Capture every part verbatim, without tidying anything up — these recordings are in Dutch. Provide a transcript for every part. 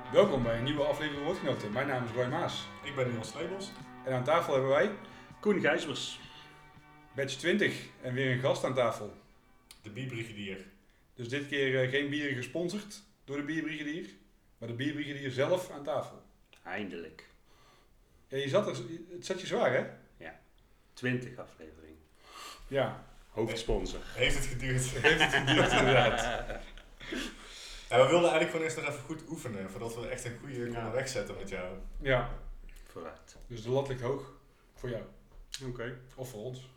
Welkom bij een nieuwe aflevering Woordgenoten. Mijn naam is Roy Maas. Ik ben Niels Sleebos. En aan tafel hebben wij Koen Gijsbers. Batch twintig en weer een gast aan tafel. De bierbrigadier. Dus dit keer uh, geen bieren gesponsord door de bierbrigadier, maar de bierbrigadier zelf aan tafel. Eindelijk. Ja, je zat er, het zat je zwaar, hè? twintig aflevering. Ja. Hoofdsponsor. Heeft het geduurd? Heeft het geduurd, inderdaad. En we wilden eigenlijk gewoon eerst nog even goed oefenen, voordat we echt een goede Ja. konden wegzetten met jou. Ja, Vooruit. dus de lat ligt hoog voor jou. Oké. Okay. Of voor ons.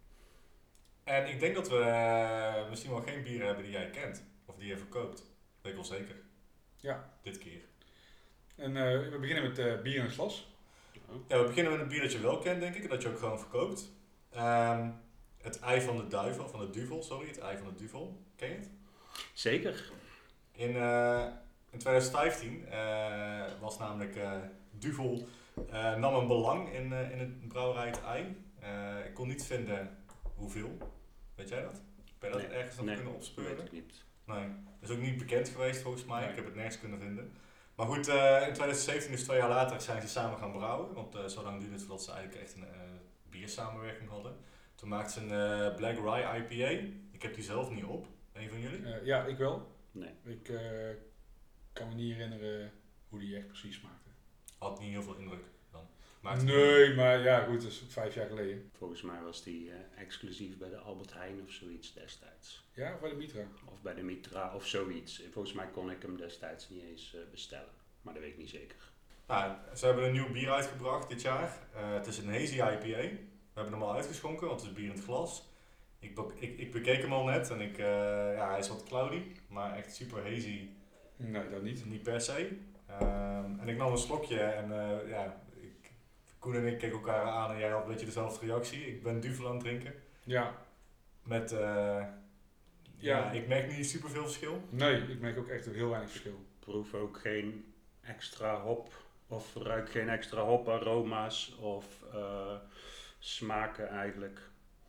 En ik denk dat we uh, misschien wel geen bieren hebben die jij kent. Of die je verkoopt. Weet ik wel zeker. Ja. Dit keer. En uh, we beginnen met uh, bier in het glas. Ja, we beginnen met een bier dat je wel kent, denk ik. En dat je ook gewoon verkoopt. Um, het ei van de duivel, van de duvel, sorry. Het ei van de duvel. Ken je het? Zeker. In, uh, in twintig vijftien uh, was namelijk uh, Duvel uh, nam een belang in, uh, in het brouwerij Het Ei. Uh, ik kon niet vinden hoeveel. Weet jij dat? Ben je dat Nee. ergens nog Nee, kunnen opspeuren? weet ik niet. Nee, dat is ook niet bekend geweest volgens mij. Nee. Ik heb het nergens kunnen vinden. Maar goed, uh, in twintig zeventien, dus twee jaar later, zijn ze samen gaan brouwen. Want uh, zo lang duurde het voordat ze eigenlijk echt een uh, biersamenwerking hadden. Toen maakten ze een uh, Black Rye I P A. Ik heb die zelf niet op. Een van jullie? Uh, ja, ik wel. Nee. Ik uh, kan me niet herinneren hoe die echt precies smaakte. Had niet heel veel indruk dan. Maakte Nee, maar ja goed, dat is vijf jaar geleden. Volgens mij was die uh, exclusief bij de Albert Heijn of zoiets destijds. Ja, of bij de Mitra. Of bij de Mitra of zoiets. Volgens mij kon ik hem destijds niet eens uh, bestellen. Maar dat weet ik niet zeker. Nou, ze hebben een nieuw bier uitgebracht dit jaar. Uh, het is een hazy I P A. We hebben hem al uitgeschonken, want het is bier in het glas. Ik, be- ik, ik bekeek hem al net en ik, uh, ja, hij is wat cloudy, maar echt super hazy. Nee, dat niet. Niet per se. Um, en ik nam een slokje en uh, ja, ik, Koen en ik keken elkaar aan en jij had een beetje dezelfde reactie. Ik ben duvel aan het drinken. Ja. Met, uh, ja. ja, ik merk niet super veel verschil. Nee, ik merk ook echt heel weinig verschil. Proef ook geen extra hop. Of ruik geen extra hoparoma's of uh, smaken eigenlijk.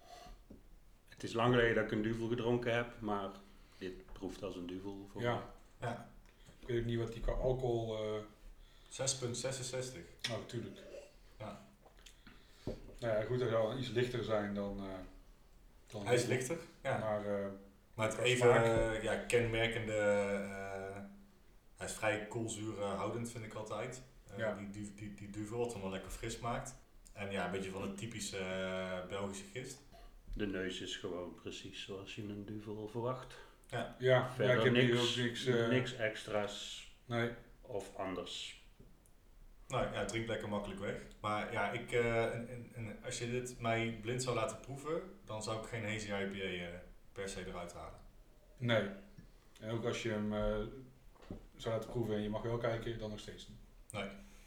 Het is lang geleden dat ik een duvel gedronken heb, maar dit proeft als een duvel voor Ja. mij. Ja. Ik weet ook niet wat die qua alcohol... Uh... zes komma zesenzestig. Oh, tuurlijk. Ja. Nou ja, goed, hij zal iets lichter zijn dan... Uh, dan Hij is lichter, ja. Maar, uh, maar het qua even smaak. uh, ja, kenmerkende... Uh, hij is vrij koolzuurhoudend, vind ik altijd. Uh, Ja. Die, die, die, die duvel, wat hem wel lekker fris maakt. En ja, een beetje van de typische uh, Belgische gist. De neus is gewoon precies zoals je een duvel verwacht. Ja, ja, ja, ik heb niks, hier ook niks... Uh, niks extra's nee. of anders. nou ja, het drinkt lekker makkelijk weg. Maar ja, ik, uh, en, en, en als je dit mij blind zou laten proeven, dan zou ik geen hazy I P A uh, per se eruit halen. Nee. En ook als je hem uh, zou laten proeven en je mag wel kijken, dan nog steeds niet. Nee.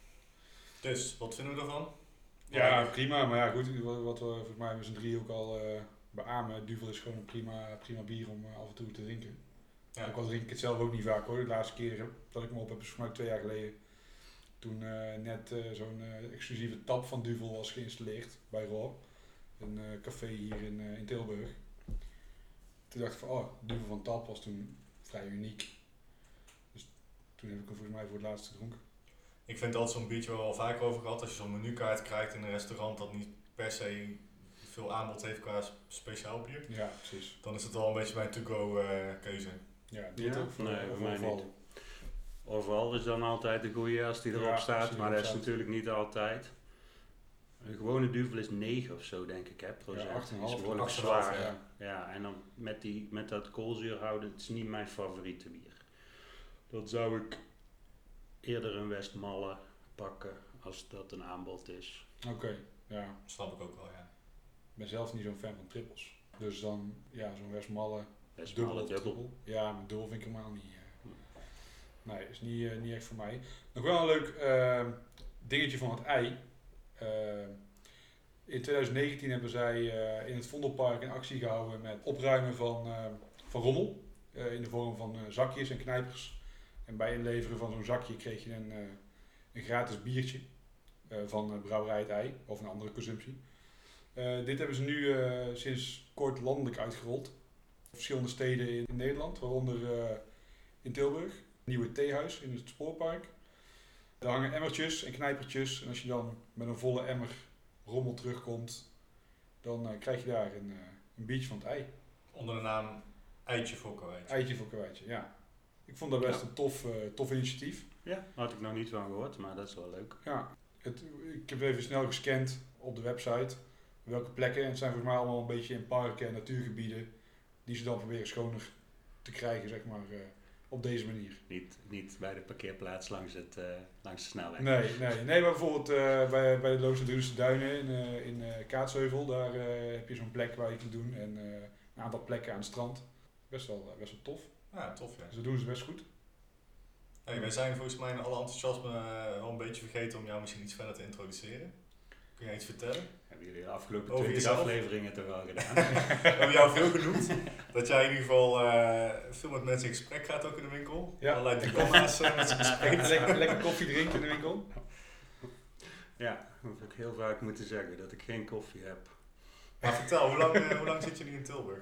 Dus, wat vinden we ervan? Ja, prima. Maar ja, goed, wat we volgens mij met z'n drie ook al uh, beamen. Duvel is gewoon een prima, prima bier om uh, af en toe te drinken. Ja. Ook al drink ik het zelf ook niet vaak hoor. De laatste keer dat ik me op heb is volgens mij twee jaar geleden. Toen uh, net uh, zo'n uh, exclusieve tap van Duvel was geïnstalleerd bij Roar. Een uh, café hier in, uh, in Tilburg. Toen dacht ik van, oh, Duvel van Tap was toen vrij uniek. Dus toen heb ik hem volgens mij voor het laatst gedronken. Ik vind altijd zo'n biertje wel al vaker over gehad. Als je zo'n menukaart krijgt in een restaurant dat niet per se veel aanbod heeft qua speciaal bier. Ja, precies. Dan is het wel een beetje mijn to-go uh, keuze. Ja, dit Ja? ook voor, Nee, voor voor mij overal. niet. Overal is dan altijd de goeie als die erop Ja, staat, als die maar erop dat is staat. natuurlijk niet altijd. Een gewone duvel is negen of zo denk ik hè, procent. Ja, acht komma vijf, is behoorlijk acht komma vijf, zwaar. ja. Ja, en dan met, die, met dat koolzuur houden, het is niet mijn favoriete bier. Dat zou ik eerder een Westmalle pakken als dat een aanbod is. Oké, okay, ja. Snap ik ook wel, ja. Ik ben zelf niet zo'n fan van trippels. Dus dan, ja, zo'n Westmalle Westmalle dubbel, dubbel. triple. Ja, maar dubbel vind ik helemaal niet. Uh, nee, is niet, uh, niet echt voor mij. Nog wel een leuk uh, dingetje van het ei. Uh, in twintig negentien hebben zij uh, in het Vondelpark een actie gehouden met opruimen van, uh, van rommel. Uh, in de vorm van uh, zakjes en knijpers. En bij inleveren van zo'n zakje kreeg je een, uh, een gratis biertje uh, van uh, Brouwerij Het Ei of een andere consumptie. Uh, dit hebben ze nu uh, sinds kort landelijk uitgerold. Verschillende steden in, in Nederland, waaronder uh, in Tilburg. Nieuwe theehuis in het Spoorpark. Er hangen emmertjes en knijpertjes. En als je dan met een volle emmer rommel terugkomt, dan uh, krijg je daar een, uh, een biertje van het ei. Onder de naam Eitje voor Karweitje. Eitje voor Karweitje, ja. Ik vond dat best Ja. een tof, uh, tof initiatief. Ja, had ik nog niet van gehoord, maar dat is wel leuk. Ja, het, ik heb even snel gescand op de website welke plekken. En het zijn volgens mij allemaal een beetje in parken en natuurgebieden die ze dan proberen schoner te krijgen, zeg maar, uh, op deze manier. Niet, niet bij de parkeerplaats langs, het, uh, langs de snelweg. Nee, nee, nee, maar bijvoorbeeld uh, bij, bij de Loosse Drunense Duinen in, uh, in uh, Kaatsheuvel, daar uh, heb je zo'n plek waar je kunt doen. En uh, een aantal plekken aan het strand. Best wel, uh, best wel tof. Ja, tof ja. Dus dat doen ze best goed. Hey, wij zijn volgens mij in alle enthousiasme uh, wel een beetje vergeten om jou misschien iets verder te introduceren. Kun jij iets vertellen? Hebben jullie de afgelopen Over twintig jezelf? afleveringen toch wel gedaan? We hebben jou veel genoemd. Dat jij in ieder geval uh, veel met mensen in gesprek gaat ook in de winkel. Ja. Allerlei dilemma's uh, met ze bespreekt. lekker, lekker koffie drinken in de winkel. Ja, hoef ik heel vaak moeten zeggen dat ik geen koffie heb. Maar vertel, hoe lang, uh, hoe lang zit je nu in Tilburg?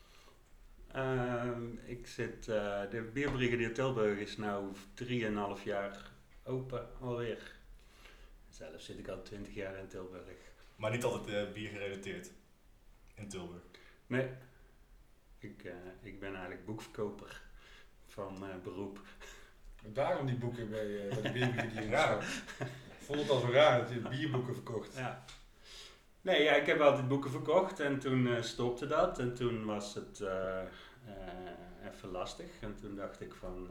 Uh, ik zit, uh, de Bierbrigadier Tilburg is nu drieënhalf jaar open alweer. Zelf zit ik al twintig jaar in Tilburg. Maar niet altijd uh, bier gerelateerd in Tilburg? Nee, ik, uh, ik ben eigenlijk boekverkoper van uh, beroep. Daarom die boeken bij, uh, bij de Bierbrigadier. Ja. Ik vond het al zo raar dat je bierboeken verkocht. Ja. Nee, ja, ik heb altijd boeken verkocht en toen uh, stopte dat en toen was het uh, uh, even lastig. En toen dacht ik van, uh,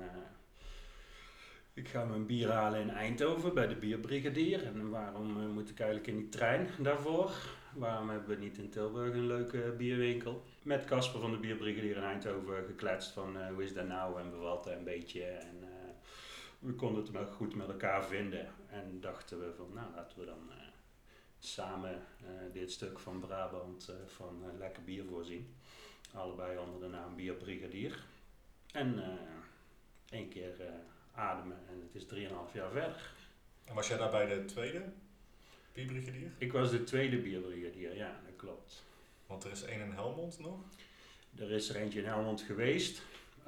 ik ga mijn bier halen in Eindhoven bij de Bierbrigadier. En waarom uh, moet ik eigenlijk in die trein daarvoor? Waarom hebben we niet in Tilburg een leuke bierwinkel? Met Casper van de Bierbrigadier in Eindhoven gekletst van uh, hoe is dat nou en bevalt dat een beetje. En uh, we konden het wel goed met elkaar vinden en dachten we van, nou laten we dan... Uh, samen uh, dit stuk van Brabant uh, van uh, lekker bier voorzien. Allebei onder de naam Bierbrigadier. En uh, één keer uh, ademen en het is drieënhalf jaar verder. En was jij daarbij de tweede Bierbrigadier? Ik was de tweede Bierbrigadier, ja, dat klopt. Want er is één in Helmond nog? Er is er eentje in Helmond geweest.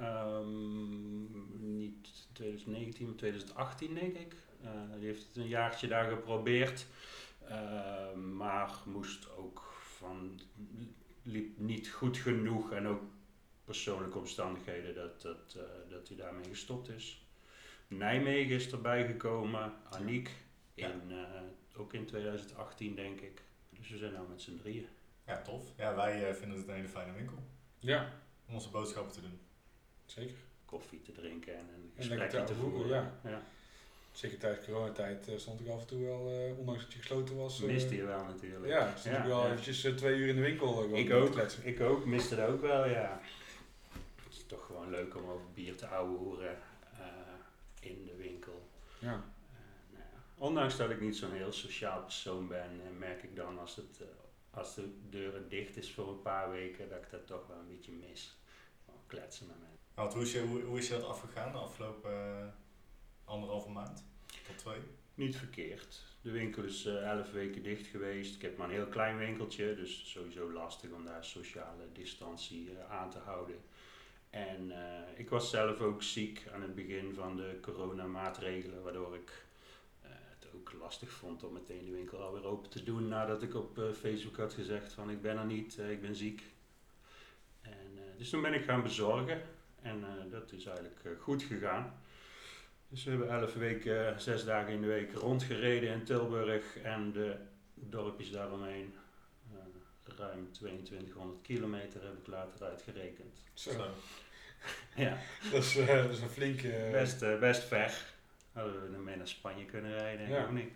Um, niet twintig negentien, maar twintig achttien denk ik. Uh, die heeft het een jaartje daar geprobeerd. Uh, maar moest ook van, liep niet goed genoeg en ook persoonlijke omstandigheden dat, dat, uh, dat hij daarmee gestopt is. Nijmegen is erbij gekomen, Aniek, in, uh, ook in twintig achttien denk ik. Dus we zijn nou met z'n drieën. Ja, tof. Ja, wij uh, vinden het een hele fijne winkel. Ja. Om onze boodschappen te doen. Zeker. Koffie te drinken en een En gesprekje lekker te te voeren, voeren. ja. Ja. Zeker tijdens coronatijd uh, stond ik af en toe wel, uh, ondanks dat je gesloten was. Uh, Miste je wel natuurlijk. Ja, stond Ja, ik wel ja. eventjes uh, twee uur in de winkel. Uh, Ik ook, ik ook, miste dat ook wel, ja. Het is toch gewoon leuk om over bier te ouwehoeren uh, in de winkel. Ja. Uh, nou ja. Ondanks dat ik niet zo'n heel sociaal persoon ben, uh, merk ik dan als, het, uh, als de deuren dicht is voor een paar weken, dat ik dat toch wel een beetje mis. Gewoon kletsen met mensen. Nou, hoe, is je, hoe, hoe is je dat afgegaan de afgelopen uh, anderhalve maand? Tot twee? Niet verkeerd. De winkel is uh, elf weken dicht geweest. Ik heb maar een heel klein winkeltje, dus sowieso lastig om daar sociale distantie uh, aan te houden. En uh, ik was zelf ook ziek aan het begin van de coronamaatregelen, waardoor ik uh, het ook lastig vond om meteen de winkel alweer open te doen nadat ik op uh, Facebook had gezegd van ik ben er niet, uh, ik ben ziek. En, uh, dus toen ben ik gaan bezorgen en uh, dat is eigenlijk uh, goed gegaan. Dus we hebben elf weken, uh, zes dagen in de week rondgereden in Tilburg en de dorpjes daaromheen. Uh, ruim tweeëntwintighonderd kilometer heb ik later uitgerekend. Zo. Zo. Ja, Dat is, uh, dat is een flinke... Uh, best, uh, best ver. Hadden we ermee naar Spanje kunnen rijden, Ja. of niet?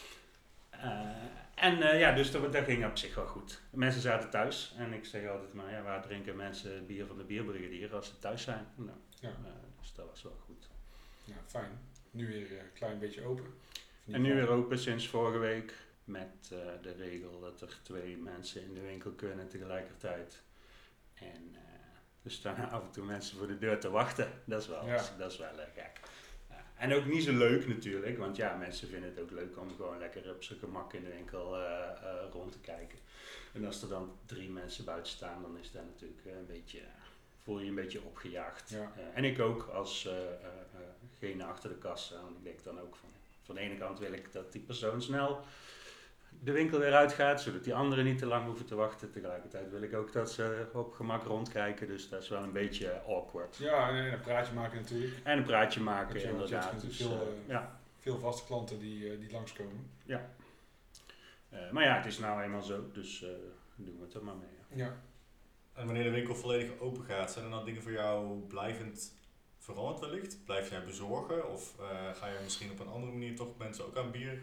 Uh, en uh, ja, dus dat, dat ging op zich wel goed. Mensen zaten thuis en ik zeg altijd maar, ja, waar drinken mensen bier van de Bierbrigadier als ze thuis zijn? Nou, Ja. uh, dus dat was wel goed. Ja, fijn. Nu weer een uh, klein beetje open. En nu weer open sinds vorige week met uh, de regel dat er twee mensen in de winkel kunnen tegelijkertijd. En uh, er staan af en toe mensen voor de deur te wachten. Dat is wel, Ja. dat is wel uh, gek. Ja. En ook niet zo leuk natuurlijk, want ja, mensen vinden het ook leuk om gewoon lekker op zijn gemak in de winkel uh, uh, rond te kijken. En als er dan drie mensen buiten staan, dan is dat natuurlijk uh, een beetje, uh, voel je je een beetje opgejaagd. Ja. Uh, en ik ook als uh, uh, uh, gene achter de kassa, want ik denk dan ook van, van de ene kant wil ik dat die persoon snel de winkel weer uitgaat, zodat die anderen niet te lang hoeven te wachten. Tegelijkertijd wil ik ook dat ze op gemak rondkijken, dus dat is wel een beetje awkward. Ja, en een praatje maken natuurlijk. En een praatje maken, Want je- want je hebt inderdaad. Dus, natuurlijk veel, uh, uh, ja. Veel vaste klanten die, uh, die langskomen. Ja. Uh, maar ja, het is nou eenmaal zo, dus uh, doen we het er maar mee. Ja. Ja. En wanneer de winkel volledig open gaat, zijn er dan dingen voor jou blijvend veranderd wellicht? Blijf jij bezorgen of uh, ga je misschien op een andere manier toch mensen ook aan bier?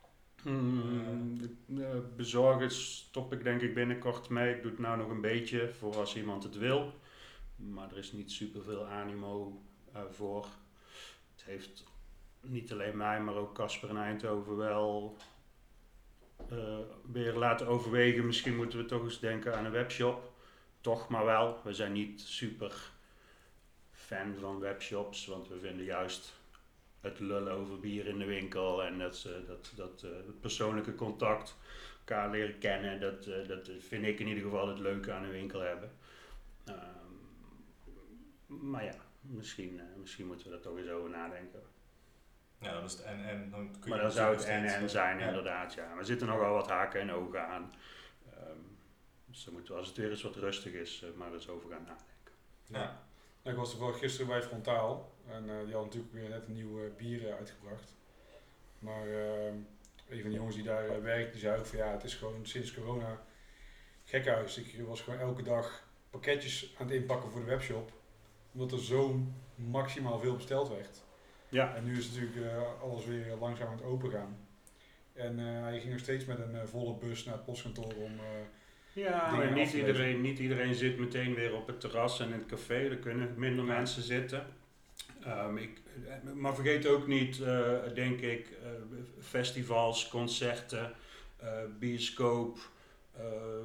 Hmm, uh, bezorgen stop ik denk ik binnenkort mee. Ik doe het nou nog een beetje voor als iemand het wil. Maar er is niet superveel animo uh, voor. Het heeft niet alleen mij, maar ook Casper in Eindhoven wel uh, weer laten overwegen. Misschien moeten we toch eens denken aan een webshop. Toch maar wel. We zijn niet super fan van webshops, want we vinden juist het lullen over bier in de winkel en dat, uh, dat, dat uh, het persoonlijke contact, elkaar leren kennen, dat, uh, dat vind ik in ieder geval het leuke aan een winkel hebben. Uh, maar ja, misschien, uh, misschien moeten we daar toch eens over nadenken. Ja, dan is het en en. Dan kun je maar dan zou het en en zijn, ja. inderdaad. Ja. Er zitten nogal wat haken en ogen aan. Um, dus dan moeten we, als het weer eens wat rustig is, uh, maar eens over gaan nadenken. Ja. Ja. Ik was toevallig gisteren bij Frontaal en uh, die had natuurlijk weer net een nieuw uh, bier uh, uitgebracht. Maar uh, een van de jongens die daar uh, werkt, die zei ook van ja, het is gewoon sinds corona gekhuis. Ik was gewoon elke dag pakketjes aan het inpakken voor de webshop, omdat er zo maximaal veel besteld werd. Ja. En nu is natuurlijk uh, alles weer langzaam aan het open gaan. En uh, hij ging nog steeds met een uh, volle bus naar het postkantoor om... Uh, Ja, maar niet iedereen, niet iedereen zit meteen weer op het terras en in het café. Er kunnen minder mensen zitten. Um, ik, maar vergeet ook niet, uh, denk ik, uh, festivals, concerten, uh, bioscoop, uh,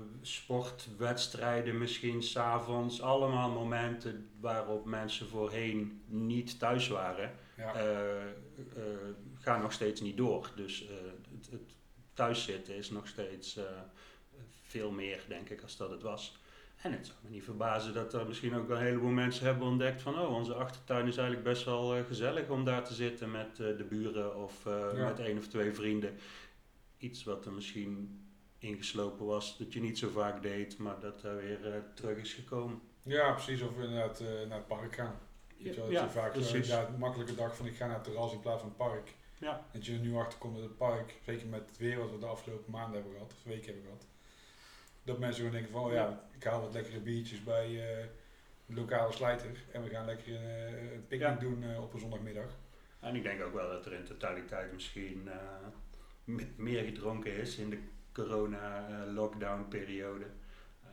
sportwedstrijden misschien 's avonds. Allemaal momenten waarop mensen voorheen niet thuis waren, ja. uh, uh, gaan nog steeds niet door. Dus uh, het, het thuiszitten is nog steeds... Uh, veel meer, denk ik, als dat het was. En het zou me niet verbazen dat er misschien ook wel een heleboel mensen hebben ontdekt van oh, onze achtertuin is eigenlijk best wel uh, gezellig om daar te zitten met uh, de buren of uh, ja. met één of twee vrienden. Iets wat er misschien ingeslopen was, dat je niet zo vaak deed, maar dat er weer uh, terug is gekomen. Ja, precies. Of inderdaad uh, naar het park gaan. Ja, dat ja, je vaak precies. Uh, ja, een makkelijke dag van ik ga naar het terras in plaats van het park. Ja. Dat je er nu achter komt met het park, zeker met het weer wat we de afgelopen maanden hebben gehad, of weken hebben gehad. Dat mensen gewoon denken van, oh ja, ik haal wat lekkere biertjes bij uh, de lokale slijter en we gaan lekker uh, een picknick ja. doen uh, op een zondagmiddag. En ik denk ook wel dat er in totaliteit misschien uh, m- meer gedronken is in de corona-lockdown periode. Uh,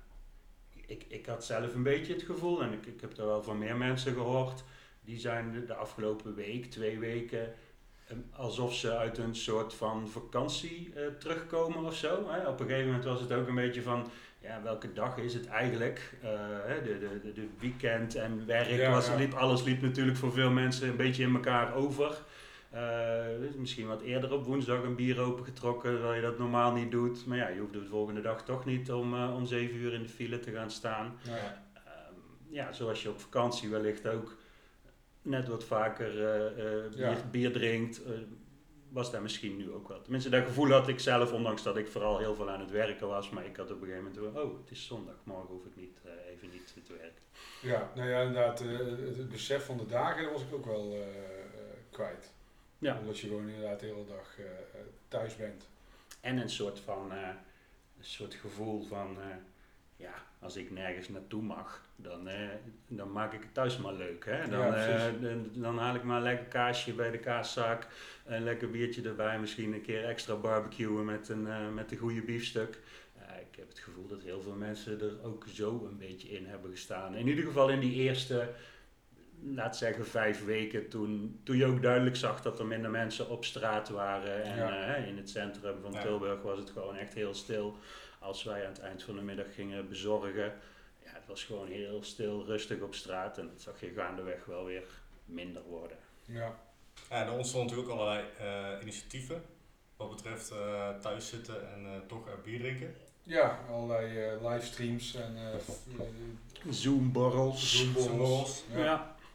ik, ik had zelf een beetje het gevoel, en ik, ik heb er wel van meer mensen gehoord, die zijn de, de afgelopen week, twee weken... alsof ze uit een soort van vakantie uh, terugkomen of zo. Hè. Op een gegeven moment was het ook een beetje van, ja, welke dag is het eigenlijk? Uh, de, de, de weekend en werk, ja, was, ja. Liep, alles liep natuurlijk voor veel mensen een beetje in elkaar over. Uh, misschien wat eerder op woensdag een bier opengetrokken, terwijl je dat normaal niet doet. Maar ja, je hoeft de volgende dag toch niet om, uh, om zeven uur in de file te gaan staan. Ja, ja. Uh, ja, zoals je op vakantie wellicht ook net wat vaker uh, uh, bier, ja. bier drinkt, uh, was dat misschien nu ook wel. Tenminste, dat gevoel had ik zelf, ondanks dat ik vooral heel veel aan het werken was. Maar ik had op een gegeven moment, oh, het is zondag, morgen hoef ik niet, uh, even niet te werken. Ja, nou ja, inderdaad, uh, het besef van de dagen was ik ook wel uh, uh, kwijt. Ja. Omdat je gewoon inderdaad de hele dag uh, thuis bent. En een soort van, uh, een soort gevoel van... Uh, ja, als ik nergens naartoe mag, dan, uh, dan maak ik het thuis maar leuk. Hè? Dan, ja, uh, dan, dan haal ik maar een lekker kaasje bij de kaaszaak, een lekker biertje erbij, misschien een keer extra barbecuen met een, uh, met een goede biefstuk. Uh, ik heb het gevoel dat heel veel mensen er ook zo een beetje in hebben gestaan. In ieder geval in die eerste, laat zeggen vijf weken, toen, toen je ook duidelijk zag dat er minder mensen op straat waren. En ja. uh, in het centrum van ja. Tilburg was het gewoon echt heel stil. Als wij aan het eind van de middag gingen bezorgen, ja, het was gewoon heel stil, rustig op straat en dat zag je gaandeweg wel weer minder worden. Ja. Ja, er ontstonden natuurlijk ook allerlei uh, initiatieven wat betreft uh, thuis zitten en uh, toch uh, bier drinken. Ja, allerlei uh, livestreams en uh, Zoom-borrels. Zoom-borrels. Ja. Ja. Ja.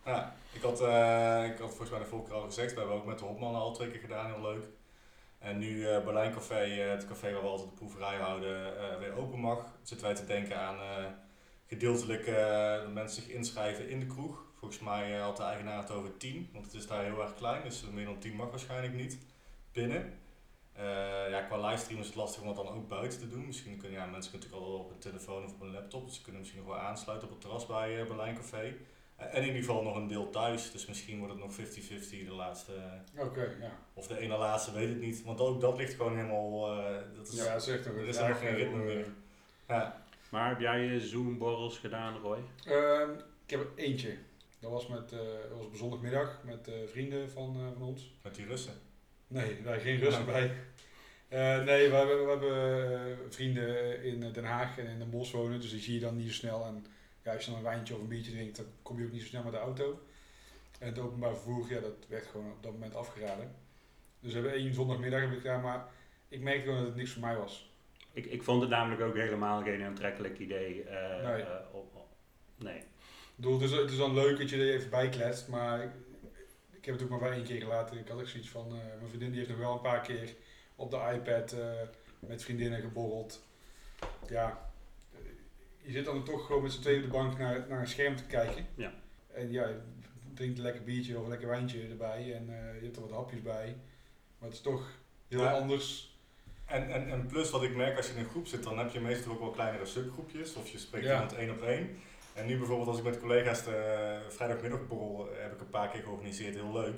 Ja, ik had, uh, ik had volgens mij de vorige keer al gezegd, we hebben ook met de Hopmannen al twee keer gedaan, heel leuk. En nu uh, Berlijn Café, uh, het café waar we altijd de proeverij houden, uh, weer open mag, zitten wij te denken aan uh, gedeeltelijk uh, dat mensen zich inschrijven in de kroeg. Volgens mij uh, had de eigenaar het over tien, want het is daar heel erg klein, dus meer dan tien mag waarschijnlijk niet binnen. Uh, ja, qua livestream is het lastig om dat dan ook buiten te doen. Misschien kunnen ja, mensen natuurlijk al op een telefoon of op een laptop, dus ze kunnen misschien nog wel aansluiten op het terras bij uh, Berlijn Café. Uh, en in ieder geval nog een deel thuis, dus misschien wordt het nog vijftig vijftig de laatste. Oké, okay, ja. Of de ene laatste, weet ik niet. Want ook dat ligt gewoon helemaal. Uh, dat is, ja, dat is echt een er is er nog geen ritme meer. Ja. Maar heb jij je Zoom-borrels gedaan, Roy? Uh, ik heb er eentje. Dat was, met, uh, dat was op zondagmiddag met uh, vrienden van, uh, van ons. Met die Russen? Nee, daar geen Russen ja. bij. Uh, nee, we hebben, we hebben uh, vrienden in Den Haag en in Den Bosch wonen, dus die zie je dan niet zo snel. En ja, als je dan een wijntje of een biertje drinkt, dan kom je ook niet zo snel met de auto. En het openbaar vervoer, ja, dat werd gewoon op dat moment afgeraden. Dus we hebben één zondagmiddag heb ik gedaan, maar ik merkte gewoon dat het niks voor mij was. Ik, ik vond het namelijk ook helemaal geen aantrekkelijk idee. Uh, nee. Uh, op, op, nee. Ik bedoel, het, is, het is dan leuk dat je er even bij kletst, maar ik, ik heb het ook maar bij één keer gelaten. Ik had ook zoiets van, uh, mijn vriendin die heeft nog wel een paar keer op de iPad uh, met vriendinnen geborreld. Ja, je zit dan toch gewoon met z'n tweeën op de bank naar, naar een scherm te kijken. Ja. En ja, je drinkt een lekker biertje of een lekker wijntje erbij en uh, je hebt er wat hapjes bij. Maar het is toch heel ja. anders. En, en, en plus wat ik merk, als je in een groep zit, dan heb je meestal ook wel kleinere subgroepjes. Of je spreekt ja. iemand één op één. En nu bijvoorbeeld als ik met collega's de vrijdagmiddagborrel uh, heb ik een paar keer georganiseerd, heel leuk.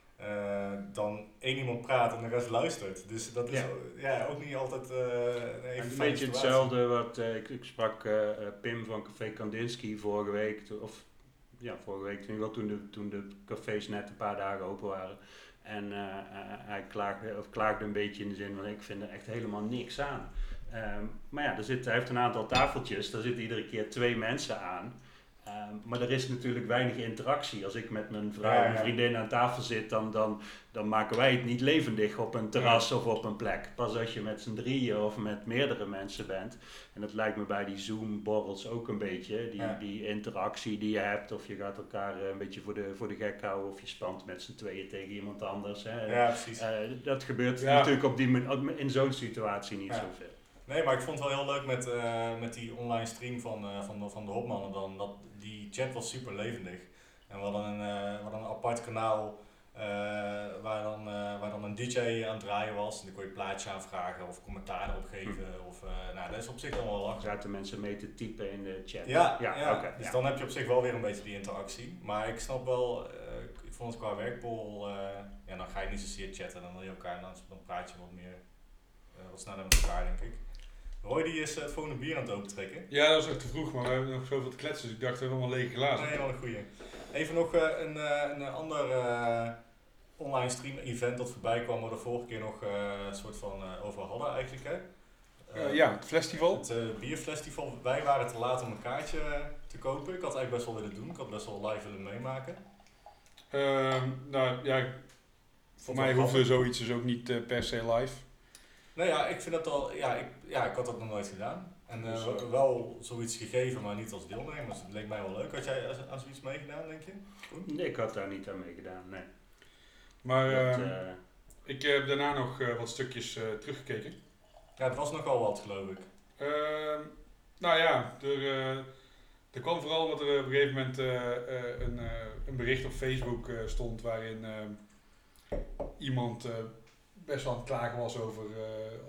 Uh, dan één iemand praat en de rest luistert. Dus dat is ja. Ja, ook niet altijd uh, een even een beetje hetzelfde wat uh, ik, ik sprak uh, Pim van Café Kandinsky vorige week, of ja, vorige week toen, wel, toen, de, toen de cafés net een paar dagen open waren. En uh, uh, hij klaagde, of klaagde een beetje in de zin van ik vind er echt helemaal niks aan. Um, maar ja, er zit, hij heeft een aantal tafeltjes, daar zitten iedere keer twee mensen aan. Um, maar er is natuurlijk weinig interactie. Als ik met mijn vrouw en ja, ja. vriendin aan tafel zit, dan, dan, dan maken wij het niet levendig op een terras ja. of op een plek. Pas als je met z'n drieën of met meerdere mensen bent. En dat lijkt me bij die Zoom-borrels ook een beetje. Die, ja. die interactie die je hebt, of je gaat elkaar een beetje voor de, voor de gek houden, of je spant met z'n tweeën tegen iemand anders. Hè. Ja, precies. Uh, dat gebeurt ja. natuurlijk op die, in zo'n situatie niet ja. zoveel. Nee, maar ik vond het wel heel leuk met, uh, met die online stream van, uh, van, de, van de Hopmannen dan. Dat, die chat was super levendig. En we hadden een, uh, we hadden een apart kanaal uh, waar, dan, uh, waar dan een D J aan het draaien was. En dan kon je plaatje aanvragen of commentaar erop geven. Hm. Of, uh, nou, dat is op zich dan wel lachen. Zaten mensen mee te typen in de chat? Ja, ja, ja. Okay, dus ja. dan heb je op zich wel weer een beetje die interactie. Maar ik snap wel, uh, ik vond het qua werkbol, uh, ja, dan ga je niet zozeer chatten. Dan wil je elkaar, dan, dan praat je wat meer, uh, wat sneller met elkaar, denk ik. Roy die is het volgende bier aan het opentrekken. Ja, dat was echt te vroeg, maar we hebben nog zoveel te kletsen, dus ik dacht we hebben allemaal lege glazen. Nee, wel een goeie. Even nog uh, een, uh, een ander uh, online stream event dat voorbij kwam, waar we de vorige keer nog uh, een soort van uh, over hadden eigenlijk. Hè? Uh, uh, ja, het festival. Het uh, bierfestival. Wij waren te laat om een kaartje uh, te kopen. Ik had eigenlijk best wel willen doen, ik had best wel live willen meemaken. Uh, nou ja, voor mij hoefde zoiets dus ook niet uh, per se live. Nou ja, ik vind dat al, ja ik, ja, ik had dat nog nooit gedaan. En uh, wel zoiets gegeven, maar niet als deelnemer. Dus het leek mij wel leuk. Had jij aan zoiets meegedaan, denk je? Goed? Nee, ik had daar niet aan meegedaan, nee. Maar dat, uh, uh, ik heb daarna nog uh, wat stukjes uh, teruggekeken. Ja, het was nogal wat, geloof ik. Uh, nou ja, er, uh, er kwam vooral omdat er op een gegeven moment uh, uh, een, uh, een bericht op Facebook uh, stond waarin uh, iemand uh, best wel aan het klagen was over uh,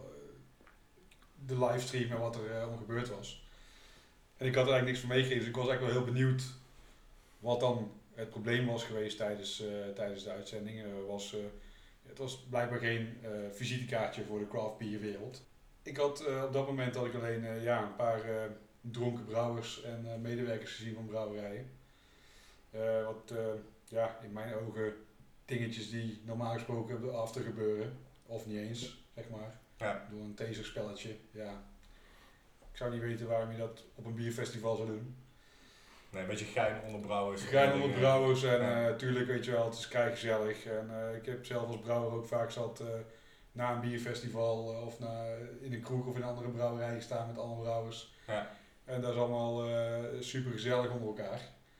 de livestream en wat er uh, om gebeurd was. En ik had er eigenlijk niks van meegegeven, dus ik was eigenlijk wel heel benieuwd wat dan het probleem was geweest tijdens, uh, tijdens de uitzending. Uh, was, uh, het was blijkbaar geen uh, visitekaartje voor de craft beer wereld. Ik had uh, op dat moment had ik alleen uh, ja, een paar uh, dronken brouwers en uh, medewerkers gezien van brouwerijen. Uh, wat uh, ja, in mijn ogen dingetjes die normaal gesproken af te gebeuren. Of niet eens, zeg maar. Ja. Door een taserspelletje, ja. Ik zou niet weten waarom je dat op een bierfestival zou doen. Nee, een beetje gein onder brouwers. Gein onder brouwers en natuurlijk ja. uh, weet je wel, het is keigezellig. En uh, ik heb zelf als brouwer ook vaak zat uh, na een bierfestival uh, of na, in een kroeg of in een andere brouwerij gestaan met andere brouwers. Ja. En dat is allemaal uh, super gezellig onder elkaar.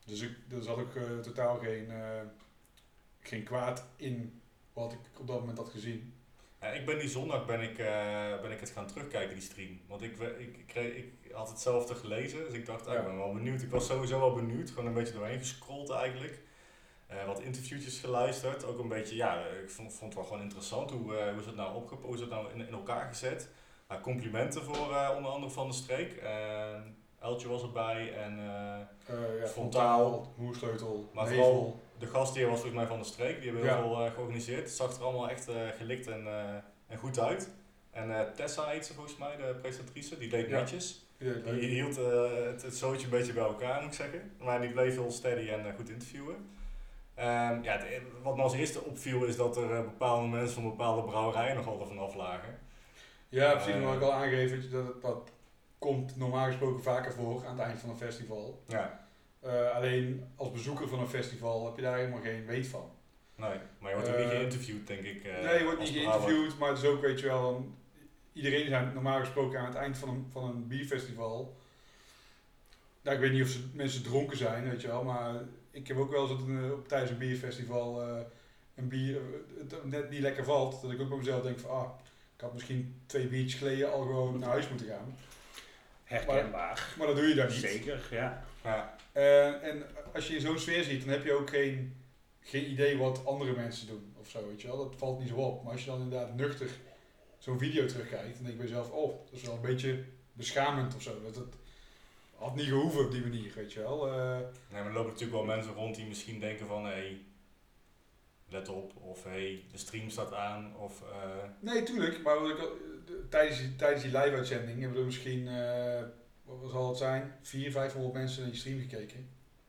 Dus ik, er zat ook uh, totaal geen, uh, geen kwaad in wat ik op dat moment had gezien. Ja, ik ben die zondag ben ik, uh, ben ik het gaan terugkijken, die stream. Want ik, ik, ik, kreeg, ik had hetzelfde gelezen, dus ik dacht, ah, Ja. ik ben wel benieuwd. Ik was sowieso wel benieuwd, gewoon een beetje doorheen gescrolld eigenlijk. Uh, wat interviewtjes geluisterd, ook een beetje, ja, ik vond, vond het wel gewoon interessant hoe, uh, hoe is het nou opgepakt, hoe is het nou in, in elkaar gezet. Uh, complimenten voor uh, onder andere Van der Streek. Uh, Eltje was erbij en uh, uh, ja, Frontaal, Moersleutel, maar Nevel. vooral de gastheer was volgens mij Van der Streek, die hebben heel Ja. veel uh, georganiseerd. Het zag er allemaal echt uh, gelikt en, uh, en goed uit. En uh, Tessa heet ze volgens mij, de presentatrice, die deed Ja. netjes. Ja, Die hield uh, het, het zootje een beetje bij elkaar, moet ik zeggen. Maar die bleef heel steady en uh, goed interviewen. Um, ja, het, wat me als eerste opviel is dat er uh, bepaalde mensen van bepaalde brouwerijen nog altijd vanaf lagen. Ja, precies. Uh, Maar ik al aangegeven dat dat komt normaal gesproken vaker voor aan het eind van een festival. Ja. Uh, alleen als bezoeker van een festival heb je daar helemaal geen weet van. Nee, maar je wordt ook Uh, niet geïnterviewd, denk ik. Uh, nee, je wordt niet als brouwer. geïnterviewd, maar het is ook, weet je wel, een, iedereen is normaal gesproken aan het eind van een, van een bierfestival. Nou, ik weet niet of ze, mensen dronken zijn, weet je wel, maar ik heb ook wel eens dat een, op, tijdens een bierfestival uh, een bier uh, het net niet lekker valt. Dat ik ook bij mezelf denk van, ah, ik had misschien twee biertjes geleden al gewoon naar huis moeten gaan. Herkenbaar. Maar, maar dat doe je dan niet. Zeker, ja. Ja. Uh, en als je in zo'n sfeer ziet, dan heb je ook geen, geen idee wat andere mensen doen of zo, weet je wel. Dat valt niet zo op. Maar als je dan inderdaad nuchter zo'n video terugkijkt, dan denk je bij jezelf, oh, dat is wel een beetje beschamend of zo. Dat het had niet gehoeven op die manier, weet je wel. Uh, Nee, maar er lopen natuurlijk wel mensen rond die misschien denken van, hé, hey, let op, of hé, hey, de stream staat aan, of... Uh... Nee, tuurlijk, maar wat ik, de, tijdens, die, tijdens die live-uitzending hebben er misschien, uh, wat zal het zijn, vierhonderd, vijfhonderd mensen naar die stream gekeken.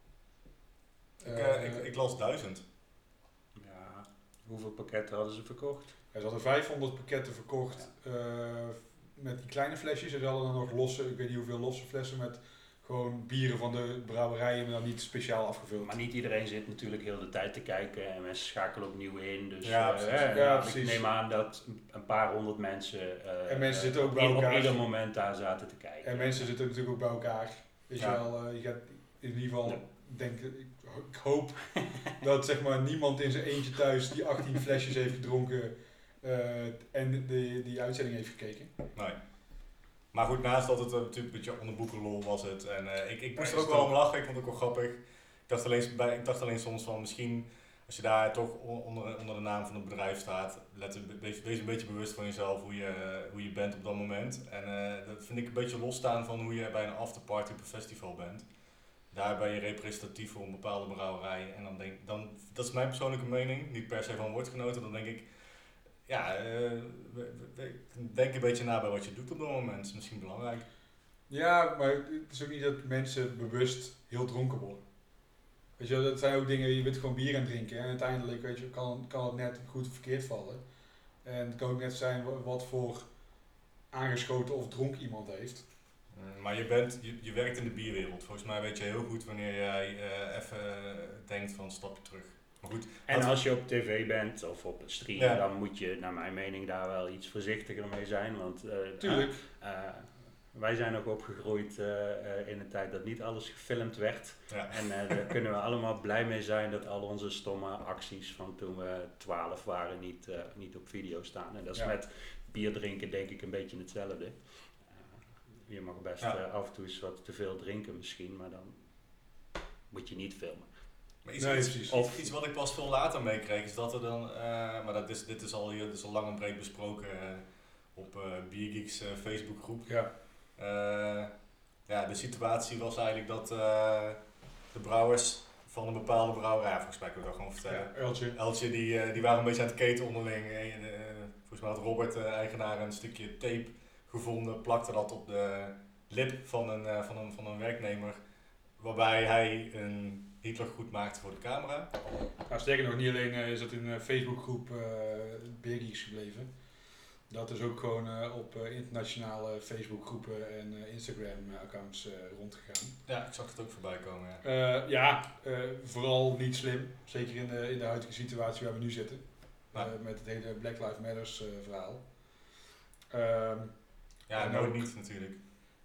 Ik, uh, ik, ik las duizend. Ja, hoeveel pakketten hadden ze verkocht? Ja, ze hadden vijfhonderd pakketten verkocht uh, met die kleine flesjes. En ze hadden dan nog losse, ik weet niet hoeveel losse flessen met gewoon bieren van de brouwerijen, maar dan niet speciaal afgevuld. Maar niet iedereen zit natuurlijk heel de tijd te kijken en mensen schakelen opnieuw in. Dus ja, uh, precies. ja, Ja, ik precies. neem aan dat een paar honderd mensen, uh, En mensen uh, zitten ook bij op elkaar. ieder moment daar zaten te kijken. En mensen zitten natuurlijk ook bij elkaar. Weet Ja. je wel, uh, je gaat in ieder geval Ja. denken, ik, ik hoop dat zeg maar niemand in zijn eentje thuis die achttien flesjes heeft gedronken uh, en de, die uitzending heeft gekeken. Nee. Maar goed, naast dat het uh, natuurlijk een beetje onder boekenlol was het. En uh, ik, ik moest Ja, er ook is wel het om lachen, ik vond het ook wel grappig. Ik dacht alleen, bij, ik dacht alleen soms van misschien, als je daar toch onder, onder de naam van het bedrijf staat, let, wees, wees een beetje bewust van jezelf, hoe je, hoe je bent op dat moment. En uh, dat vind ik een beetje losstaan van hoe je bij een afterparty op een festival bent. Daar ben je representatief voor een bepaalde brouwerij. En dan denk dan, dat is mijn persoonlijke mening, niet per se van woordgenoten, dan denk ik, ja, uh, we, we, denk een beetje na bij wat je doet op dat moment. Dat is misschien belangrijk. Ja, maar het is ook niet dat mensen bewust heel dronken worden. Weet je, dat zijn ook dingen, je bent gewoon bier aan het drinken en uiteindelijk weet je, kan, kan het net goed of verkeerd vallen. En het kan ook net zijn wat voor aangeschoten of dronk iemand heeft. Mm, maar je, bent, je, je werkt in de bierwereld. Volgens mij weet je heel goed wanneer jij uh, even denkt van een stapje terug. Maar goed, en als je op tv bent of op het stream, ja. dan moet je naar mijn mening daar wel iets voorzichtiger mee zijn. Want uh, Tuurlijk. Uh, uh, wij zijn ook opgegroeid uh, uh, in een tijd dat niet alles gefilmd werd. Ja. En uh, daar kunnen we allemaal blij mee zijn dat al onze stomme acties van toen we twaalf waren niet, uh, niet op video staan. En dat is Ja. met bier drinken denk ik een beetje hetzelfde. Uh, je mag best ja. uh, af en toe eens wat te veel drinken misschien, maar dan moet je niet filmen. Maar iets, Nee, iets, precies. iets, iets wat ik pas veel later meekreeg is dat er dan, uh, maar dat is, dit is al, dit is al lang en breed besproken uh, op uh, Biergeeks uh, Facebookgroep. Ja. Uh, ja, de situatie was eigenlijk dat uh, de brouwers van een bepaalde brouwerij, volgens mij kunnen we dat gewoon vertellen. Ja, Eltje. Eltje, die, uh, die waren een beetje aan het keten onderling. En, uh, volgens mij had Robert, de uh, eigenaar, een stukje tape gevonden, plakte dat op de lip van een, uh, van een, van een werknemer, waarbij hij een Hitler goed maakte voor de camera. Nou, sterker nog, niet alleen uh, is dat in de Facebookgroep uh, Beergeeks gebleven. Dat is ook gewoon uh, op uh, internationale Facebookgroepen en uh, Instagram-accounts uh, rondgegaan. Ja, ik zag het ook voorbij komen. Ja, uh, ja uh, vooral niet slim. Zeker in de, in de huidige situatie waar we nu zitten. Ja. Uh, met het hele Black Lives Matters uh, verhaal. Um, ja en nooit ook- niet natuurlijk.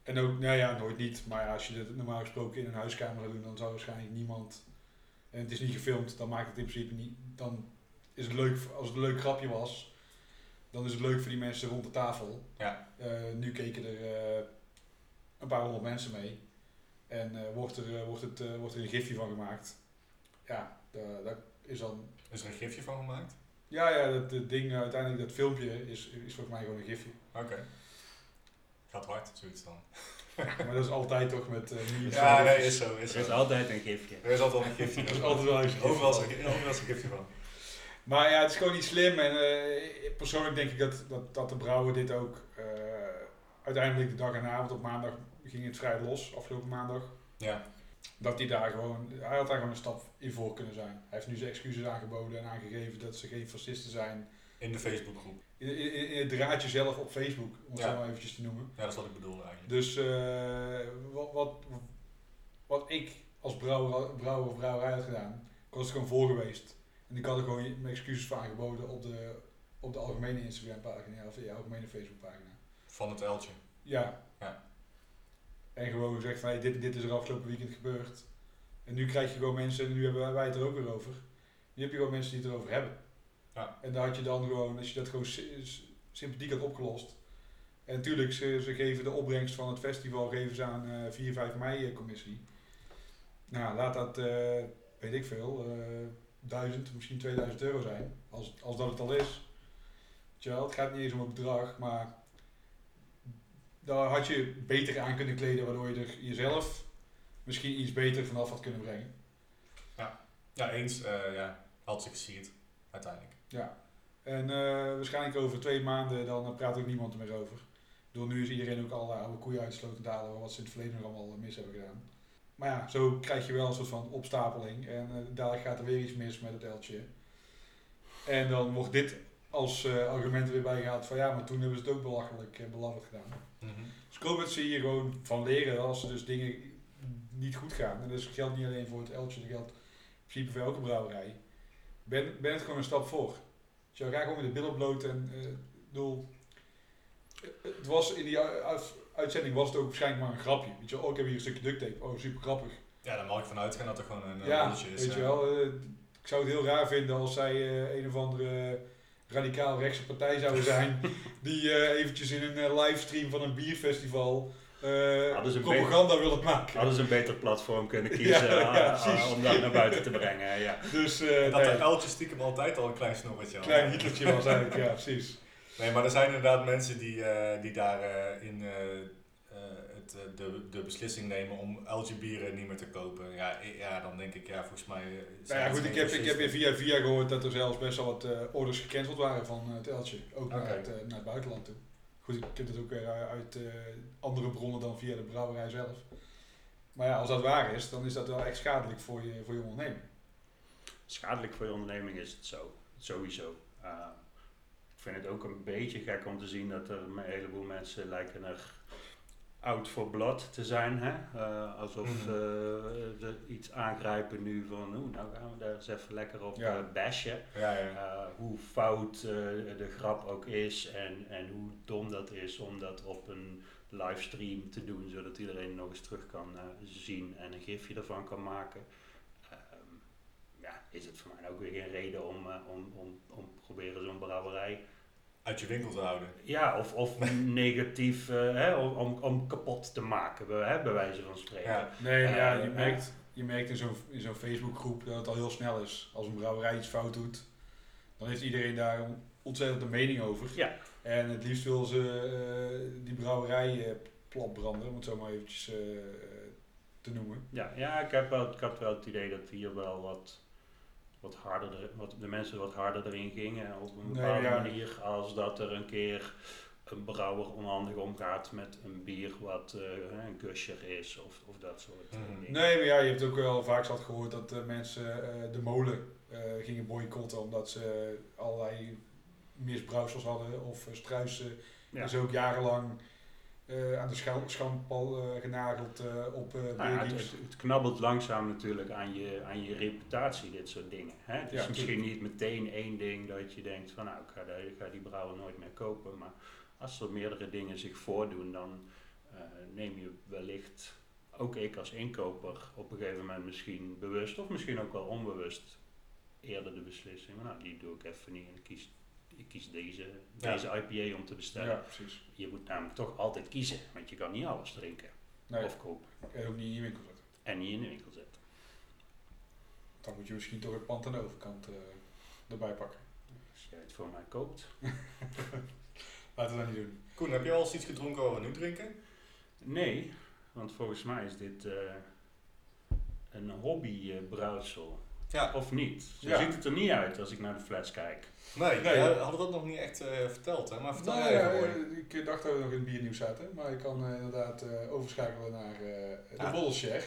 En ook, nou ja, nooit niet. Maar ja, als je het normaal gesproken in een huiskamer zou doen, dan zou waarschijnlijk niemand... En het is niet gefilmd, dan maakt het in principe niet... Dan is het leuk, als het een leuk grapje was, dan is het leuk voor die mensen rond de tafel. Ja. Uh, nu keken er uh, een paar honderd mensen mee. En uh, wordt, er, uh, wordt, het, uh, wordt er een gifje van gemaakt. Ja, dat is dan... Is er een gifje van gemaakt? Ja, ja, dat, dat ding, uh, uiteindelijk dat filmpje is, is volgens mij gewoon een gifje. Oké. Okay. Gaat hard, zoiets dan. Maar dat is altijd toch met uh, memes. Ja, nee, is zo. Is er is zo. altijd een gifje. Er is altijd een gifje. Er is altijd wel een gifje. Overal is er, overal is een gifje van. Maar ja, het is gewoon niet slim. En uh, persoonlijk denk ik dat, dat, dat de brouwer dit ook... Uh, uiteindelijk de dag en avond op maandag ging het vrij los, afgelopen maandag. Ja. Dat hij daar gewoon... Hij had daar gewoon een stap in voor kunnen zijn. Hij heeft nu zijn excuses aangeboden en aangegeven dat ze geen fascisten zijn. In de Facebookgroep. In, in, in het draadje zelf op Facebook, om het ja. zo maar eventjes te noemen. Ja, dat is wat ik bedoelde eigenlijk. Dus uh, wat, wat, wat ik als brouwer, brouwer of brouwerij had gedaan, ik was er gewoon voor geweest. En ik had er gewoon mijn excuses voor aangeboden op de, op de algemene Instagram pagina of de algemene Facebook pagina. Van het uiltje? Ja. ja. En gewoon gezegd van hey, dit, dit is er afgelopen weekend gebeurd. En nu krijg je gewoon mensen, en nu hebben wij het er ook weer over. Nu heb je gewoon mensen die het erover hebben. Ja. En daar had je dan gewoon, als je dat gewoon sympathiek had opgelost. En natuurlijk, ze, ze geven de opbrengst van het festival geven ze aan uh, vier vijf mei commissie. Nou, laat dat, uh, weet ik veel, uh, duizend, misschien tweeduizend euro zijn. Als, als dat het al is. Tja, het gaat niet eens om het bedrag, maar daar had je beter aan kunnen kleden, waardoor je er jezelf misschien iets beter vanaf had kunnen brengen. Ja, ja eens. Uh, ja, had zich gesierd, uiteindelijk. Ja, en uh, waarschijnlijk over twee maanden dan praat ook niemand er meer over. Door nu is iedereen ook al uh, oude koeien uitgesloten te halen wat ze in het verleden nog allemaal mis hebben gedaan. Maar ja, zo krijg je wel een soort van opstapeling en uh, dadelijk gaat er weer iets mis met het eltje. En dan wordt dit als uh, argument weer bijgehaald van ja, maar toen hebben ze het ook belachelijk uh, belachelijk gedaan. Mm-hmm. Dus ik hoop dat ze hier gewoon van leren als er dus dingen niet goed gaan. En dat geldt niet alleen voor het eltje, dat geldt in principe voor elke brouwerij. Ben, ben het gewoon een stap voor. Dus je gaat gewoon met de billen bloot en uh, bedoel, het was in die uit, uitzending was het ook waarschijnlijk maar een grapje. Weet je wel, oh, ik heb hier een stukje duct tape, oh super grappig. Ja, daar mag ik vanuit gaan dat er gewoon een ja, rolletje is. Weet je wel, uh, ik zou het heel raar vinden als zij uh, een of andere radicaal rechtse partij zouden zijn die uh, eventjes in een uh, livestream van een bierfestival uh, propaganda beter, willen maken. Hadden ze een beter platform kunnen kiezen ja, ja, uh, om dat naar buiten te brengen. Ja. Dus, uh, dat nee. de uiltje stiekem altijd al een klein snorretje had. Klein Hitlertje was eigenlijk, ja precies. Nee, maar er zijn inderdaad mensen die, uh, die daar uh, in uh, uh, het, uh, de, de beslissing nemen om uiltje bieren niet meer te kopen. Ja, ja dan denk ik, ja volgens mij... Uh, nou ja goed, ik heb, ik heb weer via via gehoord dat er zelfs best wel wat uh, orders gecanceld waren van uh, het uiltje. Ook okay. naar, het, uh, naar het buitenland toe. Goed, ik heb het ook weer uit uh, andere bronnen dan via de brouwerij zelf. Maar ja, als dat waar is, dan is dat wel echt schadelijk voor je, voor je onderneming. Schadelijk voor je onderneming is het zo, sowieso. Uh, ik vind het ook een beetje gek om te zien dat er een heleboel mensen lijken er out for blood te zijn. Hè? Uh, alsof uh, ze iets aangrijpen nu van, oeh, nou gaan we daar eens even lekker op ja. uh, bashen. Ja, ja. Uh, hoe fout uh, de grap ook is en, en hoe dom dat is om dat op een livestream te doen, zodat iedereen nog eens terug kan uh, zien en een gifje ervan kan maken. Um, ja, is het voor mij ook weer geen reden om, uh, om, om, om proberen zo'n brouwerij uit je winkel te houden. Ja, of, of negatief uh, hè, om, om kapot te maken, hè, bij wijze van spreken. Ja. Nee, uh, ja, je merkt, je merkt in zo'n, in zo'n Facebookgroep dat het al heel snel is. Als een brouwerij iets fout doet, dan heeft iedereen daar een ontzettend een mening over. Ja. En het liefst wil ze uh, die brouwerij uh, platbranden, om het zo maar eventjes uh, te noemen. Ja, ja ik, heb wel, ik had wel het idee dat hier wel wat... wat harder, wat de mensen wat harder erin gingen op een bepaalde nee, ja. manier als dat er een keer een brouwer onhandig omgaat met een bier wat uh, een gusher is of, of dat soort mm. dingen. Nee, maar ja, je hebt ook wel vaak zat gehoord dat uh, mensen uh, de molen uh, gingen boycotten omdat ze uh, allerlei misbrouwsels hadden of uh, struisen ja. is ook jarenlang Uh, aan de schampal uh, genageld uh, op uh, nou ja, het, het, het knabbelt langzaam natuurlijk aan je, aan je reputatie, dit soort dingen. Hè? Het is ja, misschien niet meteen één ding dat je denkt van nou, ik ga, de, ik ga die brouwer nooit meer kopen. Maar als er meerdere dingen zich voordoen, dan uh, uh, neem je wellicht, ook ik als inkoper, op een gegeven moment misschien bewust of misschien ook wel onbewust eerder de beslissing, maar nou die doe ik even niet en ik kies, ik kies deze, Ja. deze I P A om te bestellen. Ja, precies. Je moet namelijk toch altijd kiezen, want je kan niet alles drinken Nee, of kopen kan je ook niet in je winkel zetten. en niet in de winkel zetten. Dan moet je misschien toch het pand aan de overkant uh, erbij pakken. Als jij het voor mij koopt. Laten we dat niet doen. Koen, heb je al eens iets gedronken wat we nu drinken? Nee, want volgens mij is dit uh, een hobbybrouwsel. Ja. Of niet? Zo Ja. ziet het er niet uit als ik naar de fles kijk. Nee, Nee. ja, we hadden dat nog niet echt uh, verteld, hè? Maar vertel Nou, jij ja, even, hoor. eh, ik dacht dat we nog in het biernieuws zaten, maar ik kan uh, inderdaad uh, overschakelen naar uh, de Ah. Bollenshare.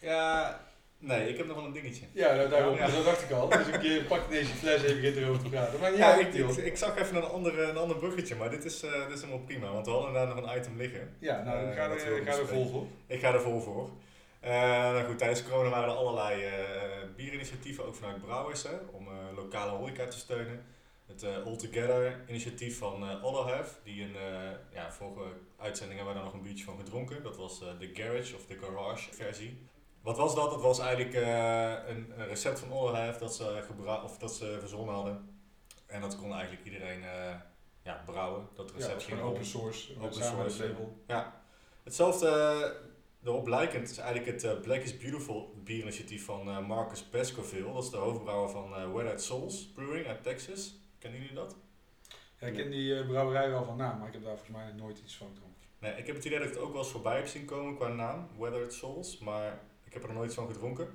Ja, nee, ik heb nog wel een dingetje. Ja, nou, daarom, Ja. dat dacht ik al. Dus ik uh, pak deze fles even begint erover te praten. Maar Ja, ja, ik, ik, ik zag even een ander, een ander bruggetje, maar dit is, uh, dit is helemaal prima, want we hadden inderdaad nog een item liggen. Ja, nou, Uh, ik ga dat er, wil ik ik ga er bespreken. vol voor. Ik ga er vol voor. Uh, nou goed, tijdens corona waren er allerlei uh, bierinitiatieven, ook vanuit brouwers, hè, om uh, lokale horeca te steunen. Het uh, All Together initiatief van uh, Otherhalf, die in uh, ja, vorige uitzending hebben we daar nog een biertje van gedronken. Dat was uh, de Garage of de Garage versie. Wat was dat? Dat was eigenlijk uh, een, een recept van Otherhalf dat ze, gebra- of dat ze verzonnen hadden. En dat kon eigenlijk iedereen uh, ja, brouwen. Dat Ja, recept dat is ging gewoon open rond. source, Open samen met source, het label. Ja, hetzelfde uh, erop lijkend is eigenlijk het uh, Black is Beautiful bierinitiatief van uh, Marcus Baskerville. Dat is de hoofdbrouwer van uh, Weathered Souls Brewing uit Texas. Kennen jullie dat? Ja, ik ken die uh, brouwerij wel van naam, maar ik heb daar volgens mij nog nooit iets van gedronken. Nee, ik heb het idee dat ik het ook wel eens voorbij heb zien komen qua naam, Weathered Souls, maar ik heb er nog nooit iets van gedronken.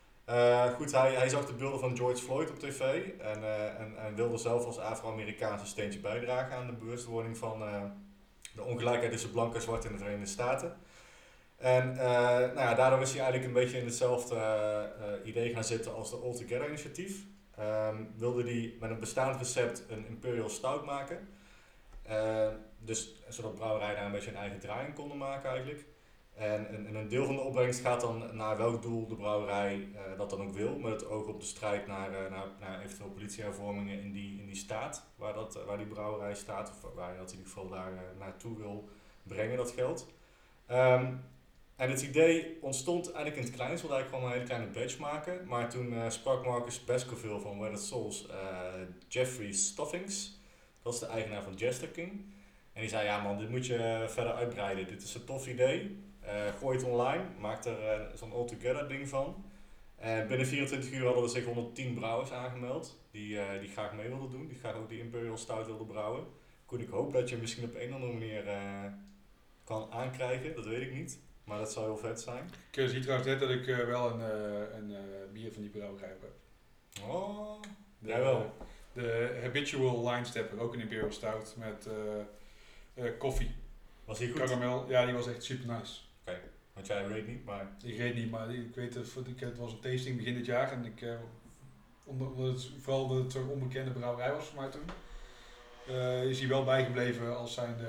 Uh, goed, hij, hij zag de beelden van George Floyd op tv en, uh, en, en wilde zelf als Afro-Amerikaans een steentje bijdragen aan de bewustwording van uh, de ongelijkheid tussen blank en zwart in de Verenigde Staten. En uh, nou ja, daardoor is hij eigenlijk een beetje in hetzelfde uh, uh, idee gaan zitten als de All Together initiatief. Um, wilde hij met een bestaand recept een Imperial Stout maken. Uh, dus, zodat brouwerijen daar een beetje een eigen draai in konden maken eigenlijk. En, en, en een deel van de opbrengst gaat dan naar welk doel de brouwerij uh, dat dan ook wil. Met het oog op de strijd naar, uh, naar, naar eventueel politiehervormingen in die, in die staat. Waar, dat, uh, waar die brouwerij staat. Of waar je dat in ieder geval daar uh, naartoe wil brengen, dat geld. Um, en het idee ontstond eigenlijk in het klein. Ze wilden eigenlijk gewoon een hele kleine batch maken. Maar toen uh, sprak Marcus Baskerville van Weathered Souls uh, Jeffrey Stoffings. Dat is de eigenaar van Jester King. En die zei, ja man, dit moet je verder uitbreiden. Dit is een tof idee. Uh, gooi het online. Maak er uh, zo'n all-together ding van. En binnen vierentwintig uur hadden er zich honderdtien brouwers aangemeld. Die, uh, die graag mee wilden doen. Die graag ook die Imperial Stout wilden brouwen. Koen, ik hoop dat je misschien op een of andere manier uh, kan aankrijgen. Dat weet ik niet. Maar dat zou heel vet zijn. Ik zie trouwens net dat ik uh, wel een, uh, een uh, bier van die brouwerij heb. Oh, De, jij wel. De Habitual Line Stepper, ook een Imperial Stout met uh, uh, koffie. Was die goed? Karamel, ja die was echt super nice. Oké, okay. Want jij weet niet, maar... Ik weet niet, maar ik weet het, het was een tasting begin dit jaar en ik, uh, omdat het, vooral omdat het zo'n onbekende brouwerij was voor mij toen, uh, is hij wel bijgebleven als zijnde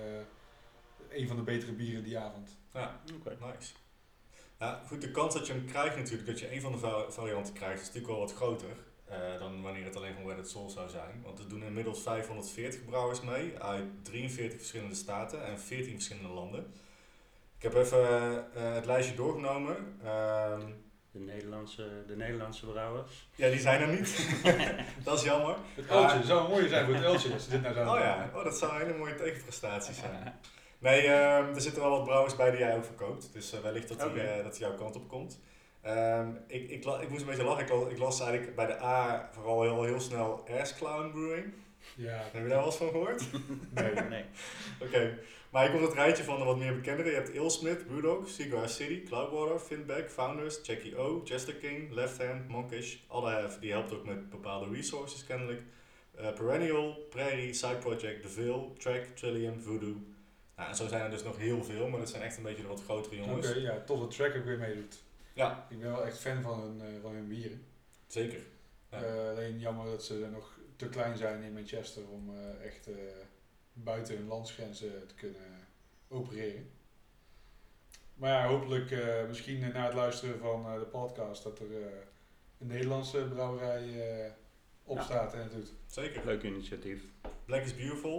uh, een van de betere bieren die avond. Ja, Okay. Nice. Ja, goed, de kans dat je hem krijgt natuurlijk, dat je een van de va- varianten krijgt, is natuurlijk wel wat groter uh, dan wanneer het alleen van Weathered Souls zou zijn. Want er doen inmiddels vijfhonderdveertig brouwers mee uit drieënveertig verschillende staten en veertien verschillende landen. Ik heb even uh, het lijstje doorgenomen. Um, De Nederlandse, de Nederlandse brouwers. ja, die zijn er niet. Dat is jammer. Het uiltje, het zou mooi zijn voor het uiltje als ze dit nou zouden Oh ja, oh, dat zou een hele mooie tegenprestatie zijn. Nee, um, er zitten wel wat brouwers bij die jij ook verkoopt. Dus uh, wellicht dat hij okay. uh, dat jouw kant op komt. Um, ik, ik, la- ik moest een beetje lachen. Ik, la- ik las eigenlijk bij de A vooral heel, heel snel Ass Clown Brewing. Ja. Heb je daar wel eens van gehoord? Nee. Nee. Oké. Okay. Maar ik kom het rijtje van de wat meer bekendere. Je hebt Alesmith, Brewdog, Cigar City, Cloudwater, Finback, Founders, Jackie O, Jester King, Left Hand, Monkish. Otherhalf, die helpt ook met bepaalde resources kennelijk. Uh, Perennial, Prairie, Side Project, The Veil, Track, Trillium, Voodoo. Nou, en zo zijn er dus nog heel veel, maar dat zijn echt een beetje de wat grotere jongens. Oké, okay, ja, tof dat Track ook weer meedoet. Ja. Ik ben wel echt fan van hun, uh, van hun bieren. Zeker. Ja. Uh, alleen jammer dat ze nog te klein zijn in Manchester om uh, echt uh, buiten hun landsgrenzen te kunnen opereren. Maar ja, hopelijk uh, misschien uh, na het luisteren van uh, de podcast dat er uh, een Nederlandse brouwerij uh, opstaat ja. en het doet. Zeker. Leuk initiatief. Black is Beautiful.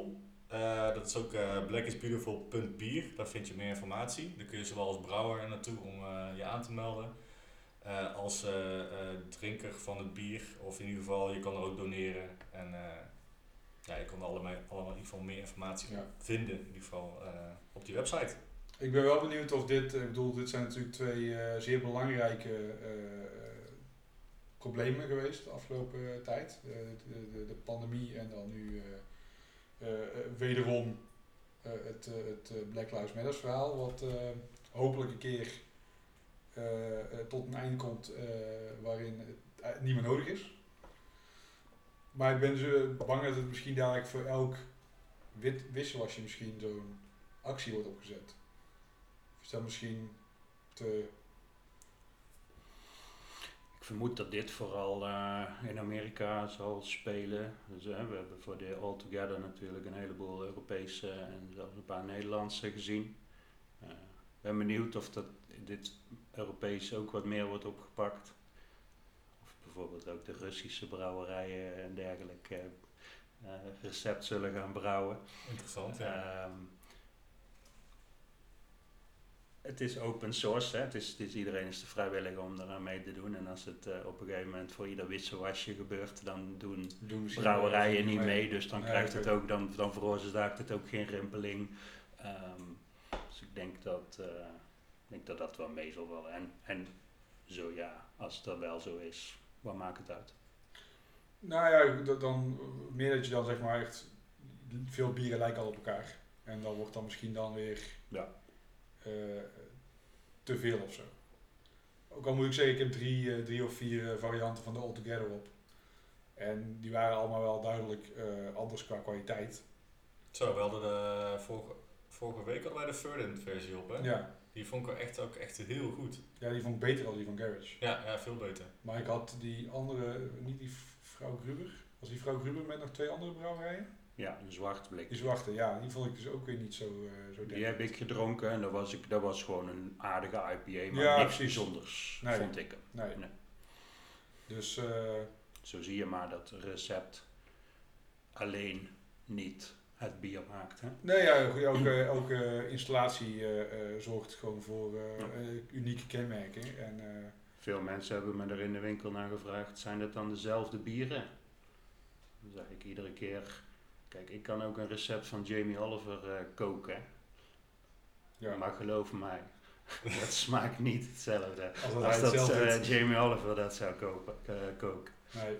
Uh, dat is ook uh, black is beautiful punt bier. Daar vind je meer informatie. Daar kun je zowel als brouwer naartoe om uh, je aan te melden. Uh, als uh, uh, drinker van het bier. Of in ieder geval, je kan er ook doneren. En uh, ja, je kan er allemaal, allemaal in ieder geval meer informatie Ja. vinden. In ieder geval uh, op die website. Ik ben wel benieuwd of dit, ik bedoel, dit zijn natuurlijk twee uh, zeer belangrijke uh, problemen geweest de afgelopen uh, tijd. Uh, de, de, de pandemie en dan nu uh, uh, uh, wederom uh, het, uh, het uh, Black Lives Matter verhaal, wat uh, hopelijk een keer uh, uh, tot een eind komt uh, waarin het uh, niet meer nodig is. Maar ik ben zo bang dat het misschien dadelijk voor elk wit wisselwasje misschien zo'n actie wordt opgezet. Is dat misschien te... Ik vermoed dat dit vooral uh, in Amerika zal spelen. Dus, uh, we hebben voor de All Together natuurlijk een heleboel Europese en zelfs een paar Nederlandse gezien. Ik uh, ben benieuwd of dat dit Europees ook wat meer wordt opgepakt. Of bijvoorbeeld ook de Russische brouwerijen en dergelijke uh, recept zullen gaan brouwen. Interessant, ja. Um, Het is open source, hè. Het is, het is, iedereen is te vrijwillig om eraan mee te doen. En als het uh, op een gegeven moment voor ieder wisselwasje gebeurt, dan doen, doen brouwerijen niet mee. mee. Dus dan nee, krijgt het ook, dan, dan veroorzaakt het ook geen rimpeling. Um, dus ik denk dat, uh, ik denk dat dat wel mee zal vallen. En, en zo ja, als het er wel zo is, wat maakt het uit? Nou ja, dan meer dat je dan zeg maar echt, veel bieren lijken al op elkaar. En dan wordt dan misschien dan weer... Ja. Uh, te veel of zo. Ook al moet ik zeggen, ik heb drie, uh, drie of vier uh, varianten van de All Together op. En die waren allemaal wel duidelijk uh, anders qua kwaliteit. Zo, we hadden de vorige, vorige week hadden wij de Verdant versie op, hè? Ja. Die vond ik echt ook echt heel goed. Ja, die vond ik beter dan die van Garage. Ja, ja, veel beter. Maar ik had die andere, niet die vrouw Gruber. Was die vrouw Gruber met nog twee andere brouwerijen? Ja, een zwart blik. Die zwarte, ja, die vond ik dus ook weer niet zo, uh, zo Die heb ik gedronken en dat was, ik, dat was gewoon een aardige I P A, maar ja, niks bijzonders, nee. vond ik. Nee. nee. Dus... Uh, Zo zie je maar dat recept alleen niet het bier maakt. Hè? Nee, ja, elke, elke installatie uh, uh, zorgt gewoon voor uh, ja. uh, unieke kenmerken. En, uh, Veel mensen hebben me er in de winkel naar gevraagd, zijn dat dan dezelfde bieren? Dan zeg ik iedere keer... Kijk, ik kan ook een recept van Jamie Oliver uh, koken. Ja. Maar geloof mij, dat smaakt niet hetzelfde als, als dat uh, Jamie Oliver dat zou kopen, uh, koken. Nee.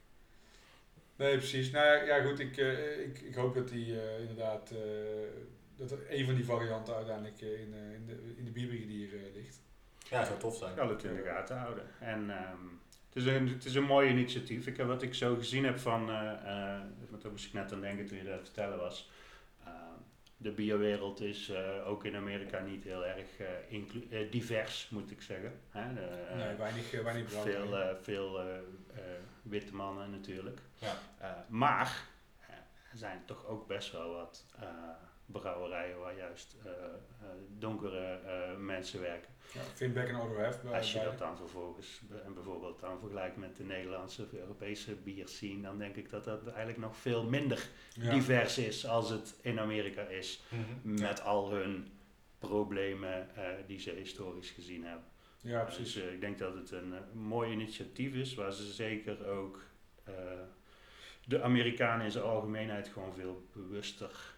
Nee, precies. Nou ja, goed, ik, uh, ik, ik hoop dat die uh, inderdaad, uh, dat er een van die varianten uiteindelijk uh, in, uh, in de, in de bierbrigadier uh, ligt. Ja, dat zou tof zijn. Ja, dat in de gaten houden. En um, het, is een, het is een mooi initiatief. Ik heb, wat ik zo gezien heb van, uh, uh, wat moest ik net aan denken toen je dat vertellen was. Uh, de bierwereld is uh, ook in Amerika niet heel erg uh, inclu- uh, divers, moet ik zeggen. Hè? De, uh, nee, weinig, uh, weinig Veel, uh, veel uh, uh, witte mannen natuurlijk. Ja. Uh, maar uh, er zijn toch ook best wel wat uh, brouwerijen waar juist uh, uh, donkere uh, mensen werken. Ja, Finback en Otto Hef. Als je dat dan vervolgens en bijvoorbeeld dan vergelijkt met de Nederlandse of Europese bierscene, dan denk ik dat dat eigenlijk nog veel minder ja. divers is als het in Amerika is. Mm-hmm. Met ja. al hun problemen uh, die ze historisch gezien hebben. Ja, precies. Dus uh, ik denk dat het een uh, mooi initiatief is waar ze zeker ook uh, de Amerikanen in zijn algemeenheid gewoon veel bewuster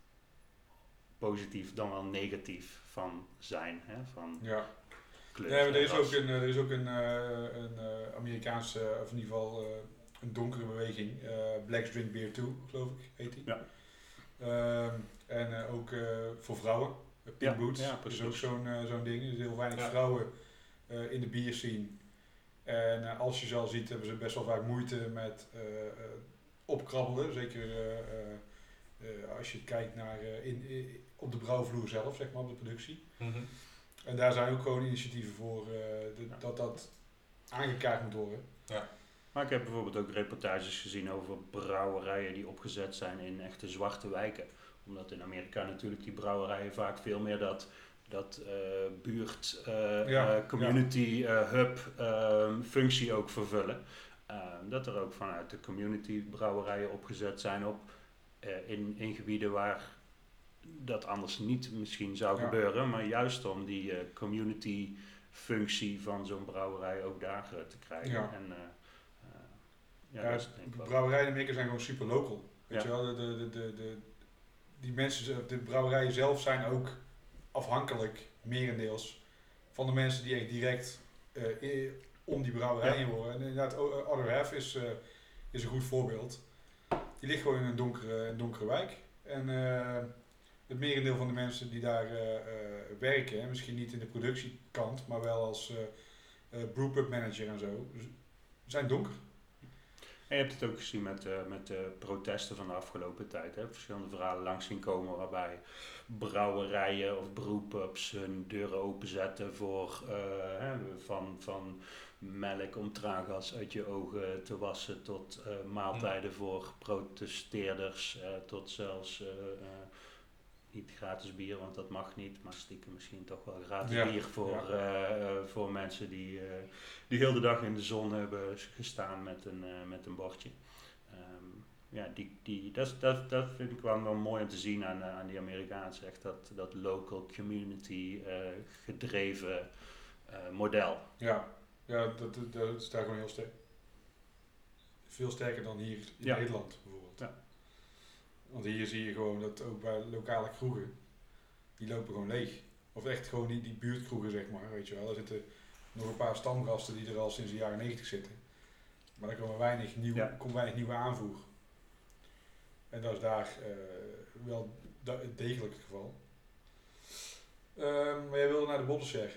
positief dan wel negatief van zijn. Hè? Van ja. kleur. Nee, maar er is ook een, er is ook een, uh, een uh, Amerikaanse, of in ieder geval uh, een donkere beweging. Uh, Blacks Drink Beer Too, geloof ik, heet die. Ja. Uh, en uh, ook uh, voor vrouwen. Pink ja, Boots ja, is ook zo'n uh, zo'n ding. Er zijn heel weinig ja. vrouwen uh, in de bierscene. En uh, als je ze al ziet, hebben ze best wel vaak moeite met uh, uh, opkrabbelen. Zeker uh, uh, uh, als je kijkt naar uh, in, in, op de brouwvloer zelf, zeg maar, op de productie. Mm-hmm. En daar zijn ook gewoon initiatieven voor uh, de, ja. dat dat aangekaart moet worden. Ja. Maar ik heb bijvoorbeeld ook reportages gezien over brouwerijen die opgezet zijn in echte zwarte wijken. Omdat in Amerika natuurlijk die brouwerijen vaak veel meer dat, dat uh, buurt, uh, ja, uh, community, ja. uh, hub uh, functie ook vervullen. Uh, dat er ook vanuit de community brouwerijen opgezet zijn op uh, in, in gebieden waar dat anders niet misschien zou Ja. gebeuren, maar juist om die uh, community functie van zo'n brouwerij ook daar uh, te krijgen. Ja. En, uh, uh, ja, Ja, dat is denk ik wel. brouwerijen in Mikken zijn gewoon super local. Weet Ja. je wel, de, de, de, de, de, die mensen, de brouwerijen zelf zijn ook afhankelijk, merendeels, van de mensen die echt direct uh, i- om die brouwerij heen wonen. En inderdaad, O- Other Half is, uh, is een goed voorbeeld. Die ligt gewoon in een donkere, een donkere wijk. En uh, het merendeel van de mensen die daar uh, uh, werken, misschien niet in de productiekant, maar wel als uh, uh, brewpub manager en zo, zijn donker. En je hebt het ook gezien met, uh, met de protesten van de afgelopen tijd. Hè? Verschillende verhalen langs zien komen waarbij brouwerijen of brewpubs hun deuren openzetten voor uh, hè, van, van melk om traangas uit je ogen te wassen tot uh, maaltijden voor protesteerders, uh, tot zelfs uh, uh, niet gratis bier, want dat mag niet, maar stiekem misschien toch wel gratis Ja, bier voor, ja. uh, uh, voor mensen die, uh, die heel de dag in de zon hebben gestaan met een, uh, met een bordje. Um, ja, die, die, dat, dat, dat vind ik wel, wel mooi om te zien aan, uh, aan die Amerikaanse, echt dat, dat local community uh, gedreven uh, model. Ja, ja dat, dat, dat is daar gewoon heel sterk. Veel sterker dan hier in Ja. Nederland bijvoorbeeld. Ja. Want hier zie je gewoon dat ook bij lokale kroegen, die lopen gewoon leeg. Of echt gewoon die, die buurtkroegen, zeg maar, weet je wel. Er zitten nog een paar stamgasten die er al sinds de jaren negentig zitten. Maar er komt weinig, nieuw, Ja. komt weinig nieuwe aanvoer. En dat is daar uh, wel da- degelijk het geval. Um, maar jij wilde naar de Bottleshare.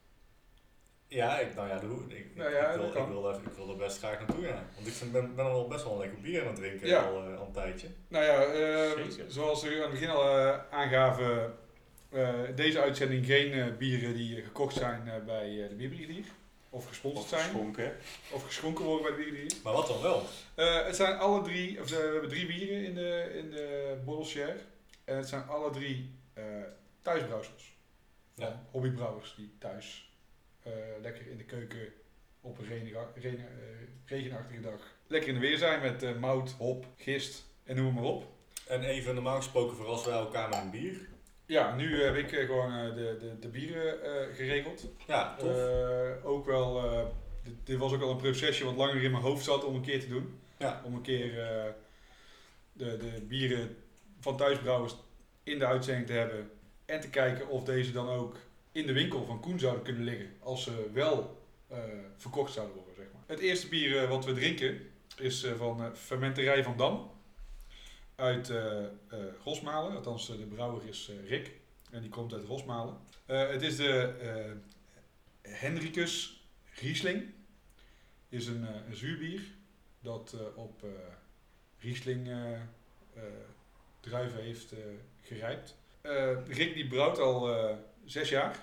Ja, ik, nou ja, doe, ik, Nou ja, ik, wil, dat kan. ik, wil er, ik wil er best graag naartoe, ja. Want ik vind, ben, ben al best wel een lekker bier aan het drinken Ja. al, uh, al een tijdje. Nou ja, uh, Zeker. zoals we aan het begin al uh, aangaven, uh, deze uitzending geen uh, bieren die uh, gekocht zijn uh, bij uh, de Bierbrigadier. Of gesponsord Of zijn. geschonken. Of geschonken worden bij de Bierbrigadier. Maar wat dan wel? Uh, het zijn alle drie, of uh, we hebben drie bieren in de, in de Bottleshare. En het zijn alle drie uh, thuisbrouwsels. Van Ja. hobbybrouwers die thuis uh, lekker in de keuken op een regen, regen, uh, regenachtige dag lekker in de weer zijn met uh, mout, hop, gist en noem maar op. En even normaal gesproken voor als wij elkaar met een bier. Ja, nu heb ik uh, gewoon uh, de, de, de bieren uh, geregeld. Ja, tof. Uh, ook wel, uh, dit, dit was ook al een procesje wat langer in mijn hoofd zat om een keer te doen. Ja. Om een keer uh, de, de bieren van thuisbrouwers in de uitzending te hebben. En te kijken of deze dan ook in de winkel van Koen zouden kunnen liggen. Als ze wel uh, verkocht zouden worden, zeg maar. Het eerste bier uh, wat we drinken is uh, van uh, Fermenterij van Dam. Uit uh, uh, Rosmalen. Althans, uh, de brouwer is uh, Rick. En die komt uit Rosmalen. Uh, het is de uh, Henricus Riesling. Is een, uh, een zuurbier. Dat uh, op uh, Riesling uh, uh, druiven heeft uh, gerijpt. Uh, Rick die brouwt al uh, zes jaar.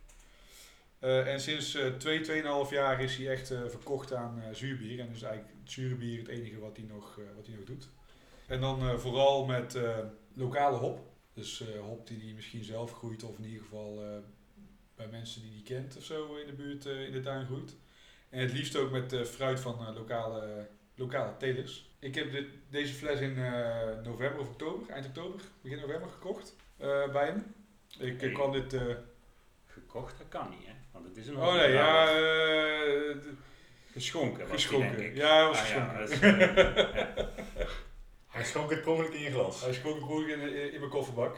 Uh, en sinds uh, twee, tweeënhalf jaar is hij echt uh, verkocht aan uh, zuurbier. En dus eigenlijk het zure bier het enige wat hij nog, uh, wat hij nog doet. En dan uh, vooral met uh, lokale hop. Dus uh, hop die hij misschien zelf groeit of in ieder geval uh, bij mensen die hij kent of zo in de buurt uh, in de tuin groeit. En het liefst ook met uh, fruit van uh, lokale, uh, lokale telers. Ik heb dit, deze fles in uh, november of oktober, eind oktober, begin november gekocht uh, bij hem. Ik Hey. uh, kwam dit... Uh, Gekocht, dat kan niet, hè? Want het is een oh nee, ja... hobbyrouwer. Uh, Geschonken was die, geschonken. denk ik. Ja, hij was Ah, geschonken. ja, dat is, uh, ja. Hij schonk het per ongeluk in je glas. Hij schonk gewoon in, in, in mijn kofferbak.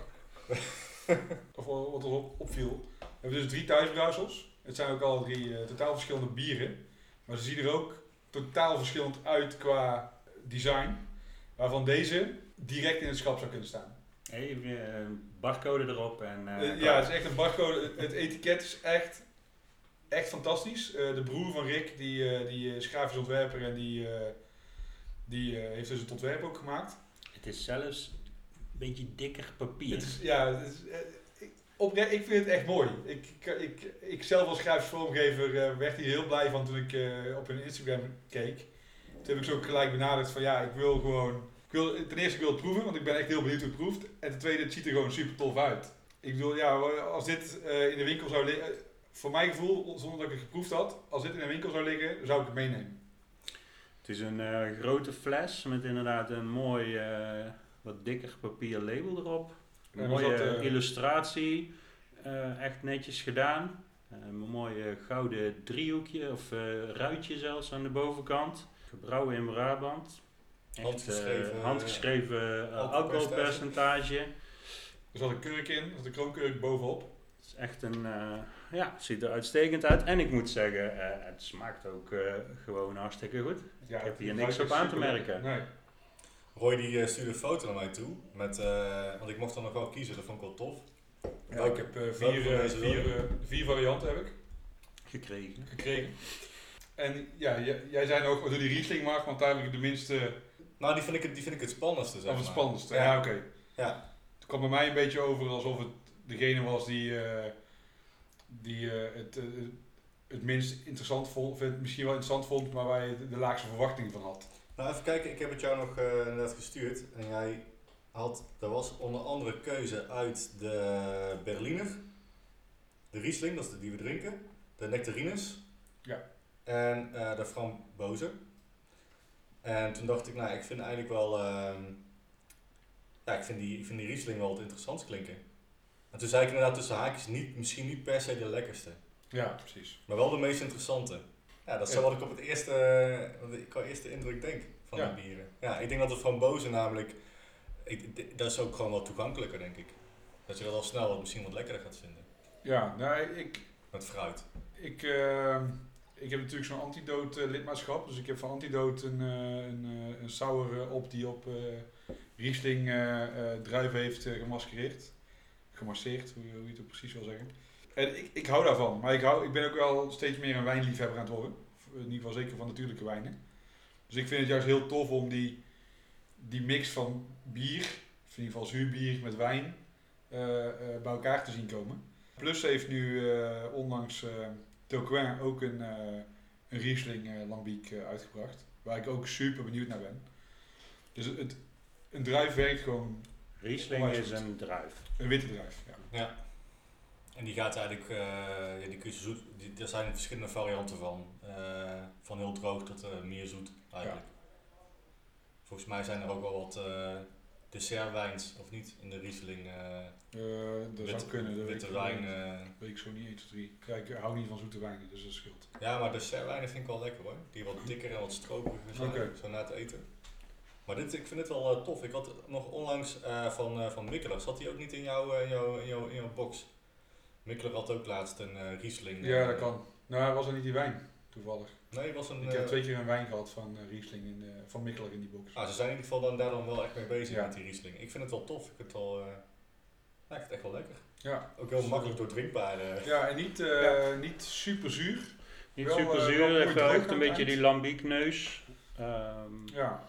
Of wat er op, opviel. We hebben dus drie thuisbrouwsels. Het zijn ook alle drie uh, totaal verschillende bieren. Maar ze zien er ook totaal verschillend uit qua design. Waarvan deze direct in het schap zou kunnen staan. Even uh, barcode erop en... Uh, Uh, ja, het is echt een barcode. Het etiket is echt, echt fantastisch. Uh, de broer van Rick, die, uh, die is grafisch ontwerper en die, uh, die uh, heeft dus het ontwerp ook gemaakt. Het is zelfs een beetje dikker papier. Het is, ja, het is, uh, ik, oprecht, ik vind het echt mooi. Ik, ik, ik, ik zelf als grafisch vormgever uh, werd hier heel blij van toen ik uh, op hun Instagram keek. Toen heb ik ze ook gelijk benaderd van ja, ik wil gewoon... Ik wil, ten eerste ik wil het proeven, want ik ben echt heel benieuwd hoe het proeft. En ten tweede, het ziet er gewoon super tof uit. Ik bedoel, ja, als dit uh, in de winkel zou liggen... Voor mijn gevoel, zonder dat ik het geproefd had, als dit in de winkel zou liggen, zou ik het meenemen. Het is een uh, grote fles met inderdaad een mooi, uh, wat dikker papier label erop. Een En mooie was dat, uh, illustratie, uh, echt netjes gedaan. Uh, een mooi gouden driehoekje of uh, ruitje zelfs aan de bovenkant. Gebrouwen in Brabant. Echt, handgeschreven, uh, handgeschreven uh, alcoholpercentage. Er zat een kurk in, er zat een kroonkurk bovenop. Het is echt een, uh, ja, het ziet er uitstekend uit. En ik moet zeggen, uh, het smaakt ook uh, gewoon hartstikke goed. Ja, ik heb hier niks op aan te merken. Nee. Roy die uh, stuurde een foto naar mij toe, met, uh, want ik mocht dan nog wel kiezen, dat vond ik wel tof. Ja, Welk, ik heb uh, vier, uh, vier, uh, vier varianten heb ik gekregen. gekregen. En ja, jij, jij zei nog, doe die Riesling maar, want daar heb ik de minste... Nou, die vind ik het, die vind ik het spannendste, zeg Of het maar. spannendste, ja, ja, oké. Okay. Ja. Het kwam bij mij een beetje over alsof het degene was die, uh, die uh, het, uh, het minst interessant vond, of het misschien wel interessant vond, maar waar je de, de laagste verwachting van had. Nou, even kijken, ik heb het jou nog uh, inderdaad gestuurd. En jij had, er was onder andere keuze uit de Berliner, de Riesling, dat is de die we drinken, de Nectarines. Ja. En uh, de Frambozen. En toen dacht ik, nou, ik vind eigenlijk wel, uh, ja, ik vind die, ik vind die Riesling wel het interessantst klinken. En toen zei ik inderdaad tussen haakjes, niet, misschien niet per se de lekkerste. Ja, precies. Maar wel de meest interessante. Ja, dat is ja. zo wat ik op het eerste, wat ik qua eerste indruk denk van ja. de bieren. Ja, ik denk dat de Frambozen namelijk, ik, dat is ook gewoon wat toegankelijker, denk ik. Dat je dat al snel wat, misschien wat lekkerder gaat vinden. Ja, nou, ik... Met fruit. Ik... Uh, Ik heb natuurlijk zo'n Antidote uh, lidmaatschap, dus ik heb van Antidote een, uh, een, uh, een sour uh, op die op uh, Riesling uh, uh, druiven heeft uh, gemaskeerd. Gemasseerd, hoe, hoe je het ook precies wil zeggen. En ik, ik hou daarvan, maar ik, hou, ik ben ook wel steeds meer een wijnliefhebber aan het worden. In ieder geval zeker van natuurlijke wijnen. Dus ik vind het juist heel tof om die, die mix van bier, of in ieder geval zuurbier met wijn, uh, uh, bij elkaar te zien komen. Plus heeft nu uh, onlangs... Uh, Toquin ook een, uh, een Riesling uh, Lambiek uh, uitgebracht, waar ik ook super benieuwd naar ben. Dus het, het, een druif werkt gewoon... Riesling is een druif. Een witte druif, ja. Ja. En die gaat eigenlijk, uh, ja, die kun je zoet, die, er zijn verschillende varianten van. Uh, van heel droog tot uh, meer zoet eigenlijk. Ja. Volgens mij zijn er ook wel wat uh, dessertwijns, of niet, in de Riesling. Uh, uh, dat wit, zou kunnen. Dat witte weet wijn. Ik, uh, weet ik zo niet, één, twee, drie. Kijk, ik hou niet van zoete wijnen, dus dat scheelt. Ja, maar dessertwijnen vind ik wel lekker hoor. Die wat dikker en wat stroperiger zijn, okay. Zo na het eten. Maar dit, ik vind het wel uh, tof. Ik had nog onlangs uh, van, uh, van Mikkeler, zat die ook niet in jouw, uh, in jouw, in jouw, in jouw box? Mikkeler had ook laatst een uh, Riesling. Ja, dat kan. Nou, was er niet die wijn, toevallig. Nee, het was een... Ik heb twee keer een wijn gehad van uh, Riesling, in, uh, van Mikkeler in die box. Ah, ze zijn in ieder geval dan, daar dan wel echt mee bezig ja. met die Riesling. Ik vind het wel tof. Ik vind het wel... Uh, ja, ik vind het echt wel lekker. Ja. Ook heel makkelijk doordrinkbaar. Uh. Ja, en niet, uh, ja. niet super zuur. Niet wel, super zuur, uh, heeft ook een beetje die lambiekneus. Um, ja.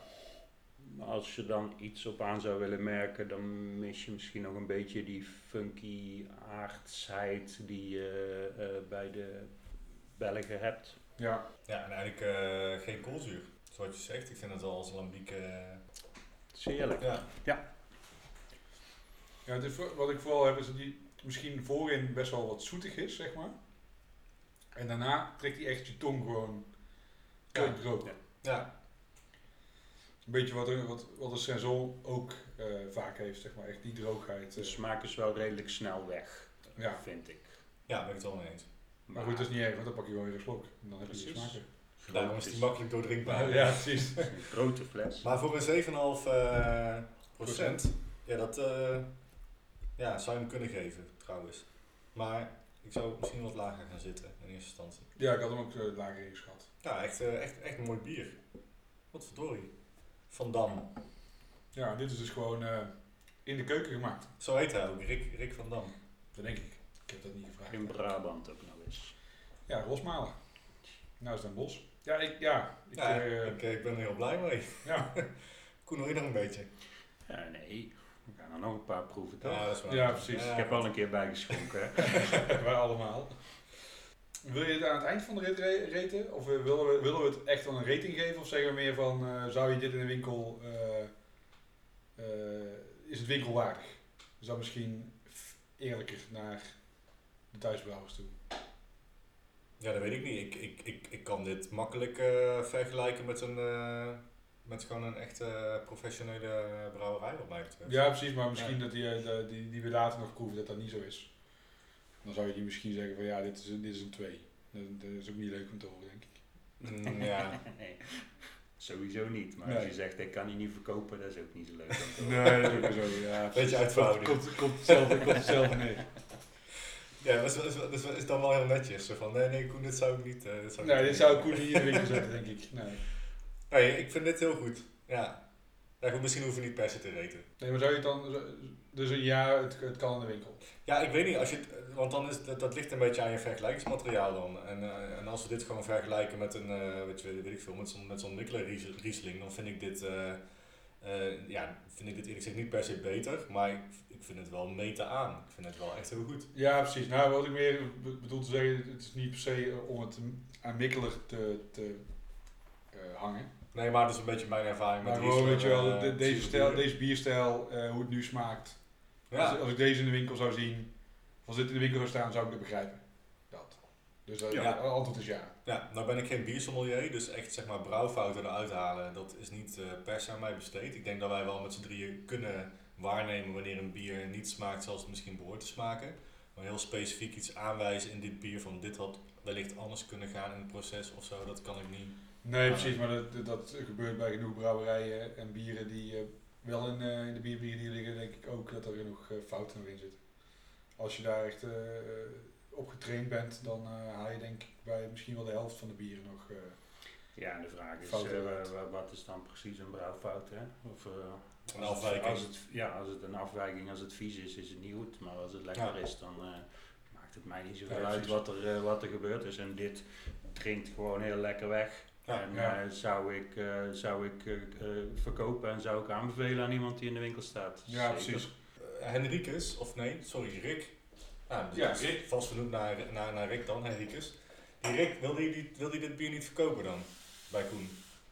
Als je dan iets op aan zou willen merken, dan mis je misschien nog een beetje die funky aardsheid die je uh, uh, bij de Belgen hebt. Ja. Ja, en eigenlijk uh, geen koolzuur. Zoals je zegt, ik vind het wel als lambiek... Uh, Zeerlijk. Ja. Ja. Ja, dit, wat ik vooral heb is dat die misschien voorin best wel wat zoetig is, zeg maar. En daarna trekt hij echt je tong gewoon ja. droog. Ja. ja. Een beetje wat, er, wat, wat de Saison ook uh, vaak heeft, zeg maar. Echt die droogheid. De smaak is wel redelijk snel weg, ja. vind ik. Ja, ben ik het wel mee eens. Maar, maar goed, dat is niet erg, want dan pak je gewoon weer een slok. En dan heb je de smaken. Daarom is die makkelijk doordrinkbaar. Ja, ja precies. Een grote fles. Maar voor een zeven komma vijf uh, procent, ja, dat uh, ja, zou je hem kunnen geven, trouwens. Maar ik zou misschien wat lager gaan zitten, in eerste instantie. Ja, ik had hem ook uh, lager ingeschat. Ja, echt, uh, echt, echt een mooi bier. Wat verdorie. Van Dam. Ja, dit is dus gewoon uh, in de keuken gemaakt. Zo heet hij ook, Rick, Rick van Dam. Dat denk ik. Ik heb dat niet gevraagd. In Brabant ook nog eens. Ja, Rosmalen. Nou is het een bos. Ja, ik, ja, ik, ja uh, ik, ik ben er heel blij mee. Ja. Koen, nog nog een beetje? Ja, nee. We gaan er nog een paar proeven toch? Ja, dat is waar. Ja, precies. Ja, ik heb al een keer bijgeschonken. Wij allemaal. Wil je het aan het eind van de rit raten? Of willen we, willen we het echt wel een rating geven? Of zeggen we meer van, uh, zou je dit in de winkel, uh, uh, is het winkelwaardig? Dus dan misschien eerlijker naar de thuisbrouwers toe. Ja, dat weet ik niet. Ik, ik, ik, ik kan dit makkelijk uh, vergelijken met een, uh, met gewoon een echte professionele brouwerij wat mij betreft. Ja, precies, maar misschien Ja. dat die, eh, de- die, die we later nog proeven dat dat niet zo is. Dan zou je die misschien zeggen van ja, dit is een, dit is een twee. Dat, dat is ook niet leuk om te horen, denk ik. Mm, ja. Nee, sowieso niet. Maar Nee. als je zegt, ik kan die niet verkopen, dat is ook niet zo leuk. om te horen. Nee, dat is ook zo. Ja, Beetje precies. uitverhouding. Komt, komt, komt, hetzelfde, komt hetzelfde neer. Ja, dat is, dat, is, dat is- is dan wel heel netjes. Zo van, nee, nee, Koen, dit zou ik niet... Uh, dit zou ik Nee, niet dit doen. zou Koen niet in de winkel zetten, denk ik. Nee. Nee, ik vind dit heel goed. Ja. Ja, goed, misschien hoeven we niet per se te reten. Nee, maar zou je het dan... Dus een ja, het, het kan in de winkel. Ja, ik weet niet, als je het, want dan is dat, dat ligt een beetje aan je vergelijkingsmateriaal dan. En, uh, en als we dit gewoon vergelijken met een, uh, weet, je, weet ik veel, met zo'n met zo'n Mikkeler Riesling, dan vind ik dit, uh, uh, ja, vind ik dit eerlijk gezegd niet per se beter, maar ik, ik vind het wel meten aan. Ik vind het wel echt heel goed. Ja, precies. Nou, wat ik meer be- bedoel te zeggen, het is niet per se om het aan Mikkeler te, te uh, hangen. Nee, maar dat is een beetje mijn ervaring met Maar gewoon, weet je wel, uh, de- deze, stijl, deze bierstijl, uh, hoe het nu smaakt. Ja. Als, als ik deze in de winkel zou zien, als dit in de winkel zou staan, zou ik het begrijpen. Dat. Dus uh, Ja. het antwoord is ja. Ja, nou ben ik geen biersommelier, dus echt zeg maar brouwfouten eruit halen, dat is niet uh, per se aan mij besteed. Ik denk dat wij wel met z'n drieën kunnen waarnemen wanneer een bier niet smaakt zoals het misschien behoort te smaken. Maar heel specifiek iets aanwijzen in dit bier van dit had wellicht anders kunnen gaan in het proces of zo, dat kan ik niet. Nee, precies, maar dat, dat gebeurt bij genoeg brouwerijen en bieren die uh, wel in, uh, in de bierbieren die liggen, denk ik ook dat er genoeg uh, fouten nog in zitten. Als je daar echt uh, op getraind bent, dan uh, haal je denk ik bij misschien wel de helft van de bieren nog. Uh, ja, en de vraag is, fouten uh, uit. wat is dan precies een brouwfout? Hè? Of, uh, Een als afwijking. Het, als het, ja, als het een afwijking, als het vies is, is het niet goed. Maar als het lekker Ja. is, dan uh, maakt het mij niet zoveel Ja, uit precies. wat er, uh, wat er gebeurd is. En dit drinkt gewoon heel lekker weg. Ja, en ja. uh, zou ik, uh, zou ik uh, uh, verkopen en zou ik aanbevelen aan iemand die in de winkel staat. ja, Zeker. precies. Uh, Henricus, of nee, sorry, Rick. Ah, dus Ja, dat is Rick. vast vernoemd naar, naar, naar Rick dan, Henricus. Die Rick, wilde hij die, wilde hij dit bier niet verkopen dan? Bij Koen?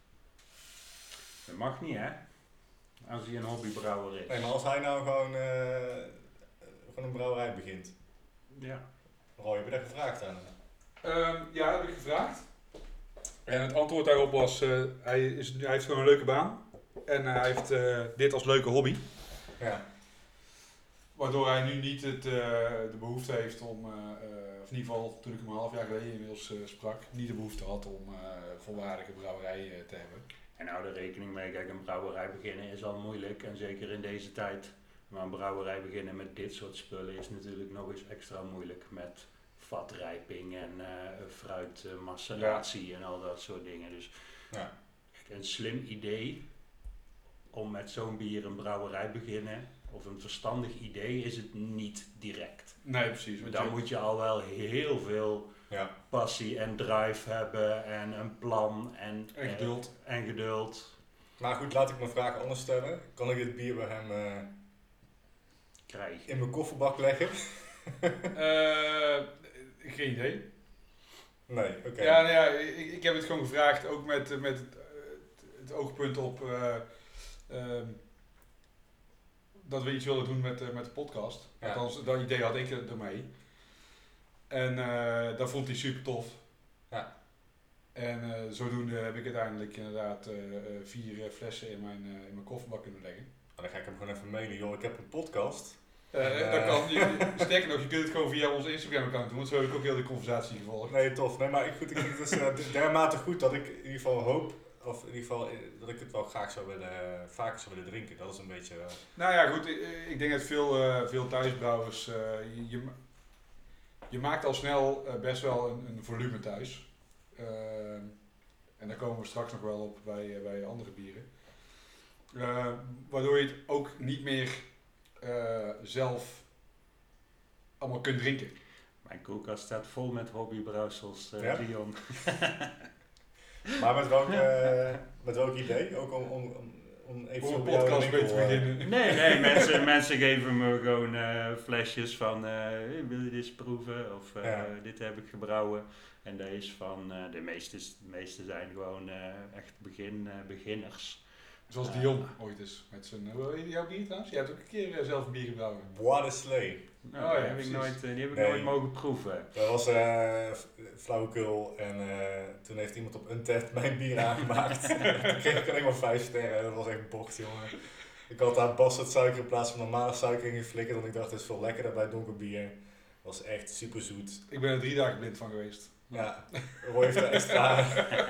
Dat mag niet, hè? Als hij een hobbybrouwer is. Nee, maar als hij nou gewoon, uh, gewoon een brouwerij begint. Ja. Roy, heb je daar gevraagd aan hem? Um, ja, dat heb ik gevraagd. En het antwoord daarop was, uh, hij, is, hij heeft gewoon een leuke baan. En uh, hij heeft uh, dit als leuke hobby. Ja. Waardoor hij nu niet het, uh, de behoefte heeft om, uh, uh, of in ieder geval toen ik hem een half jaar geleden inmiddels uh, sprak, niet de behoefte had om uh, volwaardige brouwerij uh, te hebben. En hou er rekening mee, kijk, een brouwerij beginnen is al moeilijk. En zeker in deze tijd. Maar een brouwerij beginnen met dit soort spullen is natuurlijk nog eens extra moeilijk. Met vatrijping en uh, fruitmaceratie ja. en al dat soort dingen. Dus ja. kijk, een slim idee om met zo'n bier een brouwerij beginnen, of een verstandig idee, is het niet direct. Nee, precies. Dan je... moet je al wel heel veel ja. passie en drive hebben en een plan en, en geduld. Uh, en geduld. Maar goed, laat ik mijn vraag anders stellen. Kan ik dit bier bij hem uh, krijgen? In mijn kofferbak leggen? uh, geen idee. Nee, oké. Okay. Ja, nou ja ik, ik heb het gewoon gevraagd, ook met, met het, het oogpunt op uh, um, dat we iets willen doen met, uh, met de podcast. Ja. Althans, dat idee had ik ermee. En uh, dat vond hij super tof. Ja. En uh, zodoende heb ik uiteindelijk inderdaad uh, vier uh, flessen in mijn, uh, in mijn kofferbak kunnen leggen. Nou, dan ga ik hem gewoon even mailen. Joh, ik heb een podcast. Uh, uh, dat kan. Je, sterker nog, je kunt het gewoon via onze Instagram-account doen, want zo heb ik ook heel de conversatie gevolgd. Nee, tof. Nee, maar ik, goed, ik vind het dus, uh, dermate goed dat ik in ieder geval hoop, of in ieder geval dat ik het wel graag zou willen, uh, vaker zou willen drinken. Dat is een beetje... Uh... Nou ja, goed. Ik, ik denk dat veel, uh, veel thuisbrouwers, uh, je, je, je maakt al snel uh, best wel een, een volume thuis. Uh, en daar komen we straks nog wel op bij, uh, bij andere bieren. Uh, waardoor je het ook niet meer uh, zelf allemaal kunt drinken. Mijn koelkast staat vol met hobbybrouwsels, uh, ja? Dion. Maar met welk, uh, met welk idee? Ook om, om, om even om een podcast mee te beginnen. Nee, nee, mensen, mensen geven me gewoon uh, flesjes van, uh, hey, wil je dit proeven? Of uh, ja. dit heb ik gebrouwen. En dat is van, uh, de, meeste, de meeste zijn gewoon uh, echt begin, uh, beginners. Zoals Ja. Dion ooit is. Met zijn, hoe heet jouw bier trouwens? Jij hebt ook een keer uh, zelf een bier gebrouwen. Bois de Slee. Nou, Oh ja, die heb ik, precies. nooit, eh, die heb ik Nee. nooit mogen proeven. Dat was uh, flauwekul en uh, toen heeft iemand op Untappd mijn bier aangemaakt. Toen kreeg ik alleen maar vijf sterren. Dat was echt bocht, jongen. Ik had daar bastardsuiker in plaats van normale suiker in geflikkerd, want ik dacht het is veel lekkerder bij donker bier. Dat was echt super zoet. Ik ben er drie dagen blind van geweest. Ja, Roy heeft er extra,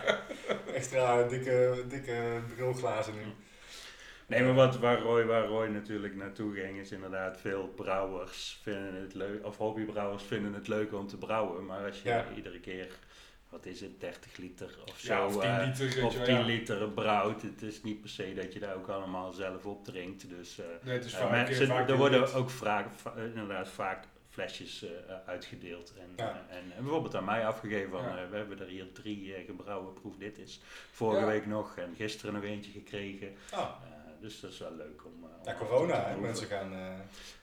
extra dikke, dikke brilglazen nu. Nee, maar wat, waar, Roy, waar Roy natuurlijk naartoe ging is inderdaad veel brouwers vinden het leuk, of hobbybrouwers vinden het leuk om te brouwen. Maar als je Ja. iedere keer, wat is het, dertig liter of zo, Ja, of tien eh, liter. weet of je wel, tien ja. liter brouwt. Het is niet per se dat je daar ook allemaal zelf op drinkt. Dus, eh, Nee, het is eh, vaak, mensen, vaak er worden niet. ook vaak, va- inderdaad vaak flesjes eh, uitgedeeld. En, Ja. eh, en, en bijvoorbeeld aan mij afgegeven van, Ja. eh, we hebben er hier drie eh, gebrouwen, proef dit is. Vorige Ja. week nog en gisteren nog eentje gekregen. Ah, Uh, dus dat is wel leuk om. Uh, om ja, af en toe corona, te hè. proeven. Mensen gaan... Uh,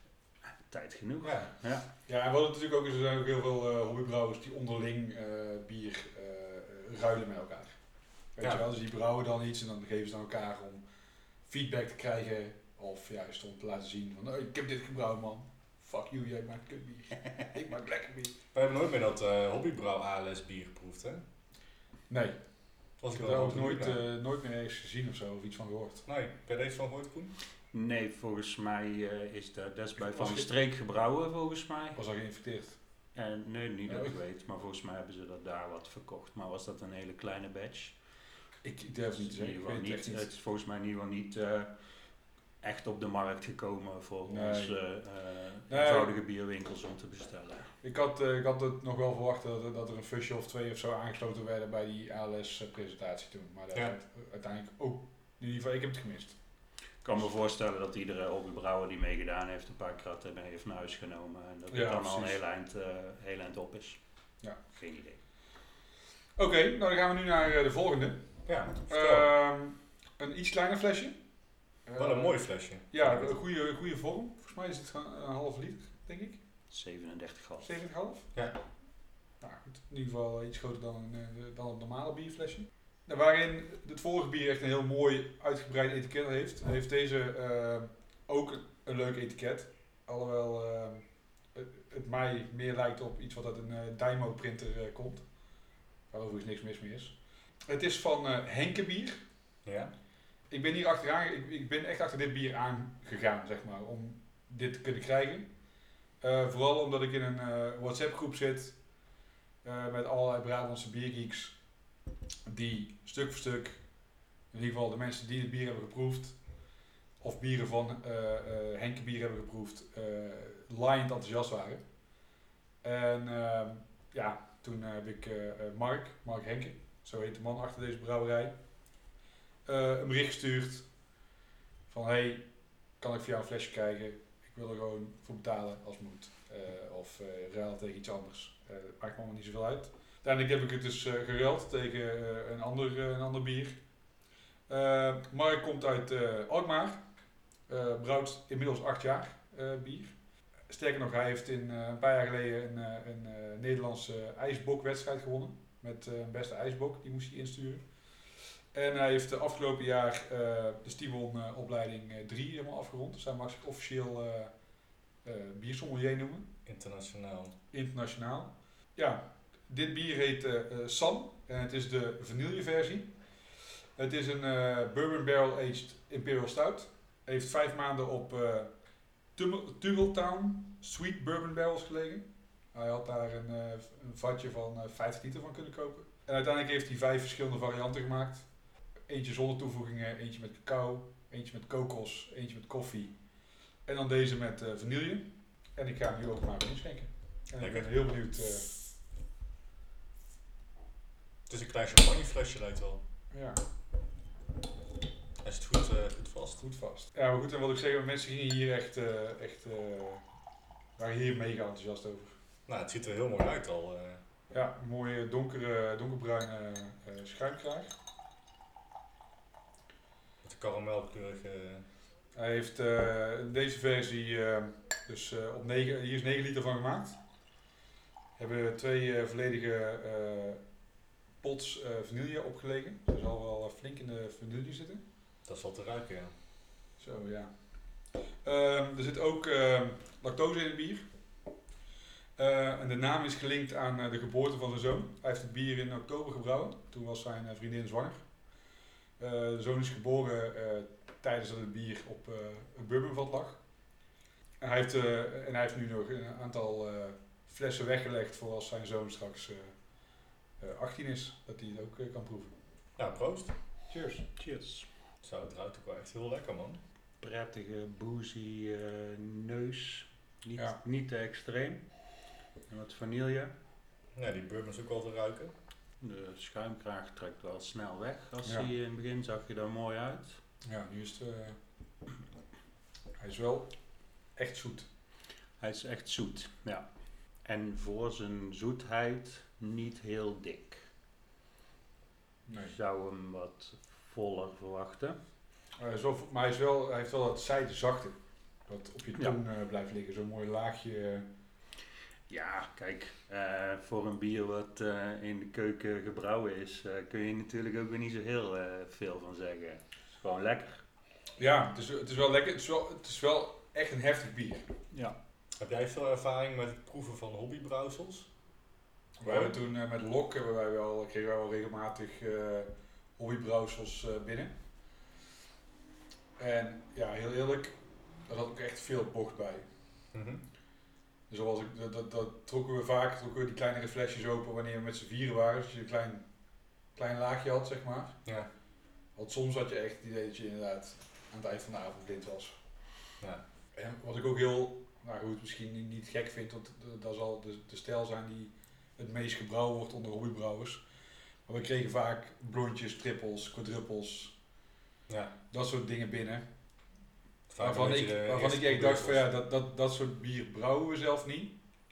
Tijd genoeg. ja. Ja. Ja, en we hadden natuurlijk ook, er zijn ook heel veel uh, hobbybrouwers die onderling uh, bier uh, ruilen met elkaar. Weet Ja. je wel, dus die brouwen dan iets en dan geven ze aan elkaar om feedback te krijgen. Of juist om te laten zien van, oh, ik heb dit gebrouwen man. Fuck you, jij maakt kutbier. Ik maak lekker bier. We hebben nooit meer dat uh, hobbybrouw A L S bier geproefd, hè? Nee, Was ik ik heb wel daar ook wel nooit, benieuwd naar. uh, nooit meer eens gezien of zo, of iets van gehoord. Nee, ben je deze van gehoord, Koen? Nee, volgens mij uh, is dat, dat is bij Van Was de je- Streek gebrouwen, volgens mij. Was al geïnfecteerd. En nee, niet dat Oh. ik weet, maar volgens mij hebben ze dat daar wat verkocht. Maar was dat een hele kleine batch? Ik, ik durf het niet te in zeggen, ieder ik geval weet het niet. echt Het is volgens mij in ieder geval niet uh, echt op de markt gekomen voor Nee. onze uh, Nee. eenvoudige bierwinkels om te bestellen. Ik had, uh, ik had het nog wel verwacht dat, er- dat er een fusje of twee of zo aangesloten werden bij die A L S-presentatie toen. Maar dat Ja. is uit- uiteindelijk ook, in ieder geval, ik heb het gemist. Ik kan me voorstellen dat iedere hobbybrouwer die meegedaan heeft een paar kratten mee heeft naar huis genomen. En dat het Ja, dan al een precies. heel eind, uh, heel eind op is. Ja. Geen idee. Oké, nou dan gaan we nu naar uh, de volgende. Ja, vertel. Ehm een iets kleiner flesje. Wel een Eh, mooi flesje. Ja, een goede, goede vorm. Volgens mij is het gewoon een half liter, denk ik. zevenendertig komma vijf. zeven komma vijf. Ja. Nou goed, in ieder geval iets groter dan een, eh, dan een normale bierflesje. Nou, waarin het vorige bier echt een heel mooi uitgebreid etiket heeft, heeft deze eh, ook een, een leuk etiket. Alhoewel eh, het, het mij meer lijkt op iets wat uit een uh, Dymo printer uh, komt. Waar overigens niks mis mee is. Het is van uh, Henke bier. Ja. Ik ben hier achteraan, ik, ik ben echt achter dit bier aangegaan, zeg maar, om dit te kunnen krijgen. Uh, vooral omdat ik in een uh, WhatsApp groep zit uh, met allerlei Brabantse biergeeks die stuk voor stuk, in ieder geval de mensen die het bier hebben geproefd, of bieren van uh, uh, Henke bier hebben geproefd, uh, laaiend enthousiast waren. En uh, ja, toen uh, heb ik uh, Mark, Mark Henke, zo heet de man achter deze brouwerij, Uh, een bericht gestuurd van hey, kan ik voor jou een flesje krijgen? Ik wil er gewoon voor betalen als het moet. Uh, of uh, ruilen tegen iets anders. Uh, maakt me allemaal niet zoveel uit. Uiteindelijk heb ik het dus uh, geruild tegen uh, een, ander, uh, een ander bier. Uh, Mark komt uit uh, Alkmaar. Uh, brouwt inmiddels acht jaar uh, bier. Sterker nog, hij heeft in, uh, een paar jaar geleden een, uh, een uh, Nederlandse ijsbokwedstrijd gewonnen. Met uh, een beste ijsbok, die moest hij insturen. En hij heeft uh, afgelopen jaar uh, de Stivon uh, opleiding drie helemaal afgerond. Dus hij mag zich officieel uh, uh, biersommelier noemen. Internationaal. Internationaal. Ja, dit bier heet uh, uh, Sam en het is de vanilleversie. Het is een uh, Bourbon Barrel Aged Imperial Stout. Heeft vijf maanden op uh, Tugaltown Sweet Bourbon Barrels gelegen. Hij had daar een, uh, een vatje van uh, vijftig liter van kunnen kopen. En uiteindelijk heeft hij vijf verschillende varianten gemaakt. Eentje zonder toevoegingen, eentje met cacao, eentje met kokos, eentje met koffie. En dan deze met uh, vanille. En ik ga hem nu ook maar inschenken. En ik ben heel benieuwd. Uh, Het is een klein champagneflesje lijkt wel. ja, Hij zit goed, uh, goed vast. goed vast. Ja, maar goed, en wat ik zeg, mensen gingen hier echt, uh, echt uh, waren hier mega enthousiast over. Nou, het ziet er heel mooi uit al. Uh. Ja, een mooie donkere, donkerbruine uh, schuimkraag. Met de karamelkleurige... Hij heeft uh, in deze versie uh, dus uh, op negen, hier is negen liter van gemaakt. We hebben twee uh, volledige uh, pots uh, vanille opgelegen. Er zal wel uh, flink in de vanille zitten. Dat is wel te ruiken, ja. Zo, ja. Ehm, er zit ook ehm, lactose in het bier. Eh, en de naam is gelinkt aan eh, de geboorte van zijn zoon. Hij heeft het bier in oktober gebrouwen. Toen was zijn eh, vriendin zwanger. Eh, de zoon is geboren eh, tijdens dat het bier op eh, een bourbonvat lag. En hij heeft, eh, en hij heeft nu nog een aantal eh, flessen weggelegd voor als zijn zoon straks eh, eh, achttien is. Dat hij het ook eh, kan proeven. Ja, proost. Cheers. Cheers. Zo, het ruikt ook wel echt heel lekker, man. Prettige, boozy eh, neus. Niet, Ja. niet te extreem. En wat vanille. Ja, die bourbon is ook wel te ruiken. De schuimkraag trekt wel snel weg. Als Ja. hij in het begin zag je er mooi uit. Ja, nu is het... eh, hij is wel echt zoet. Hij is echt zoet, ja. En voor zijn zoetheid niet heel dik. Nee. Je zou hem wat voller verwachten. Hij is wel, maar hij, is wel, hij heeft wel dat zijdezachte. Wat op je tong eh, blijft liggen. Zo'n mooi laagje. eh. Ja, kijk, eh, voor een bier wat eh, in de keuken gebrouwen is, eh, kun je natuurlijk ook weer niet zo heel eh, veel van zeggen. Het is gewoon lekker. Ja, het is, het is wel lekker. Het is wel, het is wel echt een heftig bier. Ja. Heb jij veel ervaring met het proeven van hobbybrouwsels? We hebben toen eh, met Lok hebben wij wel, kregen wij wel regelmatig eh hobbybrouwsels eh, binnen. En ja, heel eerlijk, daar had ook echt veel bocht bij. Mhm. Dus zoals ik, dat, dat, dat trokken we vaak, trokken we die kleinere flesjes open wanneer we met z'n vieren waren. Dus je een klein, klein laagje had, zeg maar. Ja. Want soms had je echt het idee dat je inderdaad aan het eind van de avond blind was. Ja. En wat ik ook heel, nou goed, misschien niet, niet gek vind, want dat zal de, de stijl zijn die het meest gebrouwen wordt onder hobbybrouwers. Maar we kregen vaak blondjes, trippels, quadruppels, Ja. dat soort dingen binnen. Vaak Waarvan een ik, beetje de waarvan eerste ik echt dacht van ja, probeersels. dat, dat, dat soort bier brouwen we zelf niet.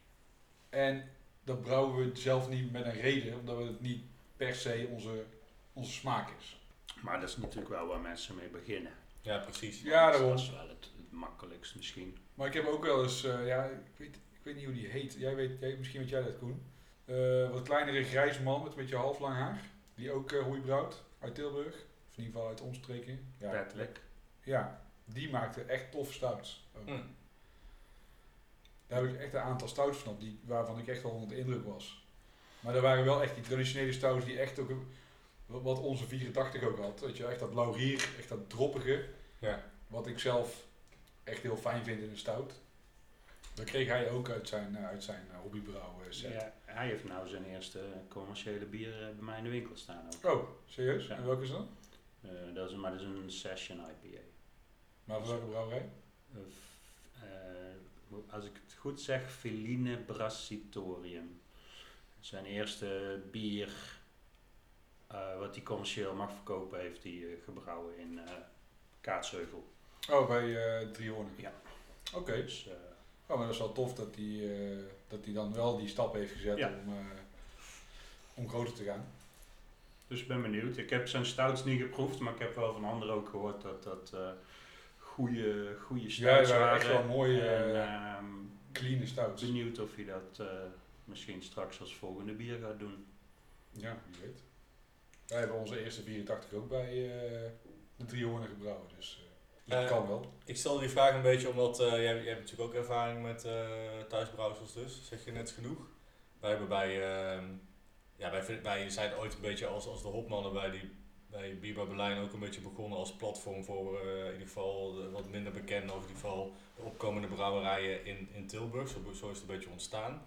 En dat brouwen we zelf niet met een reden, omdat het niet per se onze, onze smaak is. Maar dat is natuurlijk wel waar mensen mee beginnen. Ja, precies. Ja, dat daarom. is wel het, het makkelijkst misschien. Maar ik heb ook wel eens, eh, ja, ik weet, ik weet niet hoe die heet. Jij weet, jij, misschien weet jij dat, Koen. Eh, wat kleinere grijze man met een beetje half lang haar. Die ook uh, hoei brouwt uit Tilburg. Of in ieder geval uit omstreken. Ja, Patrick. ja, die maakte echt toffe stouts. ook. Hm. Daar heb ik echt een aantal stouts van op, die, waarvan ik echt wel onder de indruk was. Maar er waren wel echt die traditionele stouts die echt ook, wat onze vierentachtig ook had. Weet je, echt dat laurier, echt dat droppige. Ja. Wat ik zelf echt heel fijn vind in een stout. Dat kreeg hij ook uit zijn, uh, uit zijn uh, hobbybrouwen set. Ja, hij heeft nou zijn eerste commerciële bier uh, bij mij in de winkel staan ook. Oh, serieus? Ja. En welke is dat? Uh, dat is, maar dat is een session I P A. Maar van welke brouwerij? Uh, uh, als ik het goed zeg, Feline Brassitorium. Zijn eerste bier uh, wat hij commercieel mag verkopen heeft hij uh, gebrouwen in uh, Kaatsheuvel. Oh, bij uh, Driehoorn. Ja. Oké. Okay. Dus, uh, oh, maar dat is wel tof dat hij uh, dat hij dan wel die stap heeft gezet ja. om, uh, om groter te gaan. Dus ik ben benieuwd. Ik heb zijn stouts niet geproefd, maar ik heb wel van anderen ook gehoord dat dat uh, goede, goede stouts ja, waren. Echt wel mooie, en, uh, um, clean stouts. Benieuwd of hij dat uh, misschien straks als volgende bier gaat doen. Ja, wie weet. Wij hebben onze eerste vierentachtig ook bij uh, de Driehoorn gebrouwen, dus uh, dat uh, kan wel. Ik stelde die vraag een beetje omdat, uh, jij, jij hebt natuurlijk ook ervaring met uh, thuisbrouwsels dus, zeg je net genoeg. Wij hebben bij, uh, ja wij, wij zijn ooit een beetje als, als de hopmannen bij die bij Biba Berlijn ook een beetje begonnen als platform voor uh, in ieder geval de wat minder bekende, of in ieder geval de opkomende brouwerijen in, in Tilburg. Zo, zo is het een beetje ontstaan.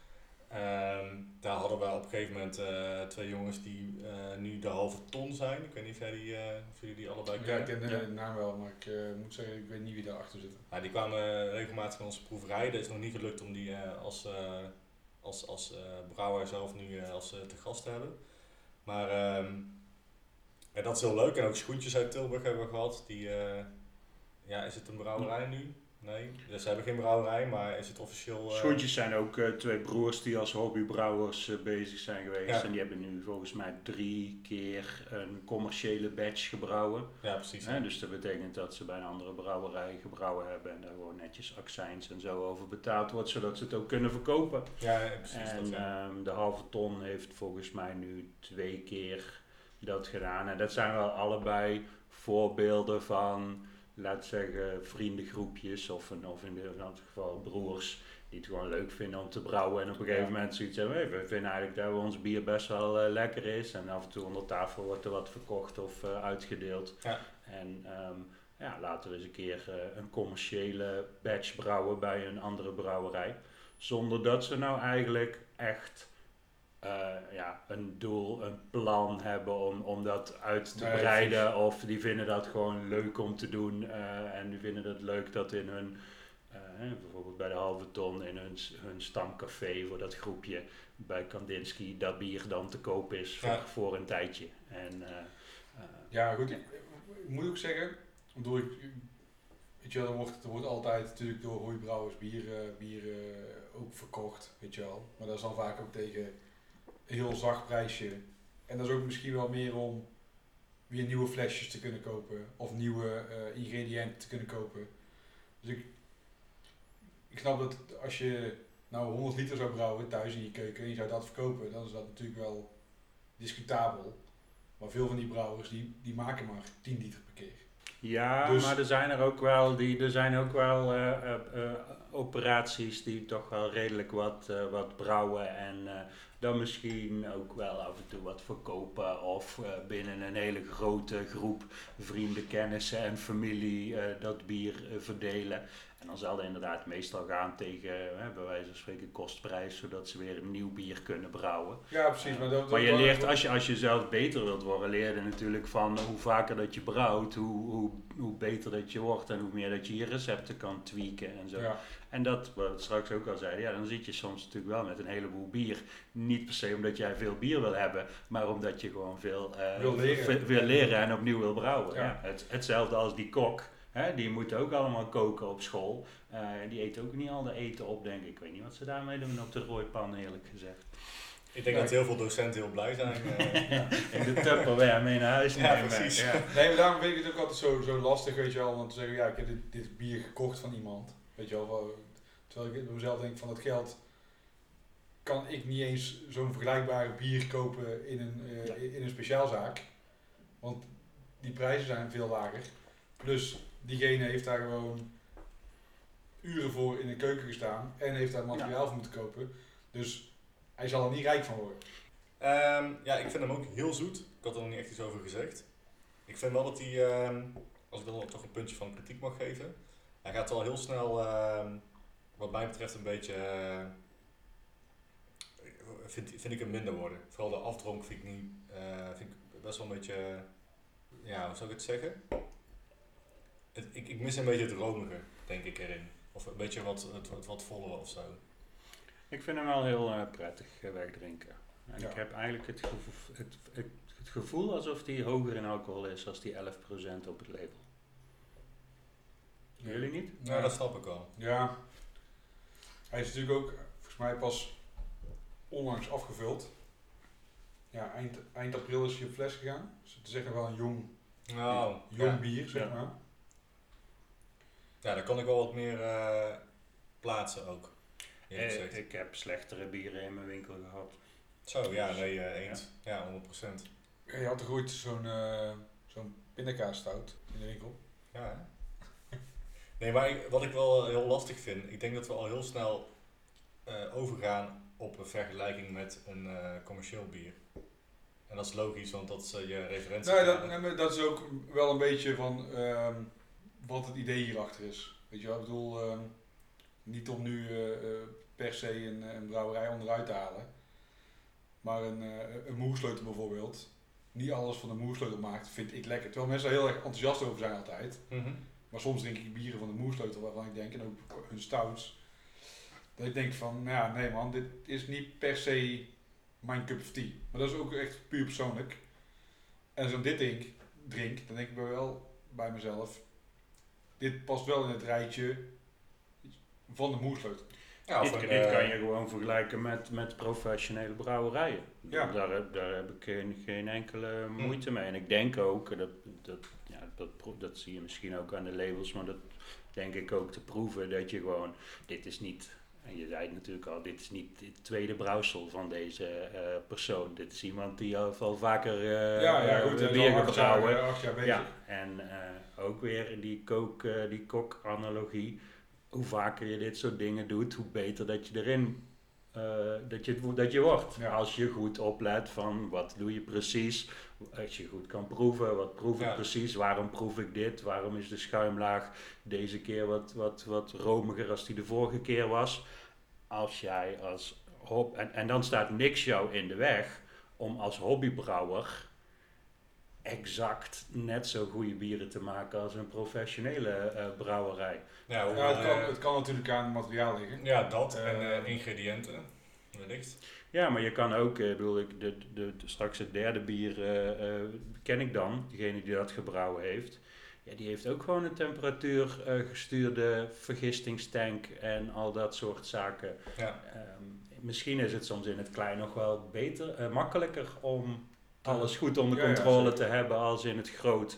Um, daar hadden we op een gegeven moment uh, twee jongens die uh, nu de halve ton zijn. Ik weet niet of, jij die, uh, of jullie die allebei kennen. Ja, ik ken de ja. naam wel, maar ik uh, moet zeggen, ik weet niet wie daarachter zit. Ja, die kwamen uh, regelmatig in onze proeverij. Het is nog niet gelukt om die uh, als, uh, als, als uh, brouwer zelf nu uh, als, uh, te gast te hebben. Maar um, ja, dat is heel leuk. En ook schoentjes uit Tilburg hebben we gehad. Die, uh, ja, is het een brouwerij nu? Nee, dus ze hebben geen brouwerij, maar is het officieel... Uh... Schoentjes zijn ook uh, twee broers die als hobbybrouwers uh, bezig zijn geweest. Ja. En die hebben nu volgens mij drie keer een commerciële batch gebrouwen. Ja, precies. Hè, dus dat betekent dat ze bij een andere brouwerij gebrouwen hebben en daar gewoon netjes accijns en zo over betaald wordt, zodat ze het ook kunnen verkopen. Ja, ja precies. En dat, ja. um, de halve ton heeft volgens mij nu twee keer dat gedaan. En dat zijn wel allebei voorbeelden van, laat zeggen, vriendengroepjes of, een, of in dit geval broers die het gewoon leuk vinden om te brouwen en op een gegeven Ja. moment zoiets hebben, hey, we vinden eigenlijk dat ons bier best wel uh, lekker is en af en toe onder tafel wordt er wat verkocht of uh, uitgedeeld. Ja. En um, ja, laten we eens een keer uh, een commerciële batch brouwen bij een andere brouwerij. Zonder dat ze nou eigenlijk echt uh, ja, een doel, een plan hebben om, om dat uit te Nee, breiden. precies. Of die vinden dat gewoon leuk om te doen. Uh, en die vinden het leuk dat in hun, uh, bijvoorbeeld bij de Halve Ton, in hun, hun stamcafé voor dat groepje bij Kandinsky, dat bier dan te koop is voor, Ja. voor een tijdje. En, uh, uh, Ja, goed. Ik, ik moet ook zeggen, ik bedoel, ik, weet je wel, er wordt, er wordt altijd natuurlijk door hooibrouwers bier, uh, bier uh, ook verkocht, weet je wel. Maar dat is dan vaak ook tegen een heel zacht prijsje. En dat is ook misschien wel meer om weer nieuwe flesjes te kunnen kopen of nieuwe uh, ingrediënten te kunnen kopen. Dus ik, ik snap dat als je nou honderd liter zou brouwen thuis in je keuken en je zou dat verkopen, dan is dat natuurlijk wel discutabel. Maar veel van die brouwers die, die maken maar tien liter per keer. Ja, Dus- maar er zijn er ook wel, die, er zijn ook wel uh, uh, uh, operaties die toch wel redelijk wat, uh, wat brouwen en uh, dan misschien ook wel af en toe wat verkopen of uh, binnen een hele grote groep vrienden, kennissen en familie uh, dat bier uh, verdelen. En dan zal het inderdaad meestal gaan tegen, uh, bij wijze van spreken, kostprijs, zodat ze weer een nieuw bier kunnen brouwen. Ja, precies. Maar, dat, Maar je dat- leert, als je, als je zelf beter wilt worden, leer je natuurlijk van hoe vaker dat je brouwt, hoe, hoe, hoe beter dat je wordt en hoe meer dat je je recepten kan tweaken en zo. Ja, En dat, wat we straks ook al zeiden, ja, dan zit je soms natuurlijk wel met een heleboel bier. Niet per se omdat jij veel bier wil hebben, maar omdat je gewoon veel uh, Wil leren. v- wil leren en opnieuw wil brouwen. Ja. Ja. Het, hetzelfde als die kok. Hè, die moeten ook allemaal koken op school. Uh, die eten ook niet al de eten op, denk ik. Ik weet niet wat ze daarmee doen op de rooipan, eerlijk gezegd. Ik denk dat heel veel docenten heel blij zijn. Uh, Ja, in de Tupperware mee naar huis Ja, nemen. precies. Ja. nee, maar daarom vind ik het ook altijd zo, zo lastig, weet je wel, om te zeggen, ja, ik heb dit, dit bier gekocht van iemand, weet je wel, wel, terwijl ik bij mezelf denk van dat geld kan ik niet eens zo'n vergelijkbare bier kopen in een, uh, Ja. in een speciaalzaak, want die prijzen zijn veel lager, plus diegene heeft daar gewoon uren voor in een keuken gestaan en heeft daar materiaal voor moeten kopen, dus hij zal er niet rijk van worden. Um, ja, ik vind hem ook heel zoet. Ik had er nog niet echt iets over gezegd. Ik vind wel dat hij, um, als ik dan toch een puntje van kritiek mag geven, hij gaat wel heel snel, um, wat mij betreft, een beetje, uh, vind, vind ik hem minder worden. Vooral de afdronk vind ik, niet, uh, vind ik best wel een beetje, ja, hoe zou ik het zeggen? Het, ik, ik mis een beetje het romige, denk ik, erin. Of een beetje wat, het, het wat voller of zo. Ik vind hem wel heel uh, prettig uh, wegdrinken. En Ja. ik heb eigenlijk het gevoel, het, het, het gevoel alsof die hoger in alcohol is als die elf procent op het label. Jullie niet? Ja, nou, dat snap ik wel. Ja, hij is natuurlijk ook volgens mij pas onlangs afgevuld. Ja, eind, eind april is hij op fles gegaan. Dus het is echt nog wel een jong, Nou, jong ja. bier, zeg Ja. maar. Ja, daar kan ik wel wat meer uh, plaatsen ook. eerlijk Eh, gezegd. ik heb slechtere bieren in mijn winkel gehad. Zo, ja, nee, uh, eens. Ja, ja honderd procent. Ja, je had toch ooit zo'n uh, zo'n pindakaasstout in de winkel? Ja, hè? Nee, maar ik, wat ik wel heel lastig vind, ik denk dat we al heel snel uh, overgaan op een vergelijking met een uh, commercieel bier. En dat is logisch, want dat is uh, je referentie. Nee, dat, nee, maar dat is ook wel een beetje van um, wat het idee hierachter is. Weet je wel, ik bedoel, um, niet om nu uh, uh, per se een, een brouwerij onderuit te halen. Maar een, uh, een moersleutel bijvoorbeeld, niet alles van de moersleutel maakt, vind ik lekker. Terwijl mensen daar heel erg enthousiast over zijn altijd. Mm-hmm. Maar soms drink ik bieren van de moersleutel waarvan ik denk, en ook hun stouts, dat ik denk van, nou ja, nee man, dit is niet per se mijn cup of tea. Maar dat is ook echt puur persoonlijk. En als ik dit drink, drink, dan denk ik wel bij mezelf, dit past wel in het rijtje van de moersleutel. Ja, dit, of een, dit uh, kan je gewoon vergelijken met, met professionele brouwerijen. Ja. Daar, heb, daar heb ik geen, geen enkele moeite mee. En ik denk ook, dat, dat, ja, dat, dat zie je misschien ook aan de labels, maar dat denk ik ook te proeven, dat je gewoon, dit is niet, en je zei het natuurlijk al, dit is niet het tweede brouwsel van deze uh, persoon. Dit is iemand die al, al vaker uh, ja, ja, goed, uh, en bier al acht jaar, gebrouwen. uh, acht jaar bezig. Ja, en En uh, ook weer die, kook, uh, die kok-analogie. Hoe vaker je dit soort dingen doet, hoe beter dat je erin uh, dat je, dat je wordt. Ja. Als je goed oplet van wat doe je precies. Als je goed kan proeven, wat proef ik ja. precies. Waarom proef ik dit? Waarom is de schuimlaag deze keer wat, wat, wat romiger als die de vorige keer was? Als jij als hop, en, en dan staat niks jou in de weg om als hobbybrouwer exact net zo goede bieren te maken als een professionele uh, brouwerij. Ja, hoe, ja het, kan, het kan natuurlijk aan het materiaal liggen. Ja, dat uh, en uh, ingrediënten, wellicht. Ja, maar je kan ook, uh, bedoel ik, de, de, de, straks het derde bier uh, uh, ken ik dan, degene die dat gebrouwen heeft. Ja, die heeft ook gewoon een temperatuur uh, gestuurde vergistingstank en al dat soort zaken. Ja. Um, misschien is het soms in het klein nog wel beter, uh, makkelijker om alles goed onder ja, controle ja, te hebben als in het groot.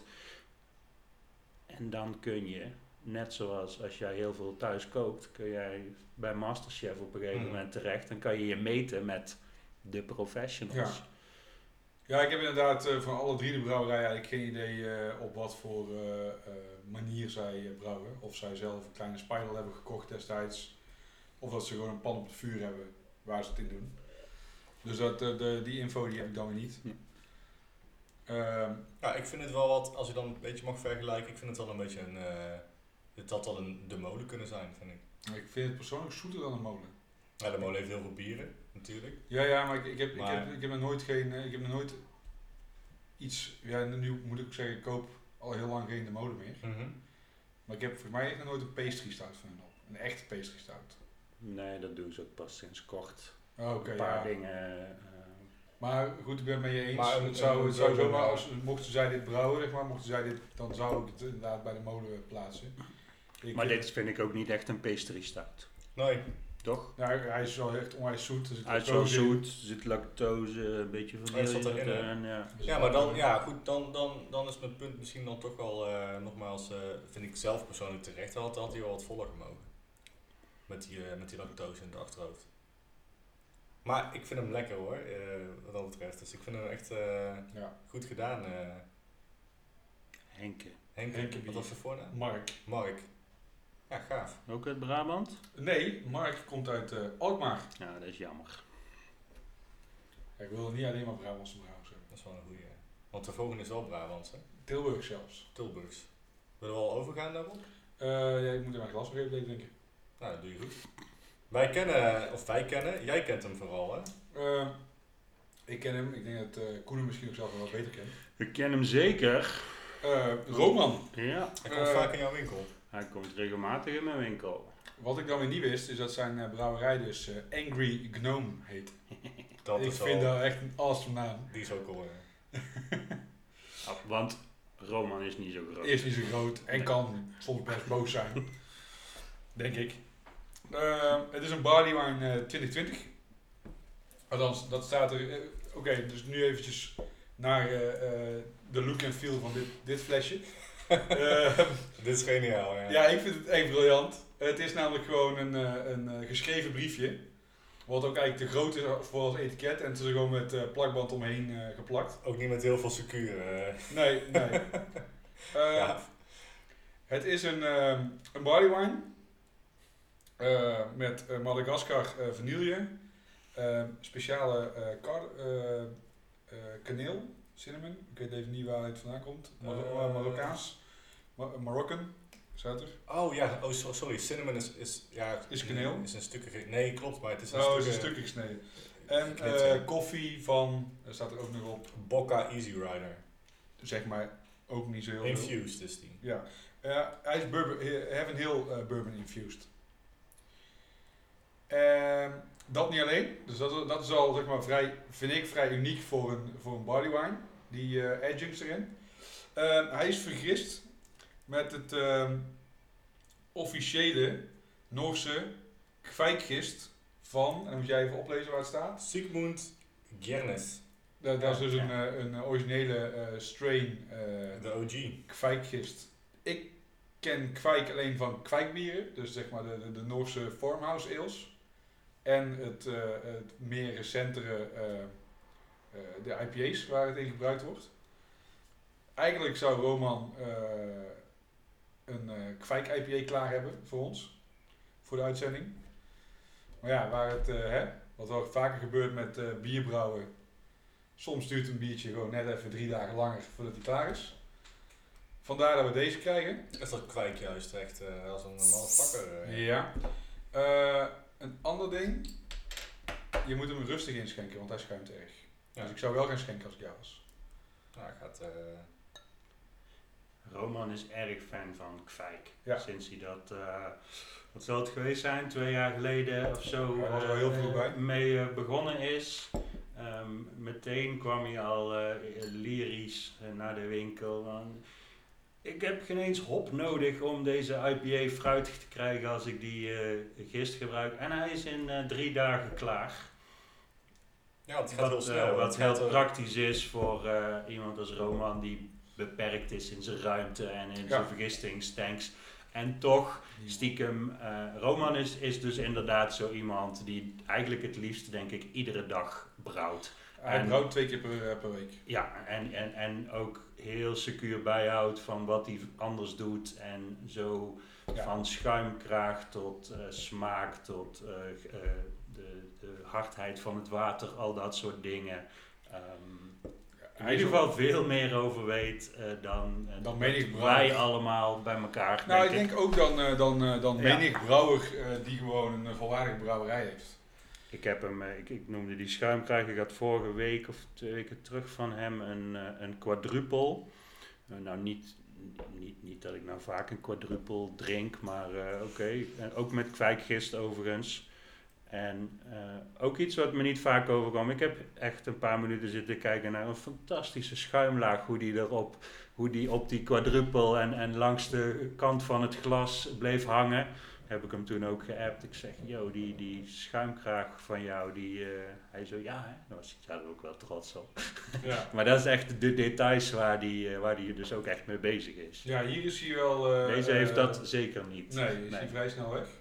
En dan kun je, net zoals als jij heel veel thuis kookt, kun jij bij Masterchef op een gegeven mm. moment terecht. Dan kan je je meten met de professionals. Ja, ja ik heb inderdaad uh, van alle drie de brouwerijen eigenlijk geen idee uh, op wat voor uh, uh, manier zij uh, brouwen. Of zij zelf een kleine spijl hebben gekocht destijds. Of dat ze gewoon een pan op het vuur hebben waar ze het in doen. Dus dat, uh, de, die info die heb ik dan weer niet. Ja. Um, ja, ik vind het wel wat, als je dan een beetje mag vergelijken, ik vind het wel een beetje een, uh, het had wel een de molen kunnen zijn, vind ik. Ik vind het persoonlijk zoeter dan een molen. Ja, de molen heeft heel veel bieren, natuurlijk. Ja, ja, maar ik, ik, heb, maar, ik, heb, ik heb nog nooit geen, ik heb nog nooit iets, ja, nu moet ik zeggen, ik koop al heel lang geen de molen meer. Mm-hmm. Maar ik heb volgens mij nog nooit een pastry stout van hen op. Een echte pastry stout. Nee, dat doen ze ook pas sinds kort. Oh, okay, een paar ja. dingen... Uh, Maar goed, ik ben het met je eens. Maar, het zou, het zou zomaar, als, mochten zij dit brouwen, zeg maar, mochten zij dit, dan zou ik het inderdaad bij de molen plaatsen. Ik maar dit vind ik ook niet echt een pastry stout. Nee. Toch? Ja, hij is wel echt onwijs zoet. Er zit hij is wel zoet, er zit lactose, een beetje vanille erin. En, ja. ja, maar dan, ja, goed, dan, dan, dan is mijn punt misschien dan toch wel, uh, nogmaals, uh, vind ik zelf persoonlijk terecht, had, had hij wel wat voller gemogen. Met die, uh, met die lactose in het achterhoofd. Maar ik vind hem lekker hoor, uh, wat dat betreft. Dus ik vind hem echt uh, ja. goed gedaan. Uh. Henke. Henke. Henke. Wat was zijn voornaam? Mark. Mark. Ja, gaaf. Ook uit Brabant? Nee, Mark komt uit uh, Alkmaar. Ja, dat is jammer. Ja, ik wil niet alleen maar Brabantse brouwers hebben. Dat is wel een goeie. Want de volgende is wel Brabants, hè? Tilburg zelfs. Tilburgs. Willen we al overgaan daarop? Uh, ja, ik moet er mijn glas nog even leeg drinken. Nou, dat doe je goed. Wij kennen, of wij kennen, jij kent hem vooral, hè? Uh, ik ken hem, ik denk dat uh, Koen hem misschien ook zelf wel beter kent. Ik ken hem zeker. Uh, Roman. Ja. Hij komt uh, vaak in jouw winkel. Hij komt regelmatig in mijn winkel. Wat ik dan weer niet wist, is dat zijn uh, brouwerij dus uh, Angry Gnome heet. Dat ik is vind al, dat echt een awesome naam. Die is ook cool, hè? oh, want Roman is niet zo groot. Is niet zo groot en nee. kan soms best boos zijn. Denk ik. Uh, het is een barley wine uh, twintig twintig. Althans, dat staat er. Uh, Oké, okay, dus nu eventjes naar uh, uh, de look en feel van dit, dit flesje. uh, dit is geniaal, ja. Ja, ik vind het echt briljant. Het is namelijk gewoon een, uh, een uh, geschreven briefje. Wat ook eigenlijk te groot is voor als etiket. En het is er gewoon met uh, plakband omheen uh, geplakt. Ook niet met heel veel secuur. Uh. Nee, nee. uh, ja. Het is een, uh, een barley wine. Uh, met uh, Madagascar uh, vanille, uh, speciale uh, kar, uh, uh, kaneel, cinnamon, ik weet even niet waar het vandaan komt, Mar uh, Marokkaans, Mar Moroccan, staat er. Oh ja, oh, sorry, cinnamon is, is, ja, is kaneel? Is een stukje, nee klopt, maar het is een oh, stukje. is een stukje gesneden. En uh, koffie van, er staat er ook nog op. Bocca Easy Rider. Zeg maar, ook niet zo heel Infused veel. is die. Ja, uh, hij is bourbon, Heaven Hill uh, bourbon infused. Uh, dat niet alleen, dus dat, dat is al zeg maar vrij, vind ik vrij uniek voor een, voor een barley wine, die uh, adjuncts erin. Uh, hij is vergist met het uh, officiële Noorse kwijkgist van, en dan moet jij even oplezen waar het staat. Sigmund Gjernes. Dat, dat is dus ja. een, een originele uh, strain. Uh, de O G. Kwijkgist. Ik ken kwijk alleen van kwijkbieren, dus zeg maar de, de, de Noorse farmhouse ales. En het, uh, het meer recentere, uh, uh, de I P A's waar het in gebruikt wordt. eigenlijk zou Roman uh, een uh, kwijk I P A klaar hebben voor ons. Voor de uitzending. Maar ja, waar het, uh, hè, wat wel vaker gebeurt met uh, bierbrouwen. Soms duurt een biertje gewoon net even drie dagen langer voordat hij klaar is. Vandaar dat we deze krijgen. Is dat kwijk juist echt uh, als een motherfucker? Uh, ja. Uh, een ander ding. Je moet hem rustig inschenken, want hij schuimt erg. Ja. Dus ik zou wel gaan schenken als ik jou was. Nou, ik ga het... Uh... Roman is erg fan van kwijk. Ja. Sinds hij dat... Uh, wat zal het geweest zijn? Twee jaar geleden of zo. Hij was er uh, heel vroeg bij. Mee uh, begonnen is. Um, meteen kwam hij al uh, lyrisch uh, naar de winkel. Man. Ik heb geen eens hop nodig om deze I P A fruitig te krijgen als ik die uh, gist gebruik. En hij is in uh, drie dagen klaar. Ja, het gaat wat, heel snel. Uh, wat heel gaat, praktisch is voor uh, iemand als Roman die beperkt is in zijn ruimte en in ja. zijn vergistingstanks. En toch, stiekem, uh, Roman is, is dus inderdaad zo iemand die eigenlijk het liefst, denk ik, iedere dag brouwt. Hij en, brouwt twee keer per, per week. Ja, en, en, en ook heel secuur bijhoudt van wat hij anders doet. En zo ja. van schuimkraag tot uh, smaak, tot uh, uh, de, de hardheid van het water, al dat soort dingen. Um, in ieder geval veel meer over weet uh, dan, uh, dan menig wij allemaal bij elkaar. Nou, denk ik ik denk ook dan, uh, dan, uh, dan ja. menig brouwer uh, die gewoon een uh, volwaardige brouwerij heeft. Ik heb hem, uh, ik, ik noemde die schuimkraag, ik had vorige week of twee weken terug van hem een, uh, een quadrupel. Uh, nou, niet, niet, niet dat ik nou vaak een quadrupel drink, maar uh, oké. Okay. Uh, ook met kwijkgist overigens. En uh, ook iets wat me niet vaak overkwam. Ik heb echt een paar minuten zitten kijken naar een fantastische schuimlaag. Hoe die erop, hoe die op die quadrupel en, en langs de kant van het glas bleef hangen. Heb ik hem toen ook geappt. Ik zeg, yo, die, die schuimkraag van jou, die... Uh, hij zo, ja, hè? Daar was hij ook wel trots op. Ja. Maar dat is echt de details waar die, uh, waar die dus ook echt mee bezig is. Ja, hier is hij wel... Uh, Deze heeft uh, dat zeker niet. Nee, is nee. hij vrij snel weg.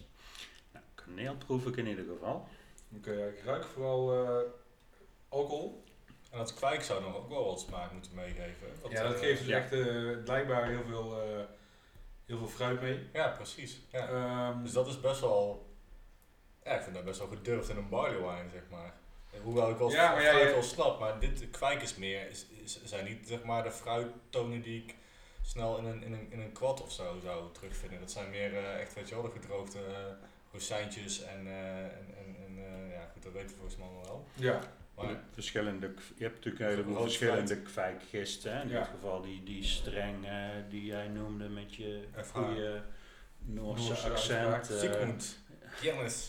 Kaneel proef ik in ieder geval. Oké, okay, ik ruik vooral uh, alcohol. En dat kwijk zou nog ook wel wat smaak moeten meegeven. Dat, ja, dat uh, geeft dus ja. echt uh, blijkbaar heel veel, uh, heel veel fruit mee. Ja, precies. Ja. Um, dus dat is best wel... Ja, ik vind dat best wel gedurfd in een barley wine, zeg maar. Hoewel ik wel ja, fruit ja, ja. wel snap, maar dit kwijk is meer... Is, is, zijn niet zeg maar de fruittonen die ik snel in een, in een, in een kwad of zo zou terugvinden. Dat zijn meer uh, echt, weet je wel, de gedroogde... Uh, rozijntjes en, uh, en, en, en uh, ja, goed, dat weten we volgens mij allemaal wel. Ja. Maar ja, verschillende, je hebt natuurlijk een heleboel verschillende kwijkgisten. In ja. dit geval die, die streng uh, die jij noemde met je goede Noorse, Noorse accent. Uh, Sigmund. Kennis.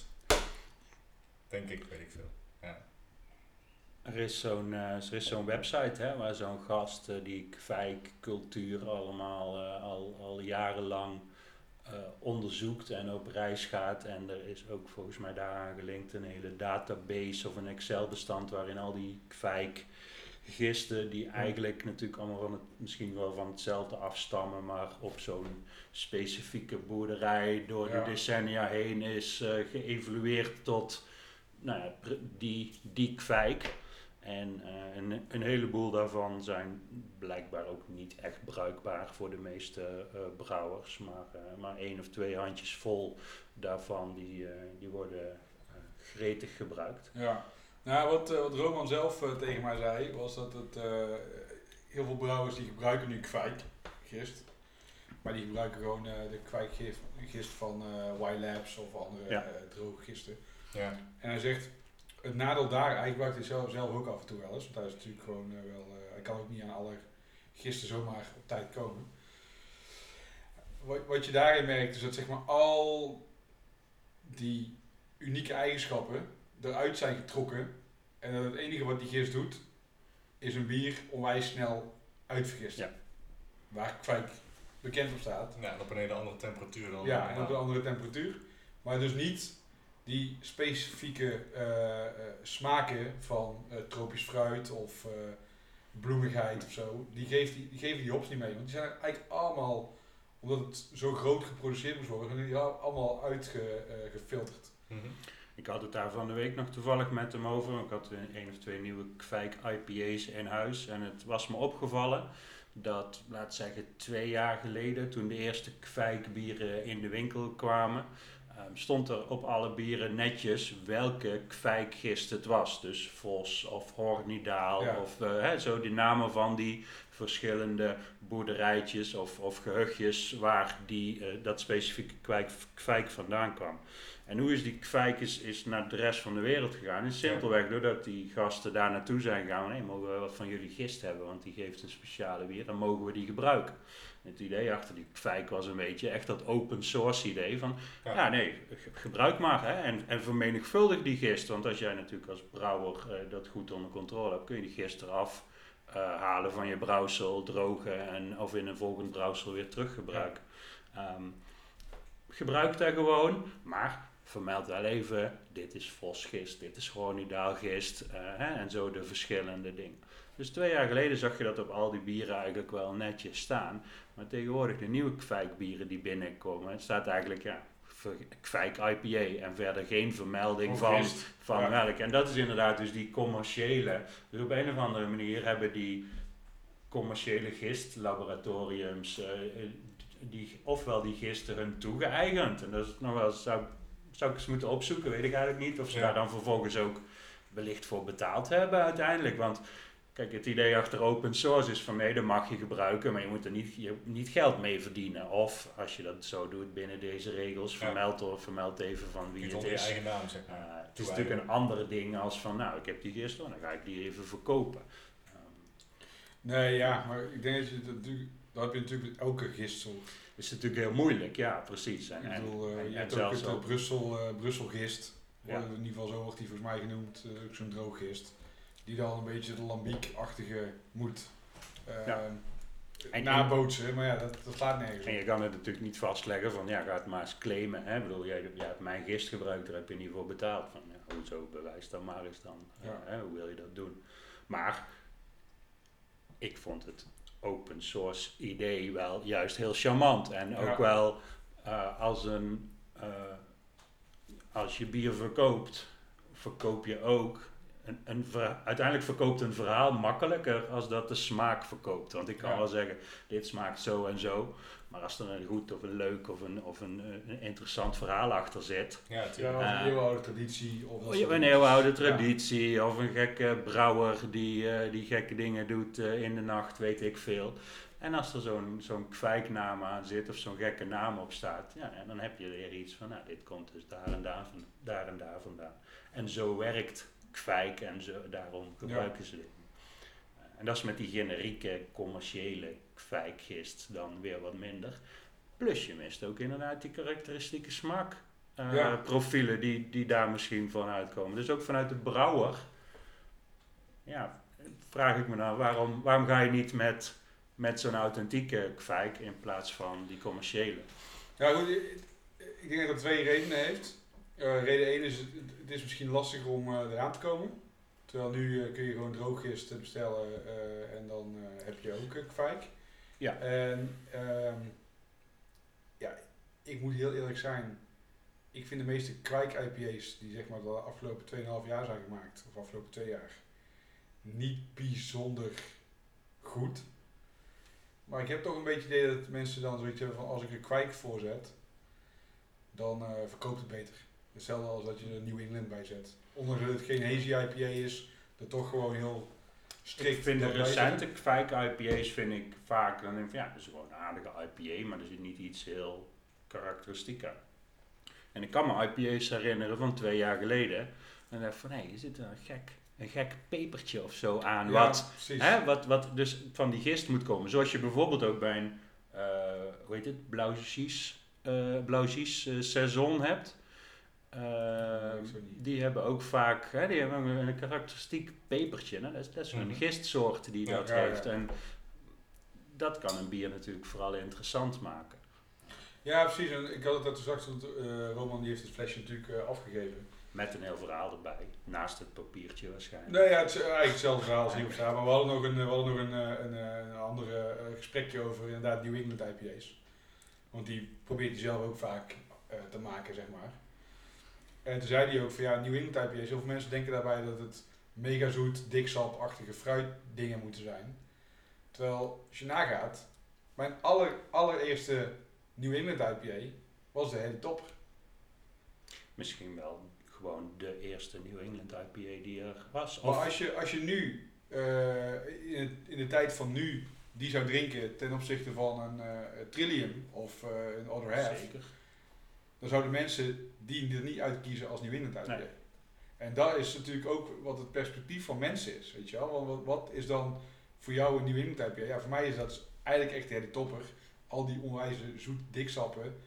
Denk ik, weet ik veel. Ja. Er is zo'n uh, er is zo'n website hè, waar zo'n gast uh, die kwijkcultuur allemaal uh, al, al jarenlang Uh, onderzoekt en op reis gaat. En er is ook volgens mij daaraan gelinkt een hele database of een Excel-bestand waarin al die kwijkgisten, die eigenlijk natuurlijk allemaal van het, misschien wel van hetzelfde afstammen, maar op zo'n specifieke boerderij door ja. de decennia heen is uh, geëvolueerd tot nou ja, die, die kwijk. En uh, een, een heleboel daarvan zijn blijkbaar ook niet echt bruikbaar voor de meeste uh, brouwers. Maar, uh, maar één of twee handjes vol daarvan die, uh, die worden uh, gretig gebruikt. Ja, nou wat, uh, wat Roman zelf uh, tegen mij zei was dat het, uh, heel veel brouwers die gebruiken nu kwijkgist. Maar die gebruiken gewoon uh, de kwijkgist van uh, Y-Labs of andere ja. uh, droge gisten. Ja. En hij zegt... Het nadeel daar, hij gebruikt hij zelf, zelf ook af en toe wel eens, want hij is natuurlijk gewoon uh, wel, uh, hij kan ook niet aan alle gisten zomaar op tijd komen. Wat, wat je daarin merkt is dat zeg maar al die unieke eigenschappen eruit zijn getrokken en dat het enige wat die gist doet, is een bier onwijs snel uitvergisten. Ja. Waar kwijk bekend op staat. Ja, en op een hele andere temperatuur dan. Ja, en op een andere temperatuur. Maar dus niet die specifieke uh, uh, smaken van uh, tropisch fruit of uh, bloemigheid of zo, die, geeft die, die geven die hops niet mee. Want die zijn eigenlijk allemaal, omdat het zo groot geproduceerd moest worden, zijn die allemaal uitgefilterd. Uh, mm-hmm. Ik had het daar van de week nog toevallig met hem over. Ik had een, een of twee nieuwe kwijk I P A's in huis en het was me opgevallen dat, laat zeggen, twee jaar geleden, toen de eerste kwijkbieren in de winkel kwamen, um, stond er op alle bieren netjes welke kwijkgist het was. Dus Vos of Hornidaal Ja. of uh, hè, zo die namen van die verschillende boerderijtjes of, of gehuchtjes waar die, uh, dat specifieke kwijk, kwijk vandaan kwam. En hoe is die kwijk is, is naar de rest van de wereld gegaan? Is simpelweg doordat die gasten daar naartoe zijn gegaan. Nee, mogen we wat van jullie gist hebben, want die geeft een speciale bier, dan mogen we die gebruiken. Het idee achter die kwijk was een beetje echt dat open source idee van, ja, ja nee, gebruik maar hè, en, en vermenigvuldig die gist. Want als jij natuurlijk als brouwer uh, dat goed onder controle hebt, kun je die gist eraf uh, halen van je brouwsel, drogen en of in een volgend brouwsel weer teruggebruiken. Ja. Um, gebruik dat gewoon, maar vermeld wel even, dit is Vosgist, dit is Hornidaalgist uh, hè, en zo de verschillende dingen. Dus twee jaar geleden zag je dat op al die bieren eigenlijk wel netjes staan. Maar tegenwoordig de nieuwe kwijkbieren die binnenkomen, het staat eigenlijk ja, kwijk I P A en verder geen vermelding van, van ja. melk. En dat is inderdaad dus die commerciële. Dus op een of andere manier hebben die commerciële gistlaboratoriums uh, die, ofwel die gisten hun toegeëigend. En dat is nog wel, zou, zou ik eens moeten opzoeken, weet ik eigenlijk niet. Of ze ja. daar dan vervolgens ook wellicht voor betaald hebben uiteindelijk. Want kijk, het idee achter open source is van nee, dat mag je gebruiken, maar je moet er niet, je, niet geld mee verdienen. Of als je dat zo doet binnen deze regels, ja. vermeld of vermeld even van wie niet het onder is. je eigen naam, zeg maar. Uh, het is natuurlijk een andere ding als van nou, ik heb die gist, dan ga ik die even verkopen. Um, nee, ja, maar ik denk dat je dat natuurlijk, dat heb je natuurlijk met elke gistsoort. Dat is natuurlijk heel moeilijk, ja, precies. En, ik bedoel, uh, en, je en hebt ook het ook Brussel, uh, Brusselgist, ja. in ieder geval zo wordt die volgens mij genoemd, uh, ook zo'n drooggist. Die dan een beetje de lambiek-achtige moet uh, ja. nabootsen, maar ja, dat, dat slaat nergens op. En je kan het natuurlijk niet vastleggen van, ja, ga het maar eens claimen. Hè? Ik bedoel, jij, jij hebt mijn gist gebruikt, daar heb je niet voor betaald. Van, ja, hoezo, bewijs dan maar eens dan. Ja. Uh, hè? Hoe wil je dat doen? Maar, ik vond het open source idee wel juist heel charmant. En ook ja. wel uh, als een, uh, als je bier verkoopt, verkoop je ook Een, een ver, uiteindelijk verkoopt een verhaal makkelijker als dat de smaak verkoopt. Want ik kan ja. wel zeggen, dit smaakt zo en zo. Maar als er een goed of een leuk of een, of een, een interessant verhaal achter zit. Ja, ja, of een uh, eeuwenoude traditie. Of dat een eeuwenoude traditie. Ja. Of een gekke brouwer die, uh, die gekke dingen doet uh, in de nacht, weet ik veel. En als er zo'n, zo'n kwijknaam aan zit of zo'n gekke naam op staat. Ja, en dan heb je weer iets van, nou, dit komt dus daar en daar, van, daar en daar vandaan. En zo werkt kwijk en zo, daarom gebruiken ja. ze dit. En dat is met die generieke commerciële kwijkgist dan weer wat minder. Plus je mist ook inderdaad die karakteristieke smaakprofielen uh, ja. die, die daar misschien van uitkomen. Dus ook vanuit de brouwer, ja, vraag ik me nou, waarom, waarom ga je niet met, met zo'n authentieke kwijk in plaats van die commerciële? Ja, goed, ik denk dat het twee redenen heeft. Uh, reden één is, het is misschien lastiger om uh, eraan te komen. Terwijl nu uh, kun je gewoon drooggist bestellen uh, en dan uh, heb je ook uh, kwijk. Ja. En um, ja, ik moet heel eerlijk zijn. Ik vind de meeste kwijk I P A's die zeg maar de afgelopen twee komma vijf jaar zijn gemaakt, of afgelopen twee jaar, niet bijzonder goed. Maar ik heb toch een beetje het idee dat mensen dan zoiets hebben van als ik er kwijk voorzet, dan uh, verkoopt het beter. Hetzelfde als dat je er New England bij zet. Ondanks dat het geen hazy I P A is, dat toch gewoon heel strikt. Ik vind de recente kwijk I P A's vind ik vaak, dan denk ik van ja, dat is gewoon een aardige I P A, maar er zit niet iets heel karakteristiek aan. En ik kan me I P A's herinneren van twee jaar geleden. En dan dacht ik van hé, hey, er zit een gek, een gek pepertje of zo aan. Ja, wat, hè, wat, wat dus van die gist moet komen. Zoals je bijvoorbeeld ook bij een, uh, hoe heet het, Blauwsies, uh, Blauwsies uh, Saison hebt. Uh, die hebben ook vaak, hè, die hebben een, een karakteristiek pepertje. Nou, dat is, dat is een gistsoort die ja, dat ja, heeft. Ja. En dat kan een bier natuurlijk vooral interessant maken. Ja, precies. En ik had het net straks, want uh, Roman die heeft het flesje natuurlijk uh, afgegeven. Met een heel verhaal erbij, naast het papiertje waarschijnlijk. Nee, ja, het is eigenlijk hetzelfde verhaal als hier op staan. Maar we hadden nog een, we hadden nog een, een, een, een ander uh, gesprekje over inderdaad New England I P A's. Want die probeert hij zelf ook vaak uh, te maken, zeg maar. En toen zei hij ook van ja, New England I P A's, heel veel mensen denken daarbij dat het mega zoet, diksapachtige fruitdingen moeten zijn. Terwijl, als je nagaat, mijn aller, allereerste New England I P A was de hele topper. Misschien wel gewoon de eerste New England I P A die er was. Maar Of, als je, als je nu, uh, in, het, in de tijd van nu, die zou drinken ten opzichte van een uh, Trillium of uh, een Other Half, zeker. dan zouden mensen die er niet uitkiezen als New England I P A. Nee. En dat is natuurlijk ook wat het perspectief van mensen is, weet je wel. Want wat, wat is dan voor jou een New England I P A? Ja, voor mij is dat eigenlijk echt de hele topper. Al die onwijze zoet diksappen.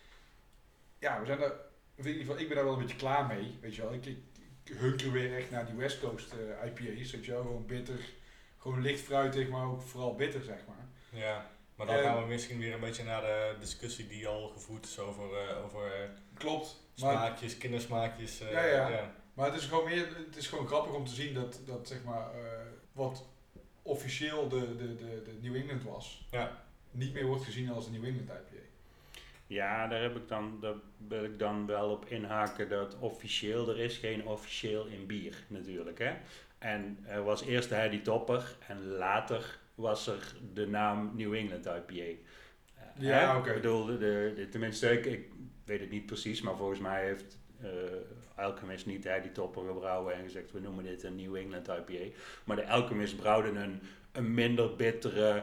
Ja, we zijn er, in ieder geval, ik ben daar wel een beetje klaar mee, weet je wel. Ik, ik, ik hunker weer echt naar die West Coast uh, I P A's, weet je wel. Gewoon bitter, gewoon licht fruitig, maar ook vooral bitter, zeg maar. Ja, maar dan Uh, gaan we misschien weer een beetje naar de discussie die al gevoerd is over, uh, over uh, Klopt. Maar, smaakjes, kindersmaakjes. Uh, Ja, ja. ja. maar het is gewoon meer, het is gewoon grappig om te zien dat, dat zeg maar, uh, wat officieel de, de, de, de New England was, Ja. niet meer wordt gezien als de New England I P A. Ja, daar, heb ik dan, daar wil ik dan wel op inhaken dat officieel, er is geen officieel in bier natuurlijk. Hè? En er was eerst de Heady Topper en later was er de naam New England I P A. Uh, Ja, oké. Okay. Ik bedoel, de, de, tenminste, ik, ik weet het niet precies, maar volgens mij heeft uh, Alchemist niet de Heady Topper gebrouwen en gezegd we noemen dit een New England I P A. Maar de Alchemist brouwde een, een minder bittere,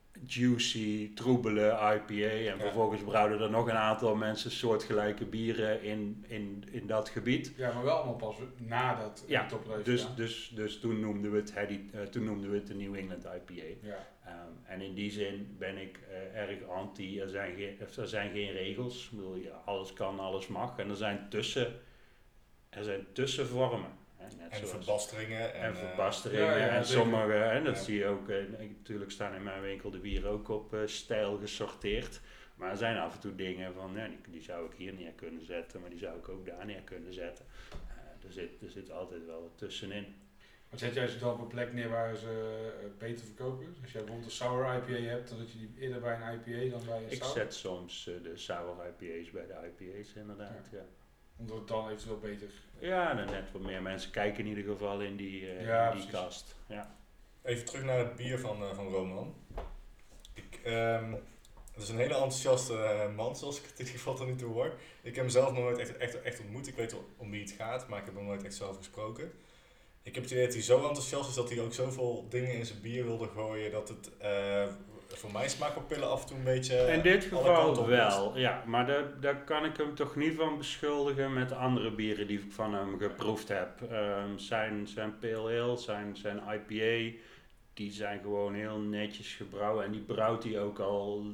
juicy, troebele I P A en ja. vervolgens brouwden er nog een aantal mensen soortgelijke bieren in, in, in dat gebied. Ja, maar wel allemaal pas nadat ja, de topper dus, gedaan. dus, dus toen noemden we het Heady, uh, toen noemden we het de New England I P A. Ja. Um, en in die zin ben ik uh, erg anti, er zijn, geen, er zijn geen regels, ik bedoel, ja, alles kan, alles mag en er zijn, tussen, er zijn tussenvormen. Hè, net En zoals, verbasteringen. En, en verbasteringen ja, ja, en zeker. sommige, en dat Ja. zie je ook, uh, natuurlijk staan in mijn winkel de bieren ook op uh, stijl gesorteerd. Maar er zijn af en toe dingen van, ja, die, die zou ik hier neer kunnen zetten, maar die zou ik ook daar neer kunnen zetten. Uh, er, zit, er zit altijd wel wat tussenin. Maar zet jij ze dan op een plek neer waar ze uh, beter verkopen? Dus als jij bijvoorbeeld een sour I P A hebt, dan zet je die eerder bij een I P A dan bij een Ik sour? zet soms uh, de sour I P A's bij de I P A's inderdaad, ja. ja. Omdat het dan eventueel beter... Ja, dan net wat meer mensen kijken in ieder geval in die, uh, Ja, in die precies. kast. Ja. Even terug naar het bier van, uh, van Roman. Ik, um, het is een hele enthousiaste uh, man, zoals ik het in ieder geval tot nu toe hoor. Ik heb hem zelf nog nooit echt, echt, echt ontmoet. Ik weet wel om wie het gaat, maar ik heb hem nooit echt zelf gesproken. Ik heb het idee dat hij zo enthousiast is dat hij ook zoveel dingen in zijn bier wilde gooien dat het uh, voor mijn smaakpapillen af en toe een beetje... In dit alle kanten geval op wel, moest. ja. Maar daar, daar kan ik hem toch niet van beschuldigen met andere bieren die ik van hem geproefd heb. Um, zijn, zijn Pale Ale, zijn, zijn I P A, die zijn gewoon heel netjes gebrouwen. En die brouwt hij ook al,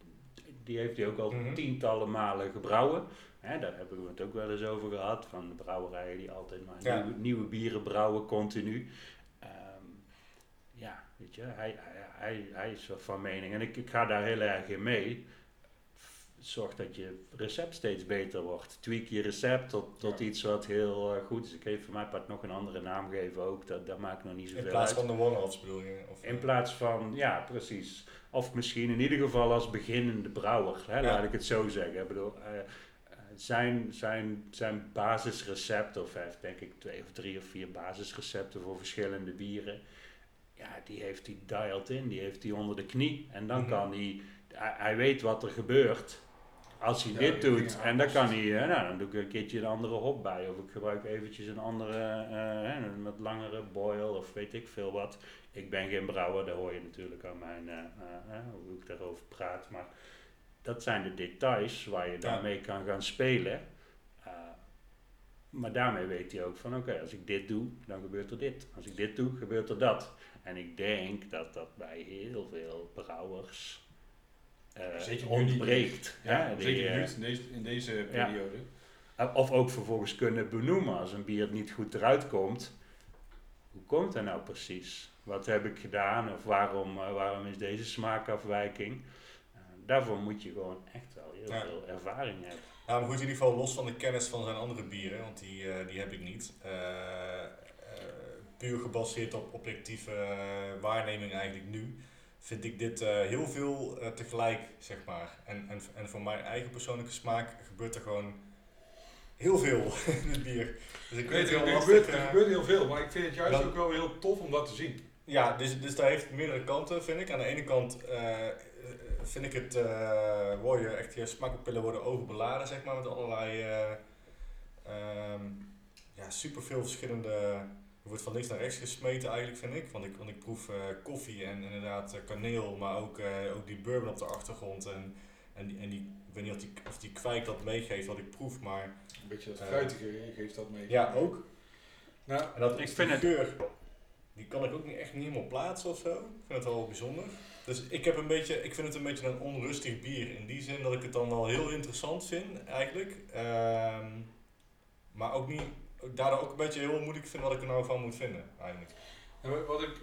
die heeft hij ook al Mhm. tientallen malen gebrouwen. Hè, daar hebben we het ook wel eens over gehad, van de brouwerijen die altijd maar Ja. nieuwe, nieuwe bieren brouwen, continu. Um, ja, weet je, hij, hij, hij, hij is wel van mening en ik, ik ga daar heel erg in mee. Zorg dat je recept steeds beter wordt. Tweak je recept tot, tot Ja. iets wat heel uh, goed is. Ik heb voor mij part nog een andere naam gegeven ook, dat, dat maakt nog niet zoveel In plaats uit. van de one-offs bedoel je? Of, In plaats van, ja precies. Of misschien in ieder geval als beginnende brouwer, hè, Ja. laat ik het zo zeggen. Ik bedoel, uh, uh, zijn, zijn, zijn basisrecept, of hij heeft denk ik twee of drie of vier basisrecepten voor verschillende bieren. Ja, die heeft hij dialed in, die heeft hij onder de knie. En dan Mhm. kan hij, hij, hij weet wat er gebeurt als hij Ja, dit die doet. dingen En dan kan aanpassen. hij, uh, nou dan doe ik een keertje een andere hop bij. Of ik gebruik eventjes een andere, uh, een wat langere boil of weet ik veel wat. Ik ben geen brouwer, dat hoor je natuurlijk aan mijn, uh, uh, uh, hoe ik daarover praat. Maar dat zijn de details waar je dan Ja. mee kan gaan spelen. Uh, maar daarmee weet hij ook van oké, okay, als ik dit doe, dan gebeurt er dit. Als ik dit doe, gebeurt er dat. En ik denk dat dat bij heel veel brouwers uh, Zeker nu ontbreekt. Ja, hè, die, zeker nu, uh, in deze, in deze ja. periode. Of ook vervolgens kunnen benoemen als een bier niet goed eruit komt. Hoe komt dat nou precies? Wat heb ik gedaan? Of waarom, uh, waarom is deze smaakafwijking? Uh, daarvoor moet je gewoon echt wel heel Ja. veel ervaring hebben. Nou, maar goed, in ieder geval los van de kennis van zijn andere bieren, want die, uh, die heb ik niet. Uh, uh, puur gebaseerd op objectieve uh, waarneming eigenlijk nu, vind ik dit uh, heel veel uh, tegelijk, zeg maar. En, en, en voor mijn eigen persoonlijke smaak gebeurt er gewoon heel veel in het bier. Dus ik Ik weet weet, het er, heel er, lastig. gebeurt, er uh, gebeurt heel veel, maar ik vind het juist wel- ook wel heel tof om dat te zien. Ja, dus, dus dat heeft meerdere kanten, vind ik. Aan de ene kant eh, vind ik het, uh, worden echt je smaakpapillen worden overbeladen, zeg maar, met allerlei, uh, um, ja, superveel verschillende, er wordt van links naar rechts gesmeten eigenlijk, vind ik. Want ik, want ik proef uh, koffie en inderdaad uh, kaneel, maar ook, uh, ook die bourbon op de achtergrond en, en, die, en die, ik weet niet of die, of die kwijk dat meegeeft wat ik proef, maar... Een beetje dat fruitige uh, geeft dat mee. Ja, ook. Nou, en dat ik vind het... geur, die kan ik ook niet echt niet helemaal plaatsen of zo. Ik vind het wel bijzonder. Dus ik heb een beetje, ik vind het een beetje een onrustig bier. In die zin dat ik het dan wel heel interessant vind, eigenlijk. Um, maar ook niet, daardoor ook een beetje heel moeilijk vind wat ik er nou van moet vinden, eigenlijk. En wat ik...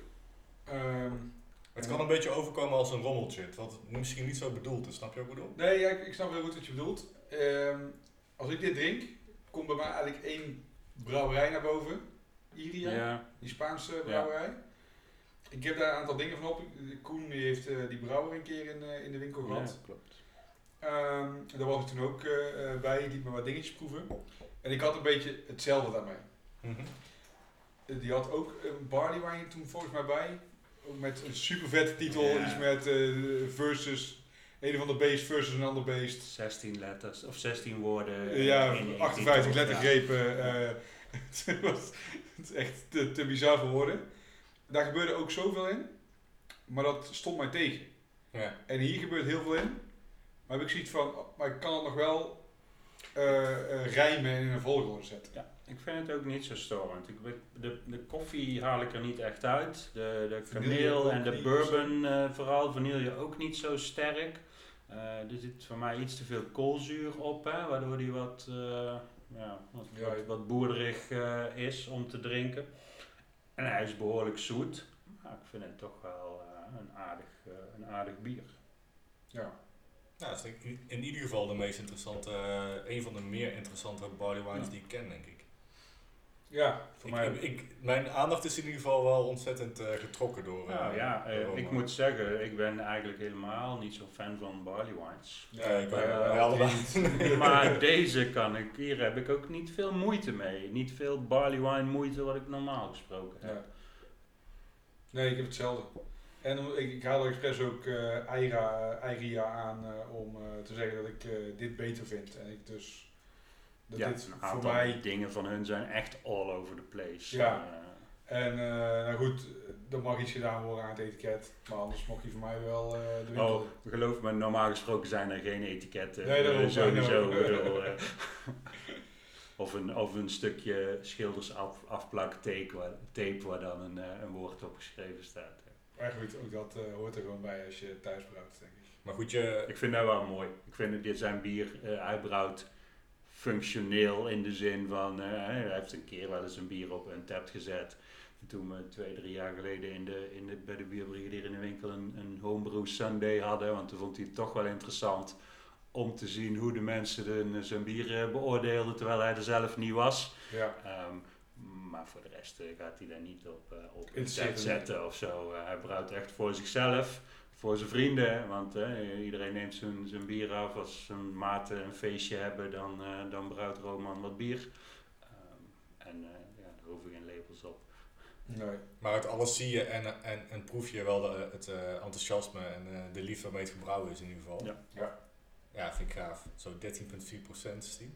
Um, het kan een beetje overkomen als een rommeltje, wat misschien niet zo bedoeld is. Snap je wat ik bedoel? Nee, ja, ik, ik snap heel goed wat je bedoelt. Um, als ik dit drink, komt bij mij eigenlijk één brouwerij naar boven. Iria, ja. Die Spaanse brouwerij. Ja. Ik heb daar een aantal dingen van op. Koen die heeft uh, die brouwer een keer in, uh, in de winkel gehad. Ja, klopt. Um, daar was ik toen ook uh, bij, die liet me wat dingetjes proeven. En ik had een beetje hetzelfde daarmee. Mm-hmm. Uh, die had ook een barley wine toen volgens mij bij. Met een super vette titel, ja. Iets met uh, versus... Een van de beest versus een ander beest. zestien letters, of zestien woorden. Uh, ja, achtenvijftig lettergrepen. Ja. Uh, het, was, het is echt te, te bizar voor woorden. Daar gebeurde ook zoveel in, maar dat stond mij tegen. Ja. En hier gebeurt heel veel in, maar heb ik zoiets van, maar ik kan het nog wel uh, uh, rijmen en in een volgorde zetten. Ja, ik vind het ook niet zo storend. Ik, de, de koffie haal ik er niet echt uit. De, de kaneel en de bourbon uh, vooral, vanille ook niet zo sterk. Uh, er zit voor mij iets te veel koolzuur op, hè, waardoor die wat, uh, ja, wat, ja. wat, wat boerderig uh, is om te drinken. En hij is behoorlijk zoet, maar ik vind het toch wel uh, een, aardig, uh, een aardig bier. Ja. Ja, dat is in, in ieder geval de meest interessante, uh, een van de meer interessante barley wines ja. die ik ken, denk ik. Ja, voor ik, mij ik, ik, mijn aandacht is in ieder geval wel ontzettend uh, getrokken door... Uh, nou ja, uh, door ik moet zeggen, ik ben eigenlijk helemaal niet zo fan van barley wines. Ja, ik ben uh, allemaal. Maar deze kan ik, hier heb ik ook niet veel moeite mee. Niet veel barley wine moeite wat ik normaal gesproken heb. Ja. Nee, ik heb hetzelfde. En ik, ik haal er expres ook uh, Aira, Airia aan uh, om uh, te zeggen dat ik uh, dit beter vind. En ik dus... Dat ja, dit een voor mij dingen van hun zijn echt all over the place. Ja. Uh, en uh, nou goed, er mag iets gedaan worden aan het etiket, maar anders mocht je voor mij wel uh, de winkel. Oh, geloof me, normaal gesproken zijn er geen etiketten. Nee, dat uh, sowieso. Bedoel, uh, of, een, of een stukje schildersafplak tape, tape waar dan een, uh, een woord op geschreven staat. Maar goed, ook dat uh, hoort er gewoon bij als je thuis brouwt, denk ik. Maar goed, je... Ik vind dat wel mooi. Ik vind dat dit zijn bier, uh, hij brouwt functioneel in de zin van, uh, hij heeft een keer wel eens een bier op een tap gezet. En toen we twee, drie jaar geleden in de, in de, bij de bierbrigadier in de winkel een, een homebrew Sunday hadden, want toen vond hij het toch wel interessant om te zien hoe de mensen de, zijn bier beoordeelden terwijl hij er zelf niet was. Ja. Um, maar voor de rest uh, gaat hij daar niet op, uh, op een tap zetten of zo. Uh, hij brouwt echt voor zichzelf. Voor zijn vrienden, want uh, iedereen neemt zijn, zijn bier af. Als zijn maten een feestje hebben, dan, uh, dan brouwt Roman wat bier. Um, en uh, ja, daar hoeven geen labels op. Nee. Maar uit alles zie je en, en, en proef je wel de, het uh, enthousiasme en uh, de liefde waarmee het gebrouwen is in ieder geval. Ja, ja. ja vind ik gaaf. Zo dertien komma vier procent is die.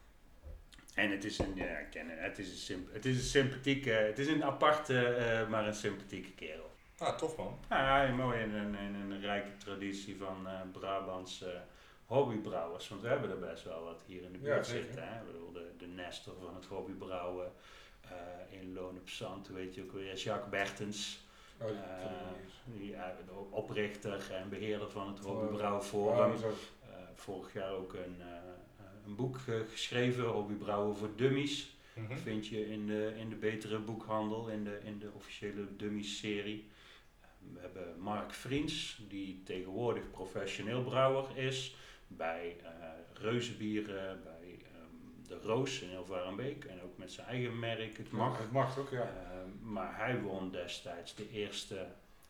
En het is een, ja, ik ken het, het is een, symp- het is een sympathieke, het is een aparte, uh, maar een sympathieke kerel. Ah, tof man. Ja, mooi in een, in een rijke traditie van uh, Brabantse uh, hobbybrouwers. Want we hebben er best wel wat hier in de buurt ja, zitten. Hè? We bedoel, de, de Nestor van het hobbybrouwen. Uh, in Loon op Zand, weet je ook weer, Jacques Bertens. Oh, die, uh, die uh, de oprichter en beheerder van het Hobbybrouwen Forum. Uh, vorig jaar ook een, uh, een boek uh, geschreven, Hobbybrouwen voor Dummies. Mm-hmm. Vind je in de, in de betere boekhandel, in de, in de officiële Dummies-serie. We hebben Mark Vriends, die tegenwoordig professioneel brouwer is bij uh, Reuzenbieren, bij um, de Roos in Hilvarenbeek en ook met zijn eigen merk, het mag. Ja, het mag ook, ja. Uh, maar hij won destijds de eerste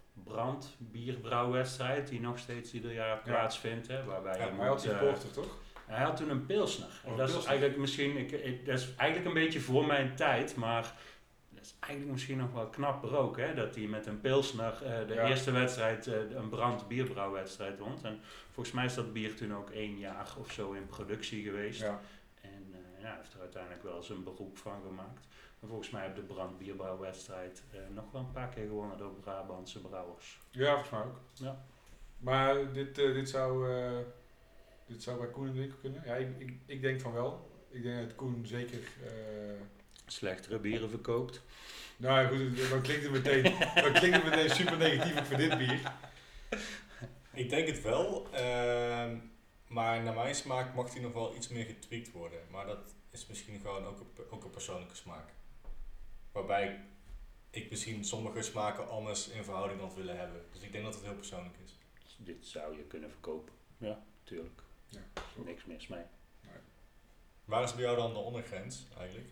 brandbierbrouwwedstrijd die nog steeds ieder jaar plaatsvindt. Hè, waarbij ja, je hij had die porter, toch? Hij had toen een pilsner. Oh, dat pilsner. is eigenlijk misschien, ik, ik, dat is eigenlijk een beetje voor mijn tijd, maar is eigenlijk misschien nog wel knapper ook, hè, dat hij met een Pilsner uh, de Ja. eerste wedstrijd, uh, een brand bierbrouwwedstrijd won. En volgens mij is dat bier toen ook één jaar of zo in productie geweest. Ja. En uh, ja, heeft er uiteindelijk wel zijn beroep van gemaakt. En volgens mij op de brandbierbrouwwedstrijd uh, nog wel een paar keer gewonnen door Brabantse brouwers. Ja, volgens mij ook. Ja. Maar dit, uh, dit, zou, uh, dit zou bij Koen en Winkel kunnen? Ja, ik, ik, ik denk van wel. Ik denk dat Koen zeker... Uh, slechtere bieren verkoopt. Nou ja, goed, dan klinkt het meteen, dan klinkt het meteen super negatief ook voor dit bier. Ik denk het wel, uh, maar naar mijn smaak mag die nog wel iets meer getweakt worden. Maar dat is misschien gewoon ook een, ook een persoonlijke smaak. Waarbij ik misschien sommige smaken anders in verhouding had willen hebben. Dus ik denk dat het heel persoonlijk is. Dit zou je kunnen verkopen. Ja, tuurlijk. Ja, niks mis mee. Nee. Waar is bij jou dan de ondergrens eigenlijk?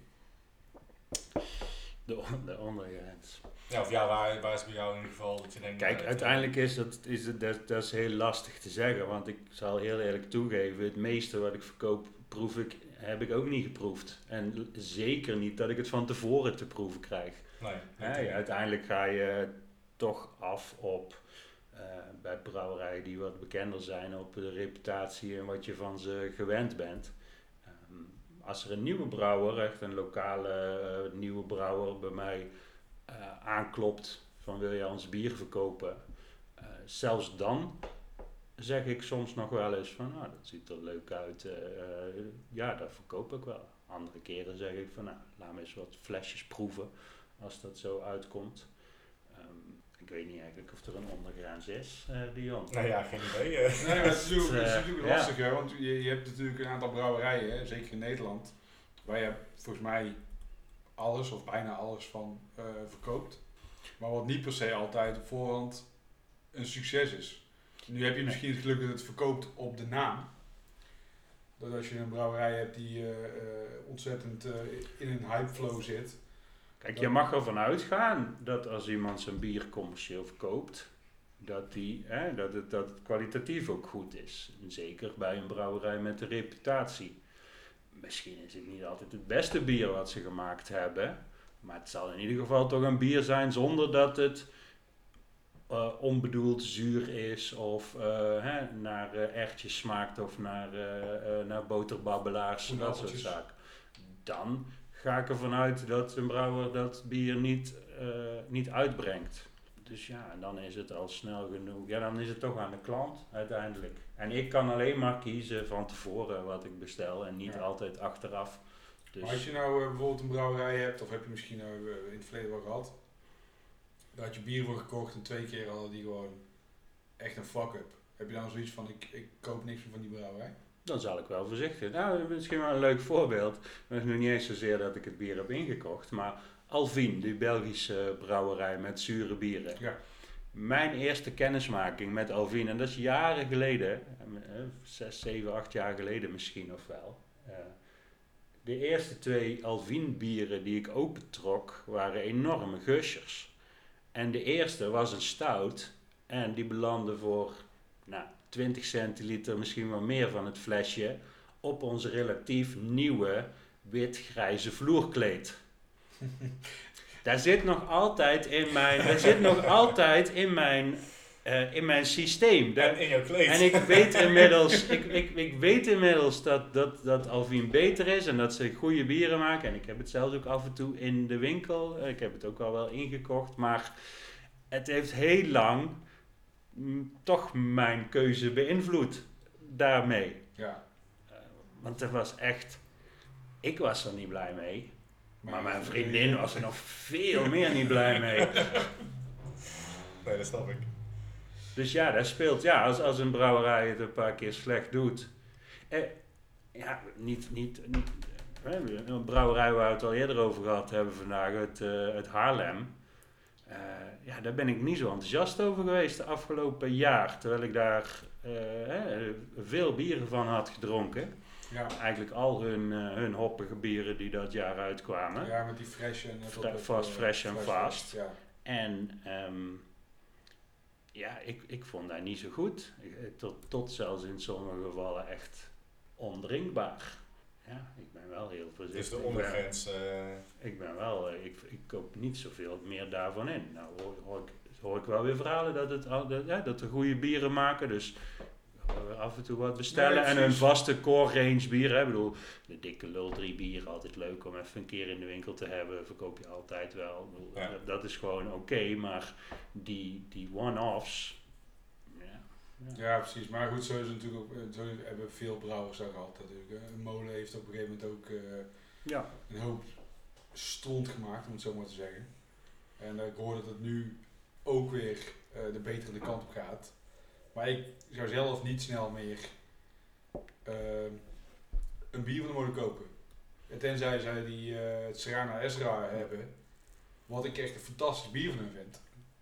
De, de ondergrens. Ja, of ja, waar, waar is bij jou in ieder geval dat je denkt... Kijk, uh, uiteindelijk is dat, is het, dat, dat is heel lastig te zeggen, want ik zal heel eerlijk toegeven, het meeste wat ik verkoop, proef ik, heb ik ook niet geproefd. En zeker niet dat ik het van tevoren te proeven krijg. Nee. Hey, uiteindelijk ga je toch af op, uh, bij brouwerijen die wat bekender zijn, op de reputatie en wat je van ze gewend bent. Um, als er een nieuwe brouwer, echt een lokale uh, nieuwe brouwer bij mij uh, aanklopt van wil je ons bier verkopen, uh, zelfs dan zeg ik soms nog wel eens van nou, dat ziet er leuk uit, uh, uh, ja, dat verkoop ik wel. Andere keren zeg ik van nou, laat me eens wat flesjes proeven als dat zo uitkomt. Um, ik weet niet eigenlijk of er een ondergrens is, uh, Dion. Nou ja, geen idee. Uh. Nee, maar het is natuurlijk, het is natuurlijk ja. lastig, hè, want je, je hebt natuurlijk een aantal brouwerijen, hè, zeker in Nederland, waar je volgens mij alles of bijna alles van uh, verkoopt. Maar wat niet per se altijd op voorhand een succes is. Nu heb je misschien het geluk dat het verkoopt op de naam. Dat als je een brouwerij hebt die uh, uh, ontzettend uh, in een hypeflow zit. Kijk, je mag ervan uitgaan dat als iemand zijn bier commercieel verkoopt, dat, die, hè, dat, het, dat het kwalitatief ook goed is. En zeker bij een brouwerij met een reputatie. Misschien is het niet altijd het beste bier wat ze gemaakt hebben, maar het zal in ieder geval toch een bier zijn zonder dat het uh, onbedoeld zuur is of uh, hè, naar uh, erwtjes smaakt of naar, uh, uh, naar boterbabbelaars en dat soort zaken. Dan ga ik ervan uit dat een brouwer dat bier niet, uh, niet uitbrengt. Dus ja, en dan is het al snel genoeg. Ja, dan is het toch aan de klant uiteindelijk. En ik kan alleen maar kiezen van tevoren wat ik bestel en niet ja. altijd achteraf. Dus Maar als je nou uh, bijvoorbeeld een brouwerij hebt, of heb je misschien uh, in het verleden wel gehad, daar had je bier voor gekocht en twee keer hadden die gewoon echt een fuck-up. Heb je dan zoiets van, ik, ik koop niks meer van die brouwerij? dan zal ik wel voorzichtig. Nou, misschien wel een leuk voorbeeld. Het is nu niet eens zozeer dat ik het bier heb ingekocht, maar Alvin, die Belgische brouwerij met zure bieren. Ja. Mijn eerste kennismaking met Alvin, en dat is jaren geleden, zes, zeven, acht jaar geleden misschien of wel. Uh, de eerste twee Alvin bieren die ik opentrok waren enorme gushers. En de eerste was een stout en die belandde voor nou, twintig centiliter, misschien wel meer van het flesje, op ons relatief nieuwe wit-grijze vloerkleed. Daar zit nog altijd in mijn, daar zit nog altijd in mijn, uh, in mijn systeem. Daar, en in jouw kleed. En ik weet inmiddels, ik, ik, ik weet inmiddels dat, dat, dat Alvin beter is en dat ze goede bieren maken. En ik heb het zelfs ook af en toe in de winkel. Ik heb het ook al wel ingekocht, maar het heeft heel lang m, toch mijn keuze beïnvloed daarmee. Ja. Uh, want er was echt, ik was er niet blij mee. Maar, maar mijn vriendin vriendin was er nog veel meer niet blij mee. Nee, dat snap ik. Dus ja, dat speelt. Ja, als, als een brouwerij het een paar keer slecht doet. Eh, ja, niet, niet, niet eh, een brouwerij waar we het al eerder over gehad hebben vandaag, het, uh, het Haarlem. Uh, ja, daar ben ik niet zo enthousiast over geweest de afgelopen jaar. Terwijl ik daar uh, eh, veel bieren van had gedronken. Ja. Eigenlijk al hun, uh, hun hoppige bieren die dat jaar uitkwamen. Ja, met die fresh en... Fre- fast, fresh en fast. Ja. En um, ja, ik, ik vond dat niet zo goed. Ik, tot, tot zelfs in sommige gevallen echt ondrinkbaar. ja, ik ben wel heel voorzichtig. Dus de Ik ben- ondergrens... eh, Ik ben wel, eh, ik, ik koop niet zoveel meer daarvan in. Nou hoor, hoor, ik, hoor ik wel weer verhalen dat, het, al- dat, ja, dat er goede bieren maken, dus gaan we af en toe wat bestellen. Nee, en een precies. vaste core range bier, hè. Ik bedoel, de dikke lul drie bier, altijd leuk om even een keer in de winkel te hebben, verkoop je altijd wel. Ik bedoel, Ja. dat, dat is gewoon oké, maar die, die one-offs, ja, ja. Ja, precies. Maar goed, zo is het natuurlijk ook, eh, zo hebben veel brouwers daar gehad natuurlijk. Hè. Een molen heeft op een gegeven moment ook eh, ja. een hoop stront gemaakt, om het zo maar te zeggen. En eh, ik hoor dat het nu ook weer eh, de betere kant op gaat. Maar ik zou zelf niet snel meer eh, een bier van de molen kopen. En tenzij zij die eh het Serrana Ezra hebben, wat ik echt een fantastisch bier van hen vind.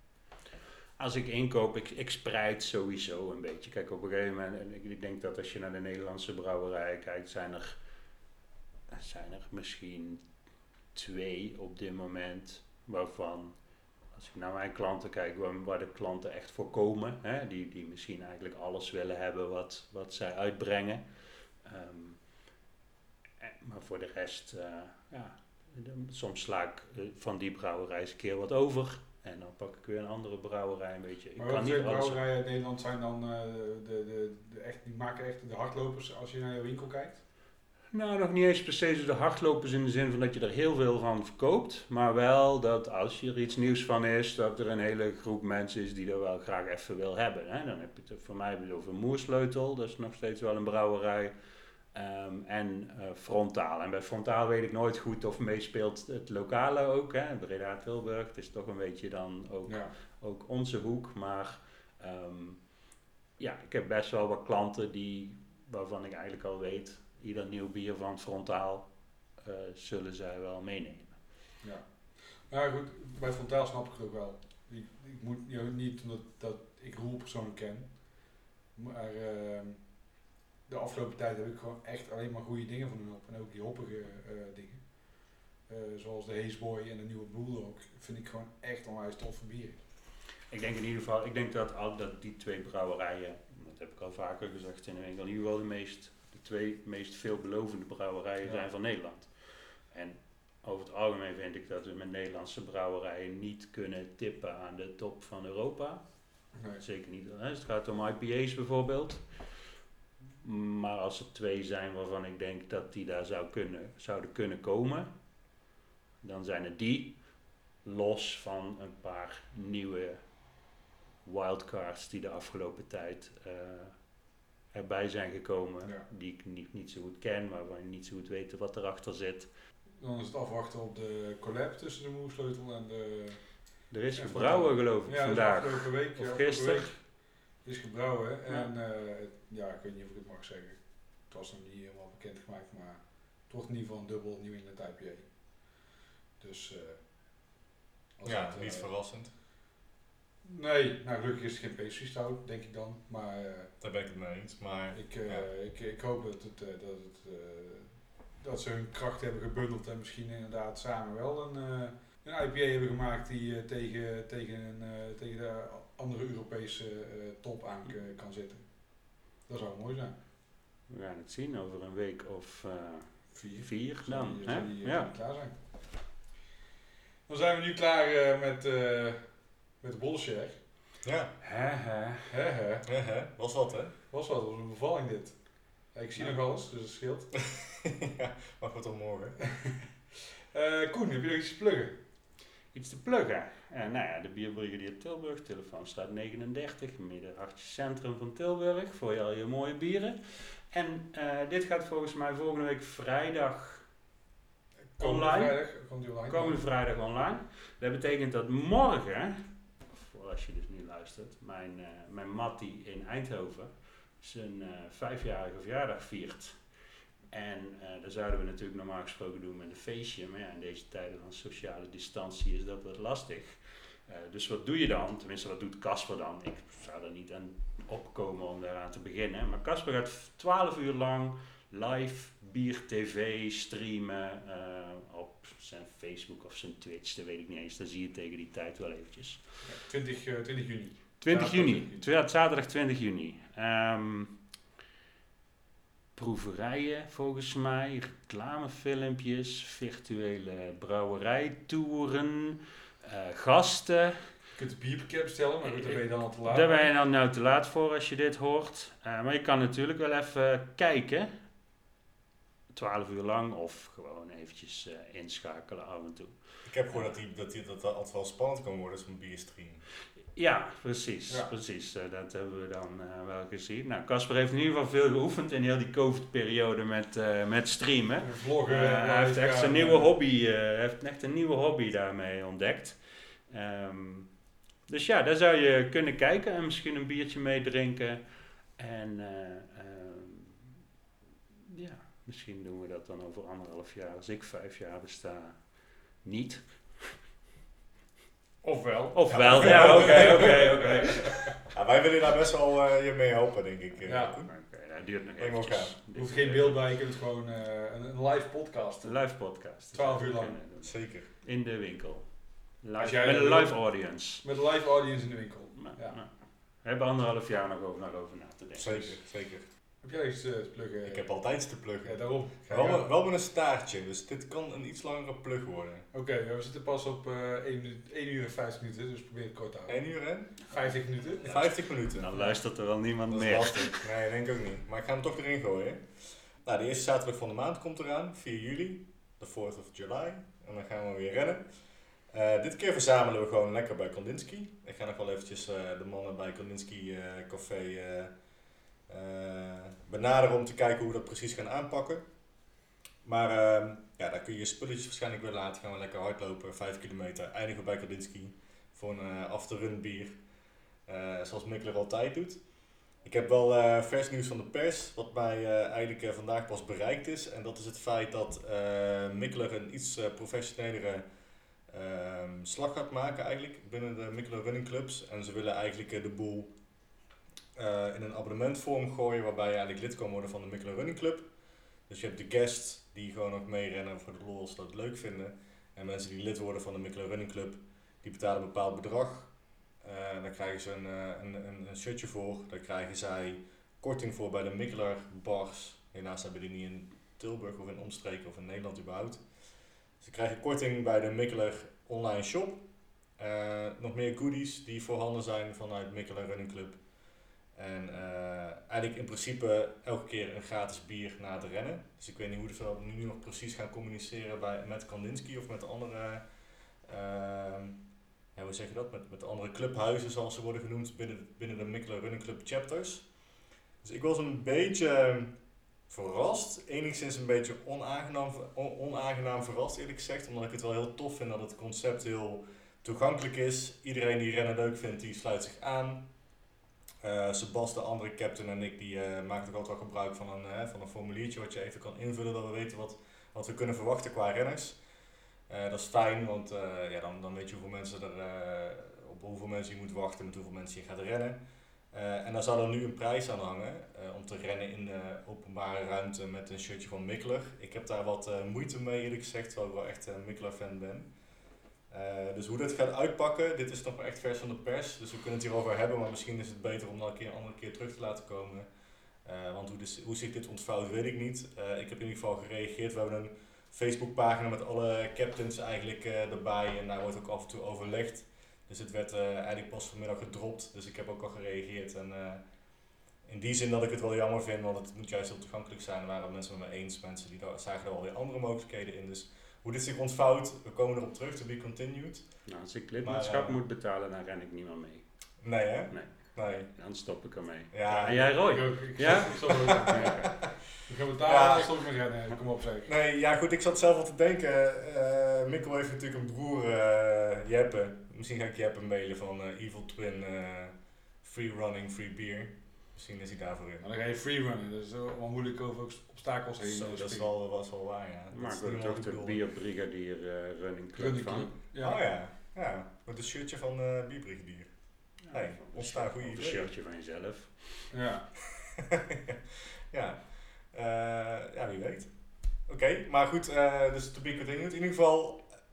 Als ik inkoop, ik, ik spreid sowieso een beetje. Kijk, op een gegeven moment, en ik, ik denk dat als je naar de Nederlandse brouwerijen kijkt, zijn er, zijn er misschien twee op dit moment, waarvan, als ik naar mijn klanten kijk, waar, waar de klanten echt voor komen, hè, die, die misschien eigenlijk alles willen hebben wat, wat zij uitbrengen. Ehm, eh, maar voor de rest, eh, ja, de- soms sla ik eh, van die brouwerij eens een keer wat over. En dan pak ik weer een andere brouwerij een beetje. Ik Maar kan wat niet voor alles. brouwerijen uit Nederland zijn dan eh, de, de, de echt, die maken echt de hardlopers als je naar je winkel kijkt? Nou, nog niet eens per se zo de hardlopers in de zin van dat je er heel veel van verkoopt. Maar wel dat als er iets nieuws van is, dat er een hele groep mensen is die er wel graag even wil hebben. Hè. Dan heb je het voor mij over Moersleutel, dat is nog steeds wel een brouwerij. Ehm, en eh, Frontaal. En bij Frontaal weet ik nooit goed of meespeelt het lokale ook. Hè. Breda Tilburg, het is toch een beetje dan ook, Ja. ook onze hoek. Maar ehm, ja, ik heb best wel wat klanten die, waarvan ik eigenlijk al weet, ieder nieuw bier van Frontaal eh, zullen zij wel meenemen. Ja. Maar goed, bij Frontaal snap ik het ook wel. Ik, ik moet you know, niet omdat dat ik Roel persoonlijk ken. Maar ehm, de afgelopen tijd heb ik gewoon echt alleen maar goede dingen van hun op. En ook die hoppige eh, dingen. Eh, zoals de Hazeboy en de nieuwe Bulldog. Vind ik gewoon echt onwijs toffe bieren. Ik denk in ieder geval, ik denk dat, al, dat die twee brouwerijen, dat heb ik al vaker gezegd in de winkel, in ieder geval de, meest, de twee meest veelbelovende brouwerijen Ja. zijn van Nederland. En over het algemeen vind ik dat we met Nederlandse brouwerijen niet kunnen tippen aan de top van Europa. Nee. Zeker niet. Hè? Het gaat om I P A's bijvoorbeeld. Maar als er twee zijn waarvan ik denk dat die daar zou kunnen, zouden kunnen komen, dan zijn het die. Los van een paar nieuwe wildcards die de afgelopen tijd eh, erbij zijn gekomen. Ja. Die ik niet, niet zo goed ken, maar waarvan ik niet zo goed weet wat erachter zit. Dan is het afwachten op de collab tussen de Moersleutel en de... Er is Ja, gebrouwen geloof ik Ja, vandaag. Dus afgelopen week. Of ja, afgelopen gisteren. week is gebrouwen. Ja. En eh, ja, ik weet niet of ik het mag zeggen. Het was nog niet helemaal bekendgemaakt, maar het wordt in ieder geval een dubbel New England I P A. Dus... eh als ja, het, eh, niet verrassend. Nee, nou gelukkig is het geen pastry stout, denk ik dan. Maar eh, Daar ben ik het mee eens. Maar ik, eh, ja. ik, ik hoop dat, het, eh, dat, het, eh, dat ze hun krachten hebben gebundeld en misschien inderdaad samen wel een, eh, een I P A hebben gemaakt die eh, tegen, tegen, een, eh, tegen de andere Europese eh, top aan k- kan zitten. Dat zou mooi zijn. We gaan het zien over een week of eh, Vier. vier Zal dan. die, Hè? zal die, eh, Ja. zal die klaar zijn. Dan zijn we nu klaar eh, met, eh, met de bollenshare. ja, Hè, hè. Hè hè. hè, hè, was wat hè. Was wat, was een bevalling dit. Ja, ik zie Ja. nog alles, dus het scheelt. ja, maar goed, tot morgen. Eh Koen, heb je nog iets te pluggen? Iets te pluggen. En nou ja, de Bierbrigadier Tilburg, telefoonstraat negenendertig, midden hartje centrum van Tilburg, voor al je mooie bieren. En eh, dit gaat volgens mij volgende week vrijdag, Komende Online? vrijdag komt hij online. komende vrijdag online. Dat betekent dat morgen, voor als je dus nu luistert, mijn, eh mijn Mattie in Eindhoven zijn eh, vijfjarige verjaardag viert. En eh dat zouden we natuurlijk normaal gesproken doen met een feestje, maar ja, in deze tijden van sociale distantie is dat wat lastig. Eh, dus wat doe je dan? Tenminste, wat doet Casper dan? Ik zou er niet aan opkomen om daaraan te beginnen. Maar Casper gaat twaalf uur lang live bier tv streamen eh, op zijn Facebook of zijn Twitch, dat weet ik niet eens. Dat zie je tegen die tijd wel eventjes. Ja, twintig, eh, twintig juni. twintig Zaterdag juni, Twa- zaterdag twintig juni. Ehm, proeverijen volgens mij, reclamefilmpjes, virtuele brouwerijtoeren, uh, gasten. Je kunt een bierpakket bestellen, maar goed, daar ben je dan al te laat. Daar ben je dan nou te laat voor als je dit hoort. Uh, maar je kan natuurlijk wel even kijken. twaalf uur lang of gewoon eventjes uh, inschakelen af en toe. Ik heb gehoord dat, die, dat, die, dat dat altijd wel spannend kan worden, zo'n bierstream. Ja, precies. Ja. precies. Uh, dat hebben we dan uh, wel gezien. Nou, Casper heeft in ieder geval veel geoefend in heel die COVID-periode met, uh, met streamen. Vloggen. Uh, hij heeft echt een nieuwe hobby, uh, heeft echt een nieuwe hobby daarmee ontdekt. Um, dus ja, daar zou je kunnen kijken en misschien een biertje mee drinken. En uh, uh, ja, misschien doen we dat dan over anderhalf jaar, als ik vijf jaar besta, niet. Ofwel. Ofwel, ja, oké, oké, oké. Wij willen daar best wel uh, je mee helpen, denk ik. Uh, ja, oké, okay, dat duurt nog eventjes. Er hoeft geen beeld bij, je kunt het gewoon uh, een, een live podcast. Een live podcast. twaalf uur lang. Zeker. In de winkel. Live, met een live audience. Met een live audience in de winkel. Nou, ja. nou. We hebben anderhalf jaar nog over, nog over na te denken. Zeker, zeker. Heb jij iets uh, te pluggen? Ik heb altijd iets te pluggen. Ja, daarom. Wel, ja. wel met een staartje, dus dit kan een iets langere plug worden. Oké, okay, we zitten pas op uh, één uur en vijftig minuten, dus probeer het kort te houden. één uur en? vijftig minuten. Ja. vijftig minuten. Dan luistert er wel niemand dat meer. Dat is lastig. Nee, denk ik ook niet. Maar ik ga hem toch erin gooien. Nou, de eerste zaterdag van de maand komt eraan, vier juli, de fourth of July. En dan gaan we weer rennen. Uh, dit keer verzamelen we gewoon lekker bij Kandinsky. Ik ga nog wel eventjes uh, de mannen bij Kandinsky uh, Café uh, uh, benaderen om te kijken hoe we dat precies gaan aanpakken. Maar uh, ja, daar kun je je spulletjes waarschijnlijk weer laten. Gaan we lekker hardlopen, vijf kilometer. Eindigen we bij Kandinsky voor een uh, after-run bier. Uh, zoals Mikkeler altijd doet. Ik heb wel uh, vers nieuws van de pers, wat mij uh, eigenlijk uh, vandaag pas bereikt is. En dat is het feit dat uh, Mikkeler een iets uh, professionelere uh, slag gaat maken eigenlijk binnen de Mikkeler Running Clubs. En ze willen eigenlijk uh, de boel uh, in een abonnementvorm gooien, waarbij je eigenlijk lid kan worden van de Mikkeler Running Club. Dus je hebt de guests die gewoon nog meerennen voor de lol als ze dat leuk vinden. En mensen die lid worden van de Mikkeler Running Club, die betalen een bepaald bedrag. Uh, daar krijgen ze een, uh, een, een, een shirtje voor, daar krijgen zij korting voor bij de Mikkeler bars. Helaas hebben die niet in Tilburg of in omstreken of in Nederland überhaupt. Ze krijgen korting bij de Mikkeler online shop. Uh, nog meer goodies die voorhanden zijn vanuit Mikkeler Running Club. En uh, eigenlijk in principe elke keer een gratis bier na het rennen. Dus ik weet niet hoe ze dat nu nog precies gaan communiceren bij, met Kandinsky of met de andere... Uh, Ja, hoe zeg je dat? Met, met andere clubhuizen zoals ze worden genoemd binnen, binnen de Mikkeler Running Club chapters. Dus ik was een beetje verrast, enigszins een beetje onaangenaam, on, onaangenaam verrast eerlijk gezegd. Omdat ik het wel heel tof vind dat het concept heel toegankelijk is. Iedereen die rennen leuk vindt, die sluit zich aan. Uh, Sebas, de andere captain en ik, die uh, maken ook altijd wel gebruik van een, uh, van een formuliertje wat je even kan invullen. Dat we weten wat, wat we kunnen verwachten qua renners. Uh, dat is fijn, want uh, ja, dan, dan weet je hoeveel mensen er, uh, op hoeveel mensen je moet wachten, met hoeveel mensen je gaat rennen. Uh, en daar zou er nu een prijs aan hangen uh, om te rennen in de openbare ruimte met een shirtje van Mikkeler. Ik heb daar wat uh, moeite mee eerlijk gezegd, terwijl ik wel echt een Mikkeler fan ben. Uh, dus hoe dit gaat uitpakken, dit is nog maar echt vers van de pers, dus we kunnen het hierover hebben, maar misschien is het beter om dat een, keer, een andere keer terug te laten komen. Uh, want hoe, dus, hoe zich dit ontvouwt weet ik niet. Uh, ik heb in ieder geval gereageerd, we hebben een Facebookpagina met alle captains eigenlijk uh, erbij en daar wordt ook af en toe overlegd. Dus het werd uh, eigenlijk pas vanmiddag gedropt, dus ik heb ook al gereageerd. En uh, in die zin dat ik het wel jammer vind, want het moet juist heel toegankelijk zijn. Er waren mensen met me eens, mensen die daar, zagen er alweer andere mogelijkheden in. Dus hoe dit zich ontvouwt, we komen erop terug, to be continued. Nou, als ik lidmaatschap uh, moet betalen, dan ren ik niet meer mee. Nee hè? Nee. Nee. Dan stop ik ermee. Ja. Ja, en jij Roy? Ik, ik, ja? Ik zal het Ik ga betalen, ja. dan stop ik met rennen. Kom op zeg. Nee, ja goed, ik zat zelf al te denken. Uh, Mikkel heeft natuurlijk een broer, uh, Jeppe. Misschien ga ik Jeppe mailen van uh, Evil Twin, uh, free running, free beer. Misschien is hij daarvoor in. Maar dan ga je free runnen, dat is wel moeilijk over obstakels heen. Zo, dat is wel, was wel waar, ja. Maar ik toch de Bierbrigadier uh, Running Club running van. club. Ja. Oh ja, ja, met een shirtje van uh, Bierbrigadier. Ja, hey, ontstaan goede idee. Een shirtje van jezelf. Ja. ja. Uh, ja, wie weet. Oké, okay, maar goed, uh, dus to be continued. In ieder geval,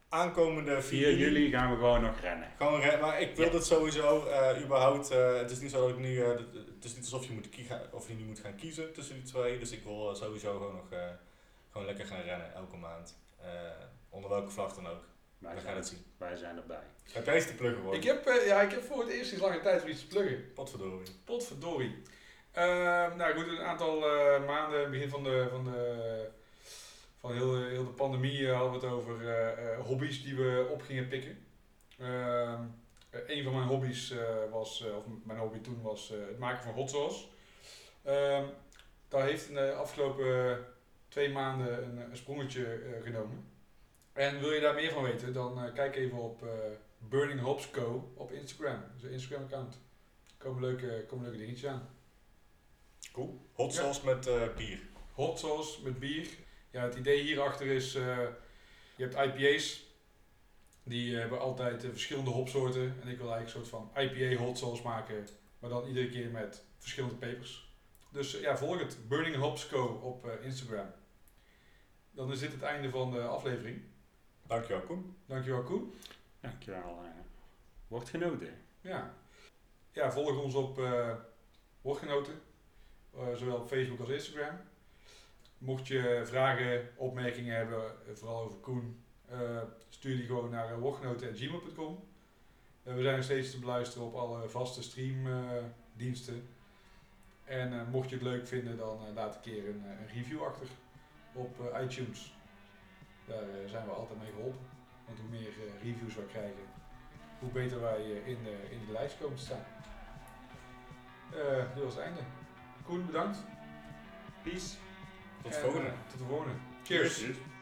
aankomende vier juli gaan we gewoon nog rennen. Gewoon rennen, maar ik wil Ja. dit sowieso uh, überhaupt. Uh, het is niet zo dat ik nu. Uh, het is niet alsof je, moet kie- of je nu moet gaan kiezen tussen die twee. Dus ik wil uh, sowieso gewoon nog uh, gewoon lekker gaan rennen elke maand. Uh, onder welke vlag dan ook. Wij We zijn, gaan het zien. wij zijn erbij. Heb jij iets te pluggen worden? Ik heb, uh, ja, ik heb voor het eerst sinds lange tijd weer iets te pluggen. Potverdorie. Potverdorie. Uh, nou goed, een aantal uh, maanden, begin van de, van de, van heel, heel de pandemie uh, hadden we het over uh, uh, hobby's die we op gingen pikken. Uh, uh, een van mijn hobby's uh, was, uh, of mijn hobby toen was uh, het maken van hot sauce. Uh, daar heeft in de afgelopen twee maanden een, een sprongetje uh, genomen. En wil je daar meer van weten, dan uh, kijk even op uh, Burning Hops Co op Instagram. Dat is een Instagram account. Er komen leuke, komen leuke dingetjes aan. Cool. Hot Ja. sauce met uh, bier. Hot sauce met bier. Ja, het idee hierachter is, uh, je hebt I P A's. Die uh, hebben altijd uh, verschillende hopsoorten. En ik wil eigenlijk een soort van I P A hot sauce maken. Maar dan iedere keer met verschillende pepers. Dus uh, ja, volg het. Burning Hops Co op uh, Instagram. Dan is dit het einde van de aflevering. Dankjewel, Koen. Dankjewel, Koen. Dankjewel. Uh, wordt genoten. Ja. Ja, volg ons op uh, Woordgenoten. Uh, zowel op Facebook als Instagram. Mocht je vragen, opmerkingen hebben, uh, vooral over Koen, uh, stuur die gewoon naar uh, woordgenoten apenstaartje gmail punt com. Uh, we zijn nog steeds te beluisteren op alle vaste streamdiensten. Uh, en uh, mocht je het leuk vinden, dan uh, laat een keer een, uh, een review achter op uh, iTunes. Daar uh, zijn we altijd mee geholpen. Want hoe meer uh, reviews wij krijgen, hoe beter wij uh, in, de, in de lijst komen te staan. Uh, dit was het einde. Koen, bedankt. Peace. Tot de En, volgende. uh, tot de volgende. Cheers. Cheers.